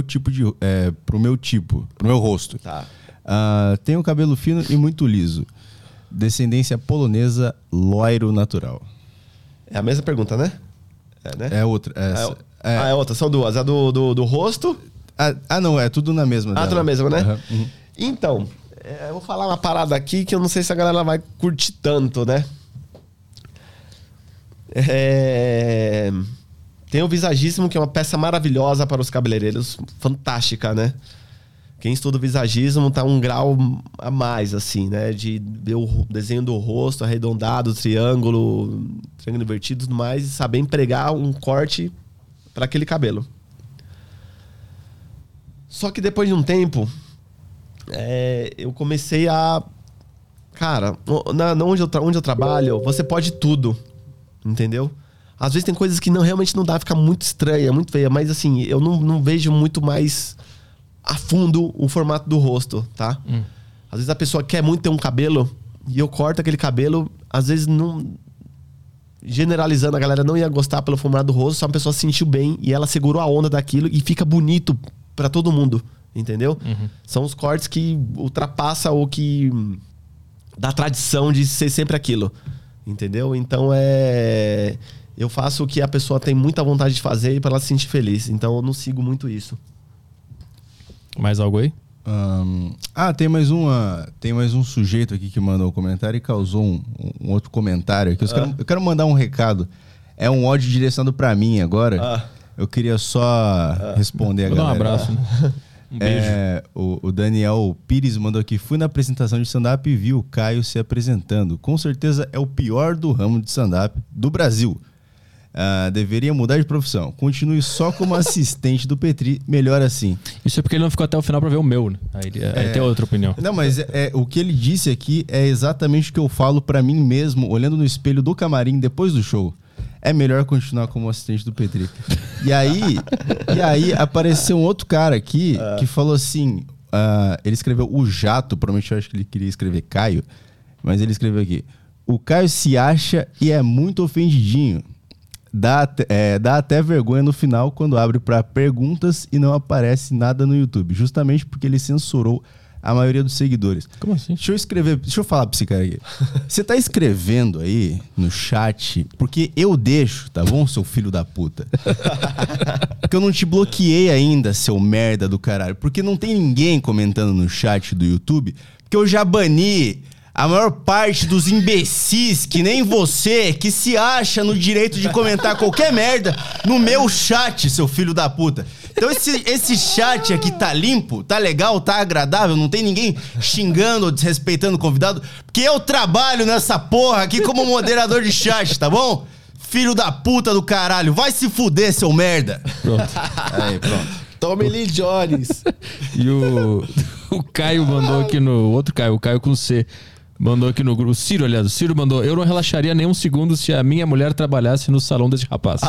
rosto. Tá. Tenho cabelo fino e muito liso. Descendência polonesa, loiro natural. É a mesma pergunta, né? Né? É outra. É outra, são duas. A do rosto. Não, é tudo na mesma. Tudo na mesma, né? Uhum. Então, eu vou falar uma parada aqui que eu não sei se a galera vai curtir tanto, né? Tem o visagismo, que é uma peça maravilhosa para os cabeleireiros. Fantástica, né? Quem estuda o visagismo tá um grau a mais, assim, né? De ver o desenho do rosto arredondado, triângulo invertido e tudo mais, e saber empregar um corte para aquele cabelo. Só que depois de um tempo, eu comecei a... Cara, onde eu trabalho, você pode tudo, entendeu? Às vezes tem coisas que realmente não dá, fica muito estranha, muito feia, mas assim, eu não vejo muito mais a fundo o formato do rosto, tá? Às vezes a pessoa quer muito ter um cabelo e eu corto aquele cabelo, às vezes não... Generalizando, a galera não ia gostar pelo formato do rosto, só a pessoa se sentiu bem e ela segurou a onda daquilo e fica bonito pra todo mundo, entendeu? São os cortes que ultrapassa o que... da tradição de ser sempre aquilo, entendeu? Então eu faço o que a pessoa tem muita vontade de fazer para ela se sentir feliz. Então eu não sigo muito isso. Mais algo aí? Tem mais um sujeito aqui que mandou um comentário e causou um outro comentário aqui. Eu quero mandar um recado. É um ódio direcionado para mim agora. Eu queria só responder a galera. Dar um abraço, né? Um beijo. O Daniel Pires mandou aqui. Fui na apresentação de stand-up e vi o Caio se apresentando. Com certeza é o pior do ramo de stand-up do Brasil. Deveria mudar de profissão. Continue só como assistente do Petri. Melhor assim. Isso é porque ele não ficou até o final pra ver o meu, né? Aí tem outra opinião. Não, mas o que ele disse aqui é exatamente o que eu falo pra mim mesmo, olhando no espelho do camarim depois do show. É melhor continuar como assistente do Petri. E aí apareceu um outro cara aqui que falou assim... ele escreveu o Jato, provavelmente eu acho que ele queria escrever Caio, mas ele escreveu aqui: o Caio se acha e é muito ofendidinho. Dá até vergonha no final quando abre para perguntas e não aparece nada no YouTube, justamente porque ele censurou a maioria dos seguidores. Como assim? Deixa eu falar pra esse cara aqui. Você tá escrevendo aí no chat porque eu deixo, tá bom, seu filho da puta? Porque eu não te bloqueei ainda, seu merda do caralho. Porque não tem ninguém comentando no chat do YouTube, porque eu já bani a maior parte dos imbecis, que nem você, que se acha no direito de comentar qualquer merda no meu chat, seu filho da puta. Então esse chat aqui tá limpo, tá legal, tá agradável, não tem ninguém xingando ou desrespeitando o convidado, porque eu trabalho nessa porra aqui como moderador de chat, tá bom? Filho da puta do caralho, vai se fuder, seu merda. Pronto. Aí, pronto. Tommy Lee Jones. E o Caio mandou aqui no... Outro Caio, o Caio com C. Mandou aqui no grupo. O Ciro, aliás, o Ciro mandou: eu não relaxaria nem um segundo se a minha mulher trabalhasse no salão desse rapaz.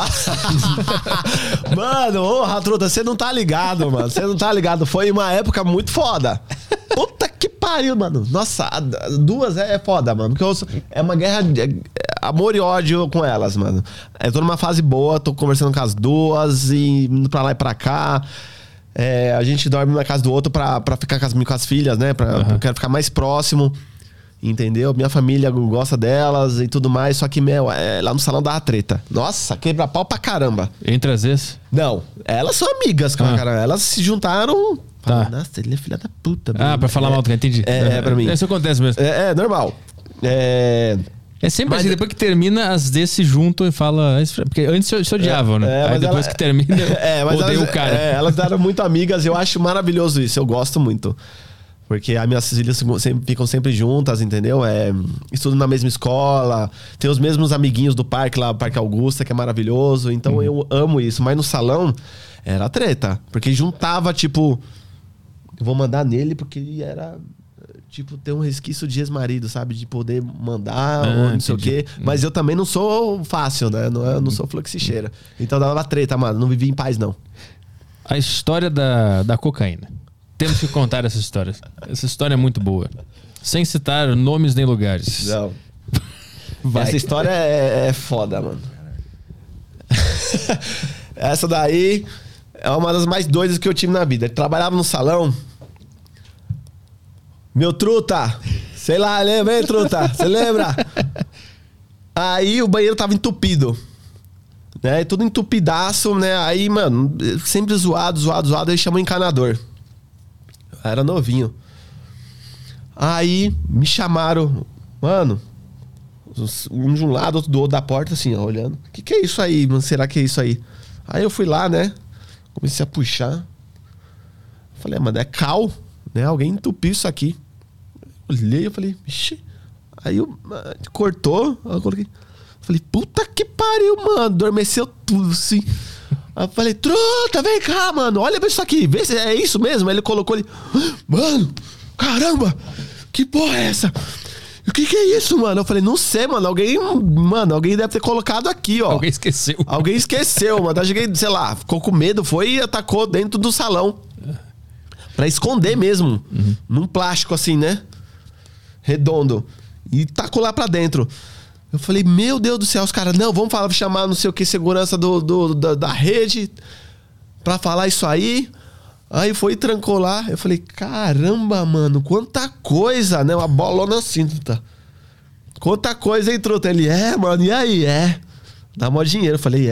Mano, ô Ratruta, você não tá ligado, mano. Você não tá ligado. Foi uma época muito foda. Puta que pariu, mano. Nossa, duas é foda, mano. Porque é uma guerra de amor e ódio com elas, mano. Eu tô numa fase boa, tô conversando com as duas e indo pra lá e pra cá. A gente dorme na casa do outro pra ficar com as filhas, né? Eu quero ficar mais próximo. Entendeu? Minha família gosta delas e tudo mais. Só que, lá no salão dá treta. Nossa, quebra pau pra caramba. Entre as vezes? Não, elas são amigas, cara. Elas se juntaram. Tá. Nossa, ele é filha da puta. Pra falar mal, entendi. Pra mim. Isso acontece mesmo. É normal. É sempre assim, depois que termina, as D se juntam e falam. Porque antes se odiavam, né? Aí depois que termina, odeia o cara. Elas eram muito amigas, eu acho maravilhoso isso. Eu gosto muito. Porque as minhas filhas ficam sempre juntas, entendeu? Estudam na mesma escola, tem os mesmos amiguinhos do parque lá, Parque Augusta, que é maravilhoso. Então eu amo isso. Mas no salão era treta. Porque juntava, tipo, eu vou mandar nele porque ele era, tipo, ter um resquício de ex-marido, sabe? De poder mandar ou não sei o quê. Mas eu também não sou fácil, né? Eu não sou fluxicheira. Então dava treta, mano. Não vivia em paz, não. A história da cocaína. Temos que contar essa história. Essa história é muito boa. Sem citar nomes nem lugares. Não. Vai. Essa história é foda, mano. Essa daí é uma das mais doidas que eu tive na vida. Eu trabalhava no salão. Meu truta! Sei lá, lembra, hein, truta? Você lembra? Aí o banheiro tava entupido. Né? Tudo entupidaço, né? Aí, mano, sempre zoado. Aí chamou o encanador. Eu era novinho. Aí me chamaram. Mano, um de um lado, outro do outro da porta, assim, ó, olhando. O que é isso aí, mano? Será que é isso aí? Aí eu fui lá, né? Comecei a puxar. Falei, mano, é cal, né? Alguém entupiu isso aqui. Olhei, eu falei, ixi. Aí eu cortou, eu coloquei. Falei, puta que pariu, mano. Adormeceu tudo, assim. Aí eu falei, truta, vem cá, mano. Olha pra isso aqui, vê se é isso mesmo. Aí ele colocou ali, mano, caramba, que porra é essa? O que é isso, mano? Eu falei, não sei, mano. Alguém deve ter colocado aqui, ó. Alguém esqueceu. Alguém esqueceu, mano. Acho que, sei lá, ficou com medo, foi e atacou dentro do salão. Pra esconder mesmo. Num plástico assim, né? Redondo. E tacou lá pra dentro. Eu falei, meu Deus do céu, os caras, não, vamos chamar não sei o que, segurança da rede pra falar isso aí. Aí foi e trancou lá. Eu falei, caramba, mano, quanta coisa, né? Uma bolona assim, tá? Quanta coisa, hein, truta? Ele, mano, e aí? Dá mó dinheiro. Eu falei,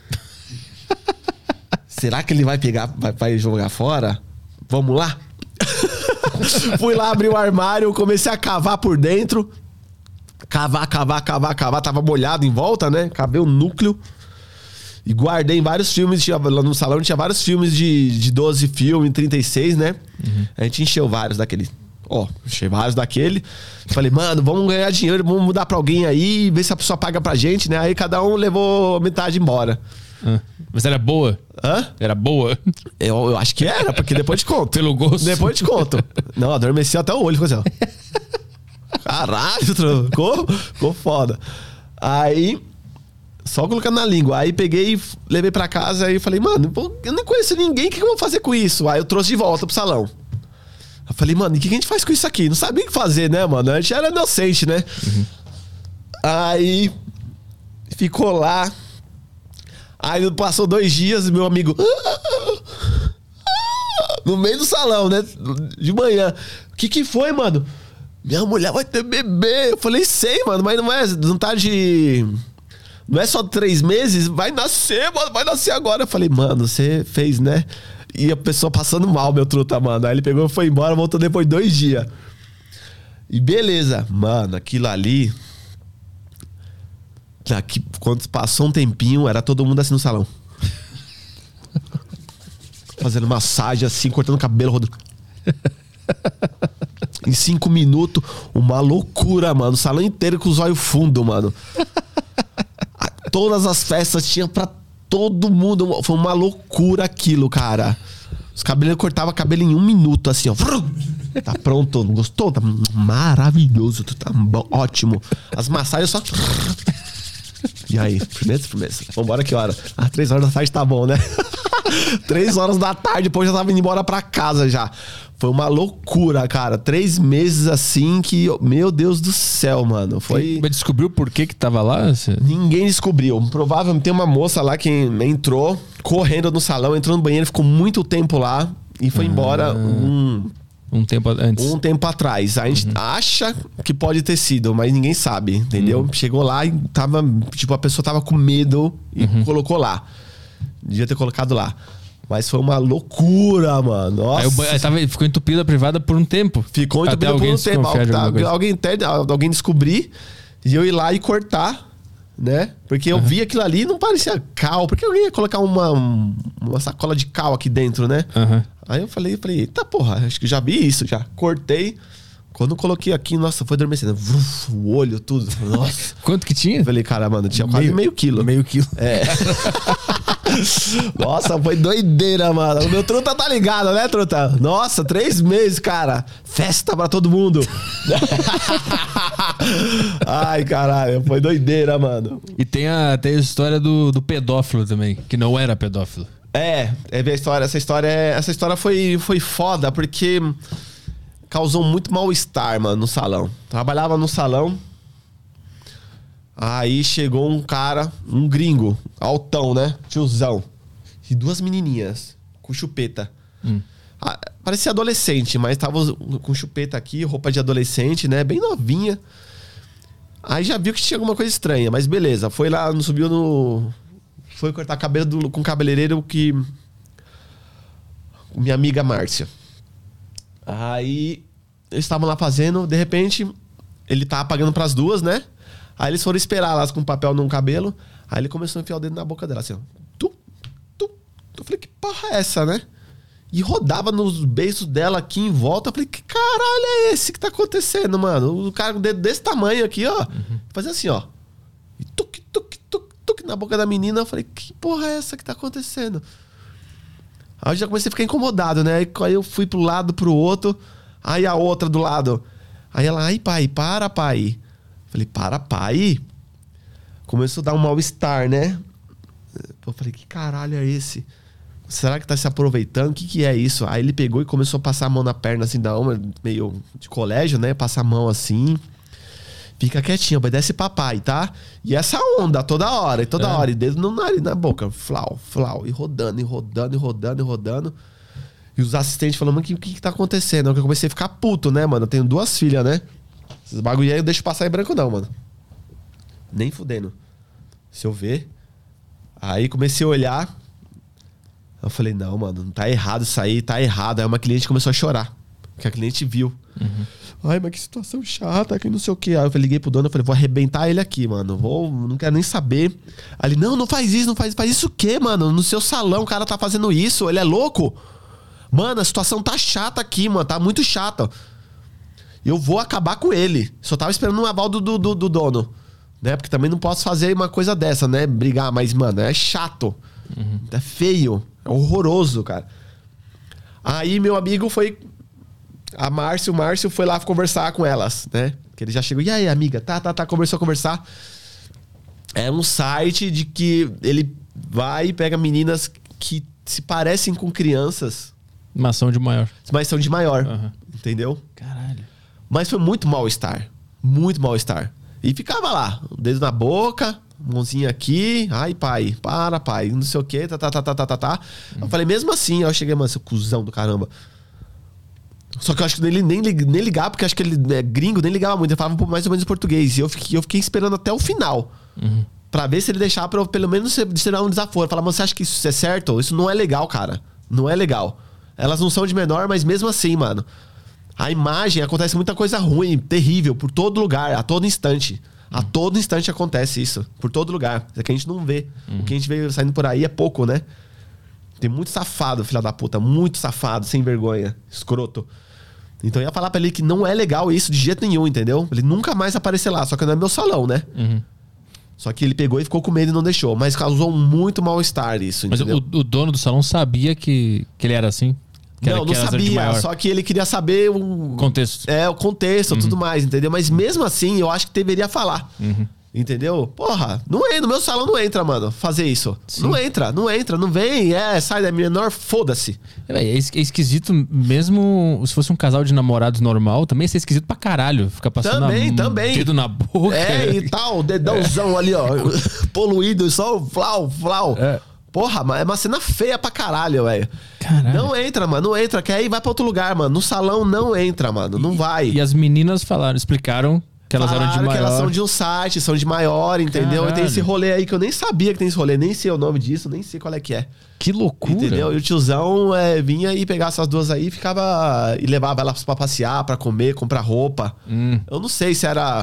Será que ele vai pegar, vai jogar fora? Vamos lá? Fui lá, abri o armário, comecei a cavar por dentro. Cavar. Tava molhado em volta, né? Cavei o núcleo. E guardei vários filmes. Lá no salão tinha vários filmes de 12 filmes, 36, né? A gente encheu vários daquele. Enchei vários daquele. Falei, mano, vamos ganhar dinheiro, vamos mudar pra alguém aí, ver se a pessoa paga pra gente, né? Aí cada um levou metade embora. Mas era boa? Era boa? Eu acho que era, porque depois te conto. Pelo gosto? Depois te conto. Não, adormeci até o olho, ficou assim, ó. Caralho, ficou foda. Aí, só colocando na língua. Aí peguei, levei pra casa e falei, mano, eu não conheço ninguém, o que eu vou fazer com isso? Aí eu trouxe de volta pro salão. Eu falei, mano, e o que a gente faz com isso aqui? Não sabia o que fazer, né, mano? A gente era inocente, né? Aí, ficou lá. Aí passou 2 dias e meu amigo... no meio do salão, né? De manhã. O que foi, mano? Minha mulher vai ter bebê. Eu falei, sei, mano, mas não tá de... Não é só 3 meses? Vai nascer, mano, vai nascer agora. Eu falei, mano, você fez, né? E a pessoa passando mal, meu truta, mano. Aí ele pegou e foi embora, voltou depois de 2 dias. E beleza. Mano, aquilo ali... Quando passou um tempinho, era todo mundo assim no salão. Fazendo massagem assim, cortando o cabelo, rodando. Em 5 minutos, uma loucura, mano. O salão inteiro com os olhos fundos, mano. Todas as festas tinha pra todo mundo. Foi uma loucura aquilo, cara. Os cabeleireiros cortavam cabelo em 1 minuto, assim, ó. Tá pronto, não gostou? Tá maravilhoso, tá ótimo. As massagens só... E aí, firmeza? Vambora, que hora? 3 horas da tarde tá bom, né? 3 horas da tarde, depois já tava indo embora pra casa já. Foi uma loucura, cara. 3 meses assim que... Meu Deus do céu, mano. Foi... Mas descobriu por que tava lá? Ninguém descobriu. Provavelmente tem uma moça lá que entrou correndo no salão, entrou no banheiro, ficou muito tempo lá e foi embora um tempo antes. Um tempo atrás. A gente acha que pode ter sido, mas ninguém sabe, entendeu? Chegou lá e tava... Tipo, a pessoa tava com medo e colocou lá. Devia ter colocado lá. Mas foi uma loucura, mano. Nossa. Aí ficou entupida a privada por um tempo. Ficou entupida por um tempo. Alguém descobrir e eu ir lá e cortar, né? Porque eu vi aquilo ali e não parecia cal. Porque alguém ia colocar uma sacola de cal aqui dentro, né? Aí eu falei, eita porra, acho que já vi isso, já. Cortei. Quando eu coloquei aqui, nossa, foi adormecendo. O olho, tudo. Nossa. Quanto que tinha? Eu falei, cara, mano, tinha quase meio quilo. Meio quilo. É. Nossa, foi doideira, mano. O meu truta tá ligado, né, truta? Nossa, 3 meses, cara. Festa pra todo mundo. Ai, caralho, foi doideira, mano. E tem a história do pedófilo também, que não era pedófilo. A história. Essa história foi foda, porque causou muito mal-estar, mano, no salão. Trabalhava no salão. Aí chegou um cara, um gringo, altão, né? Tiozão. E 2 menininhas com chupeta. Parecia adolescente, mas tava com chupeta aqui, roupa de adolescente, né? Bem novinha. Aí já viu que tinha alguma coisa estranha, mas beleza. Foi lá, subiu no... Foi cortar cabelo com o cabeleireiro que... Minha amiga Márcia. Aí eles estavam lá fazendo, de repente, ele tava pagando pras 2, né? Aí eles foram esperar lá com papel no cabelo. Aí ele começou a enfiar o dedo na boca dela, assim, ó. porra é essa, né? E rodava nos beiços dela aqui em volta. Eu falei, que caralho é esse que tá acontecendo, mano? O cara com o dedo desse tamanho aqui, ó. Fazia assim, ó. E tuc, tuc, tuc, tuc na boca da menina. Eu falei, que porra é essa que tá acontecendo? Aí eu já comecei a ficar incomodado, né? Aí eu fui pro lado, pro outro. Aí a outra do lado. Aí ela, ai pai, para pai. Falei, para pai? Começou a dar um mal-estar, né? Eu falei, que caralho é esse? Será que tá se aproveitando? O que é isso? Aí ele pegou e começou a passar a mão na perna assim da uma, meio de colégio, né? Passa a mão assim. Fica quietinho, obedece papai, tá? E essa onda toda hora, e dedo no nariz, na boca. Flau, flau, e rodando, e rodando, e rodando, e rodando. E os assistentes falando, o que tá acontecendo? Eu comecei a ficar puto, né, mano? Eu tenho 2 filhas, né? Esses bagulho aí eu deixo passar em branco não, mano. Nem fudendo. Se eu ver. Aí comecei a olhar. Eu falei, não, mano, não tá errado isso aí, tá errado. Aí uma cliente começou a chorar. Porque a cliente viu. Ai, mas que situação chata, que não sei o que. Aí eu liguei pro dono, eu falei, vou arrebentar ele aqui, mano. Não quero nem saber. Aí ele, não faz isso, não faz isso o quê, mano? No seu salão o cara tá fazendo isso, ele é louco? Mano, a situação tá chata aqui, mano, tá muito chata. Eu vou acabar com ele. Só tava esperando um aval do dono. Né? Porque também não posso fazer uma coisa dessa, né? Brigar, mas, mano, é chato. É feio. É horroroso, cara. Aí meu amigo foi... o Márcio foi lá conversar com elas, né? Que ele já chegou, e aí, amiga? Tá, começou a conversar. É um site de que ele vai e pega meninas que se parecem com crianças. Mas são de maior. Mas são de maior, entendeu? Caralho. Mas foi muito mal-estar. Muito mal-estar. E ficava lá, o dedo na boca, mãozinha aqui. Ai, pai, para, pai, não sei o quê, tá. Eu falei, mesmo assim, eu cheguei, mano, seu cuzão do caramba. Só que eu acho que ele nem ligava, porque acho que ele é gringo, nem ligava muito. Ele falava mais ou menos português. E eu fiquei esperando até o final. Pra ver se ele deixava pra eu, pelo menos, tirar um desaforo. Falar, mano, você acha que isso é certo? Isso não é legal, cara. Não é legal. Elas não são de menor, mas mesmo assim, mano. A imagem, acontece muita coisa ruim, terrível, por todo lugar, a todo instante. A todo instante acontece isso. Por todo lugar. É que a gente não vê. O que a gente vê saindo por aí é pouco, né? Tem muito safado, filha da puta. Muito safado, sem vergonha. Escroto. Então eu ia falar pra ele que não é legal isso de jeito nenhum, entendeu? Ele nunca mais aparecer lá. Só que não é meu salão, né? Só que ele pegou e ficou com medo e não deixou. Mas causou muito mal-estar isso, mas entendeu? o dono do salão sabia que ele era assim? Não sabia. Só que ele queria saber o contexto. O contexto, tudo mais, entendeu? Mas mesmo assim, eu acho que deveria falar. Entendeu? Porra, não entra, no meu salão não entra, mano, fazer isso. Sim. Não entra, não vem, sai da menor, foda-se. É esquisito mesmo se fosse um casal de namorados normal, também ia ser esquisito pra caralho. Ficar passando também. dedo na boca. E tal, dedãozão ali, ó, poluído, só flau. Porra, é uma cena feia pra caralho, velho. Não entra, mano, não entra. Quer ir, vai pra outro lugar, mano. No salão não entra, mano, não vai. E as meninas explicaram que elas eram de maior. Que elas são de um site, são de maior, entendeu? E tem esse rolê aí que eu nem sabia que tem esse rolê, nem sei o nome disso, nem sei qual é que é. Que loucura. Entendeu? E o tiozão vinha e pegava essas duas aí e levava elas pra passear, pra comer, comprar roupa. Eu não sei se era...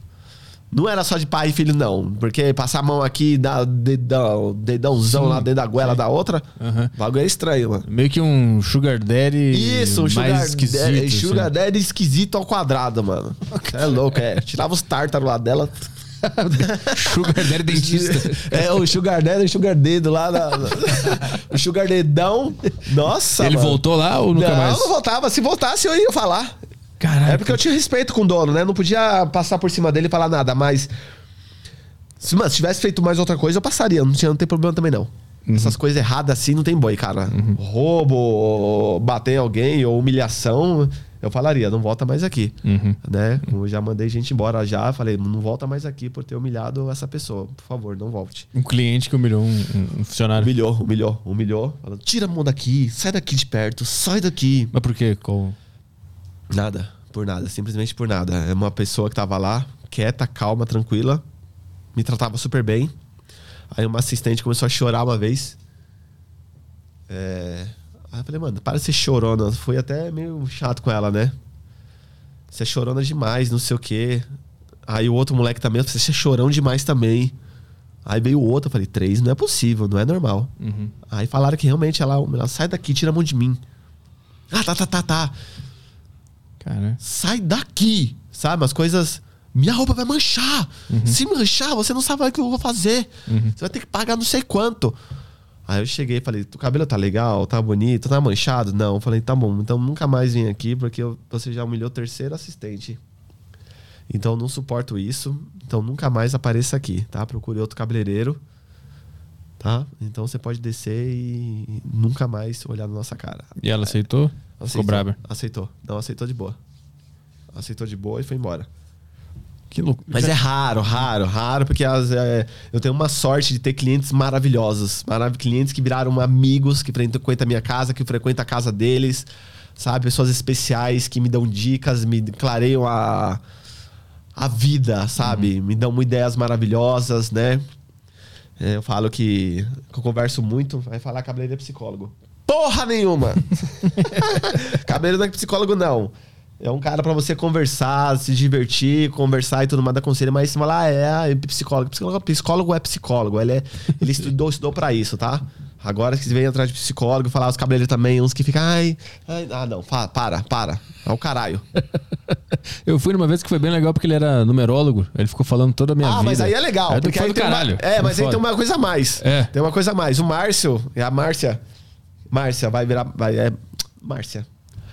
Não era só de pai e filho, não. Porque passar a mão aqui, dar dedãozão lá dentro da goela da outra, o bagulho é estranho, mano. Meio que um sugar daddy. Isso, um mais esquisito. Sugar daddy esquisito ao quadrado, mano. É louco, Tirava os tártaros lá dela. Sugar daddy dentista. O sugar daddy, o sugar dedo lá. O sugar dedão. Nossa, Ele mano. voltou lá ou nunca mais? Não voltava. Se voltasse, eu ia falar. Caraca. É porque eu tinha respeito com o dono, né? Não podia passar por cima dele e falar nada, mas... Se tivesse feito mais outra coisa, eu passaria. Não tem problema também, não. Essas coisas erradas assim não tem boi, cara. Roubo, bater em alguém ou humilhação, eu falaria, não volta mais aqui. Né? Eu já mandei gente embora já, falei, não volta mais aqui por ter humilhado essa pessoa. Por favor, não volte. Um cliente que humilhou um funcionário. Humilhou. Falou, tira a mão daqui, sai daqui de perto, sai daqui. Mas por quê? Nada, por nada, simplesmente por nada. É uma pessoa que tava lá, quieta, calma, tranquila, me tratava super bem. Aí uma assistente começou a chorar uma vez. Aí eu falei, mano, para de ser chorona. Fui até meio chato com ela, né? Você é chorona demais, não sei o quê. Aí o outro moleque também, você é chorão demais também. Aí veio o outro, eu falei, 3 não é possível, não é normal. Aí falaram que realmente ela sai daqui, tira a mão de mim. Tá. Cara, Sai daqui, sabe? As coisas... Minha roupa vai manchar. Se manchar, você não sabe o que eu vou fazer. Você vai ter que pagar não sei quanto. Aí eu cheguei e falei, o cabelo tá legal, tá bonito, tá manchado? Não. Eu falei, tá bom, então nunca mais vem aqui, porque você já humilhou o 3º assistente. Então eu não suporto isso. Então nunca mais apareça aqui, tá? Procure outro cabeleireiro, tá? Então você pode descer e nunca mais olhar na nossa cara. e ela aceitou? Ficou brava. Aceitou. Não, aceitou de boa. Aceitou de boa e foi embora. Que louco. Mas é raro, porque eu tenho uma sorte de ter clientes maravilhosos. Clientes que viraram amigos, que frequentam a minha casa, que frequentam a casa deles, sabe? Pessoas especiais que me dão dicas, me clareiam a vida, sabe? Me dão ideias maravilhosas, né? Eu falo que eu converso muito, vai falar cabeleireiro é psicólogo. Porra nenhuma! Cabeleireiro não é psicólogo, não. É um cara pra você conversar, se divertir, conversar e tudo mais, dar conselho, mas você fala, é psicólogo. Psicólogo é psicólogo. Ele estudou pra isso, tá? Agora que você vem atrás de psicólogo, falar os cabeleireiros também, uns que ficam, não, para. É o caralho. Eu fui numa vez que foi bem legal porque ele era numerólogo. Ele ficou falando toda a minha vida. Mas aí é legal. Porque aí tem caralho. Mas aí tem uma coisa a mais. Tem uma coisa a mais. O Márcio, a Márcia vai virar... Márcia.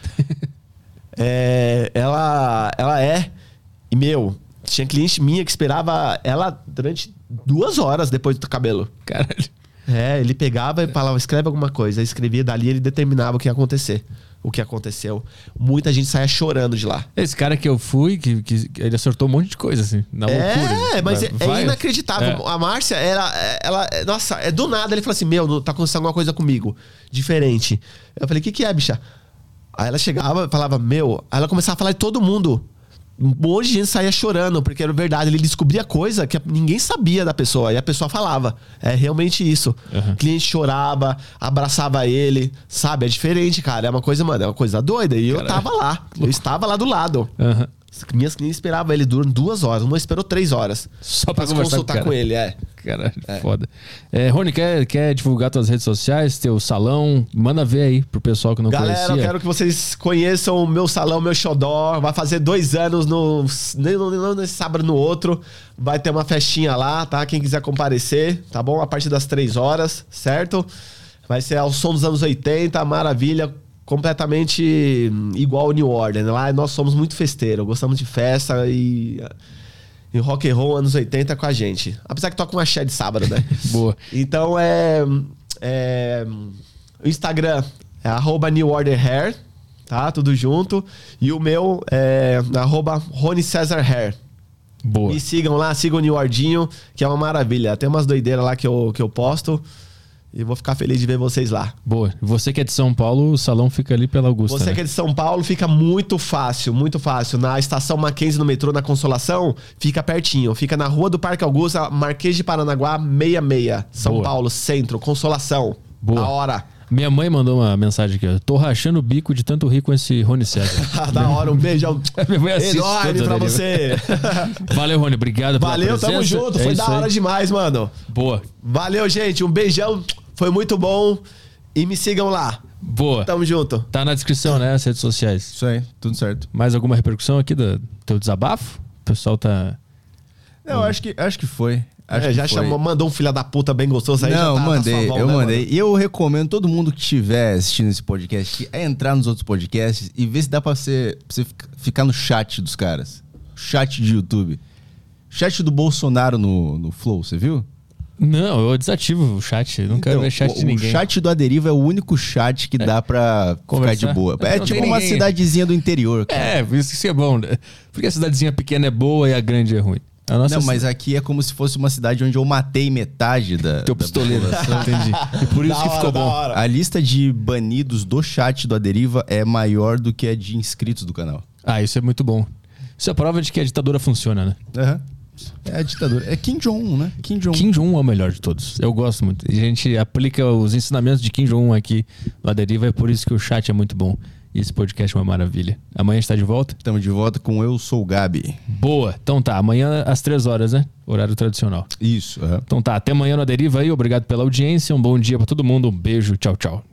Ela E, tinha cliente minha que esperava ela durante 2 horas depois do cabelo. Caralho. Ele pegava e falava, escreve alguma coisa. Aí escrevia, dali ele determinava o que ia acontecer. O que aconteceu. Muita gente saia chorando de lá. Esse cara que eu fui, que ele acertou um monte de coisa, assim, na loucura. Mas é inacreditável. A Márcia, ela... Nossa, do nada ele falou assim, tá acontecendo alguma coisa comigo. Diferente. Eu falei, o que é, bicha? Aí ela chegava e falava, aí ela começava a falar de todo mundo. Um monte de gente saía chorando, porque era verdade. Ele descobria coisa que ninguém sabia da pessoa. E a pessoa falava. É realmente isso. O cliente chorava, abraçava ele. Sabe? É diferente, cara. É uma coisa, mano, é uma coisa doida. E eu tava lá. Eu estava lá do lado. Minhas clientes esperavam ele durante 2 horas. Uma esperou 3 horas. Só pra consultar com ele, Caralho, foda. Rony, quer divulgar tuas redes sociais, teu salão? Manda ver aí pro pessoal que não conhecia. Galera, eu quero que vocês conheçam o meu salão, meu xodó. Vai fazer 2 anos não nesse sábado, no outro. Vai ter uma festinha lá, tá? Quem quiser comparecer, tá bom? A partir das 3 horas, certo? Vai ser ao som dos anos 80, maravilha. Completamente igual ao New Order. Lá nós somos muito festeiros, gostamos de festa e rock and roll anos 80 com a gente. Apesar que toca um axé de sábado, né? Boa. Então o Instagram é @NewOrderHair, tá? Tudo junto. E o meu é @RonyCesarHair. Boa. Me sigam lá, sigam o New Ordinho, que é uma maravilha. Tem umas doideiras lá que eu posto. E vou ficar feliz de ver vocês lá. Boa. Você que é de São Paulo, o salão fica ali pela Augusta. Você que é de São Paulo, fica muito fácil, muito fácil. Na estação Mackenzie, no metrô, na Consolação, fica pertinho. Fica na Rua do Parque Augusta, Marquês de Paranaguá, 66. São Paulo, centro, Consolação. Boa. A hora. Minha mãe mandou uma mensagem aqui, ó. Tô rachando o bico de tanto rir com esse Rony César. Da hora, um beijão Minha mãe assiste enorme pra você. Valeu, Rony. Obrigado pela presença. Valeu, tamo junto. Foi da hora demais, mano. Boa. Valeu, gente. Um beijão. Foi muito bom. E me sigam lá. Boa. Tamo junto. Tá na descrição, né? As redes sociais. Isso aí, tudo certo. Mais alguma repercussão aqui do teu desabafo? O pessoal tá... Não, acho que foi. Já chamou, mandou um filho da puta bem gostoso aí. Não, já tá, mandei, tá eu né, mandei. mano? E eu recomendo todo mundo que estiver assistindo esse podcast a entrar nos outros podcasts e ver se dá pra você ficar no chat dos caras. Chat de YouTube. Chat do Bolsonaro no Flow, você viu? Não, eu desativo o chat. Não quero ver chat de ninguém. O chat do Aderiva é o único chat que dá pra conversar. ficar de boa. É Não tipo tem uma ninguém. cidadezinha do interior, cara. Isso é bom, né? Porque a cidadezinha pequena é boa e a grande é ruim. A nossa Não, mas aqui é como se fosse uma cidade onde eu matei metade da teu pistoleiro. Entendi. E por isso que ficou bom. A lista de banidos do chat do Aderiva é maior do que a de inscritos do canal. Ah, isso é muito bom. Isso é prova de que a ditadura funciona, né? Aham. É a ditadura. É Kim Jong-un, né? Kim Jong-un é o melhor de todos. Eu gosto muito. E a gente aplica os ensinamentos de Kim Jong-un aqui no Aderiva, é por isso que o chat é muito bom. E esse podcast é uma maravilha. Amanhã a gente tá de volta? Estamos de volta com Eu Sou o Gabi. Boa. Então tá, amanhã às 3 horas, né? Horário tradicional. Isso. Então tá, até amanhã no A Deriva aí. Obrigado pela audiência. Um bom dia pra todo mundo. Um beijo. Tchau, tchau.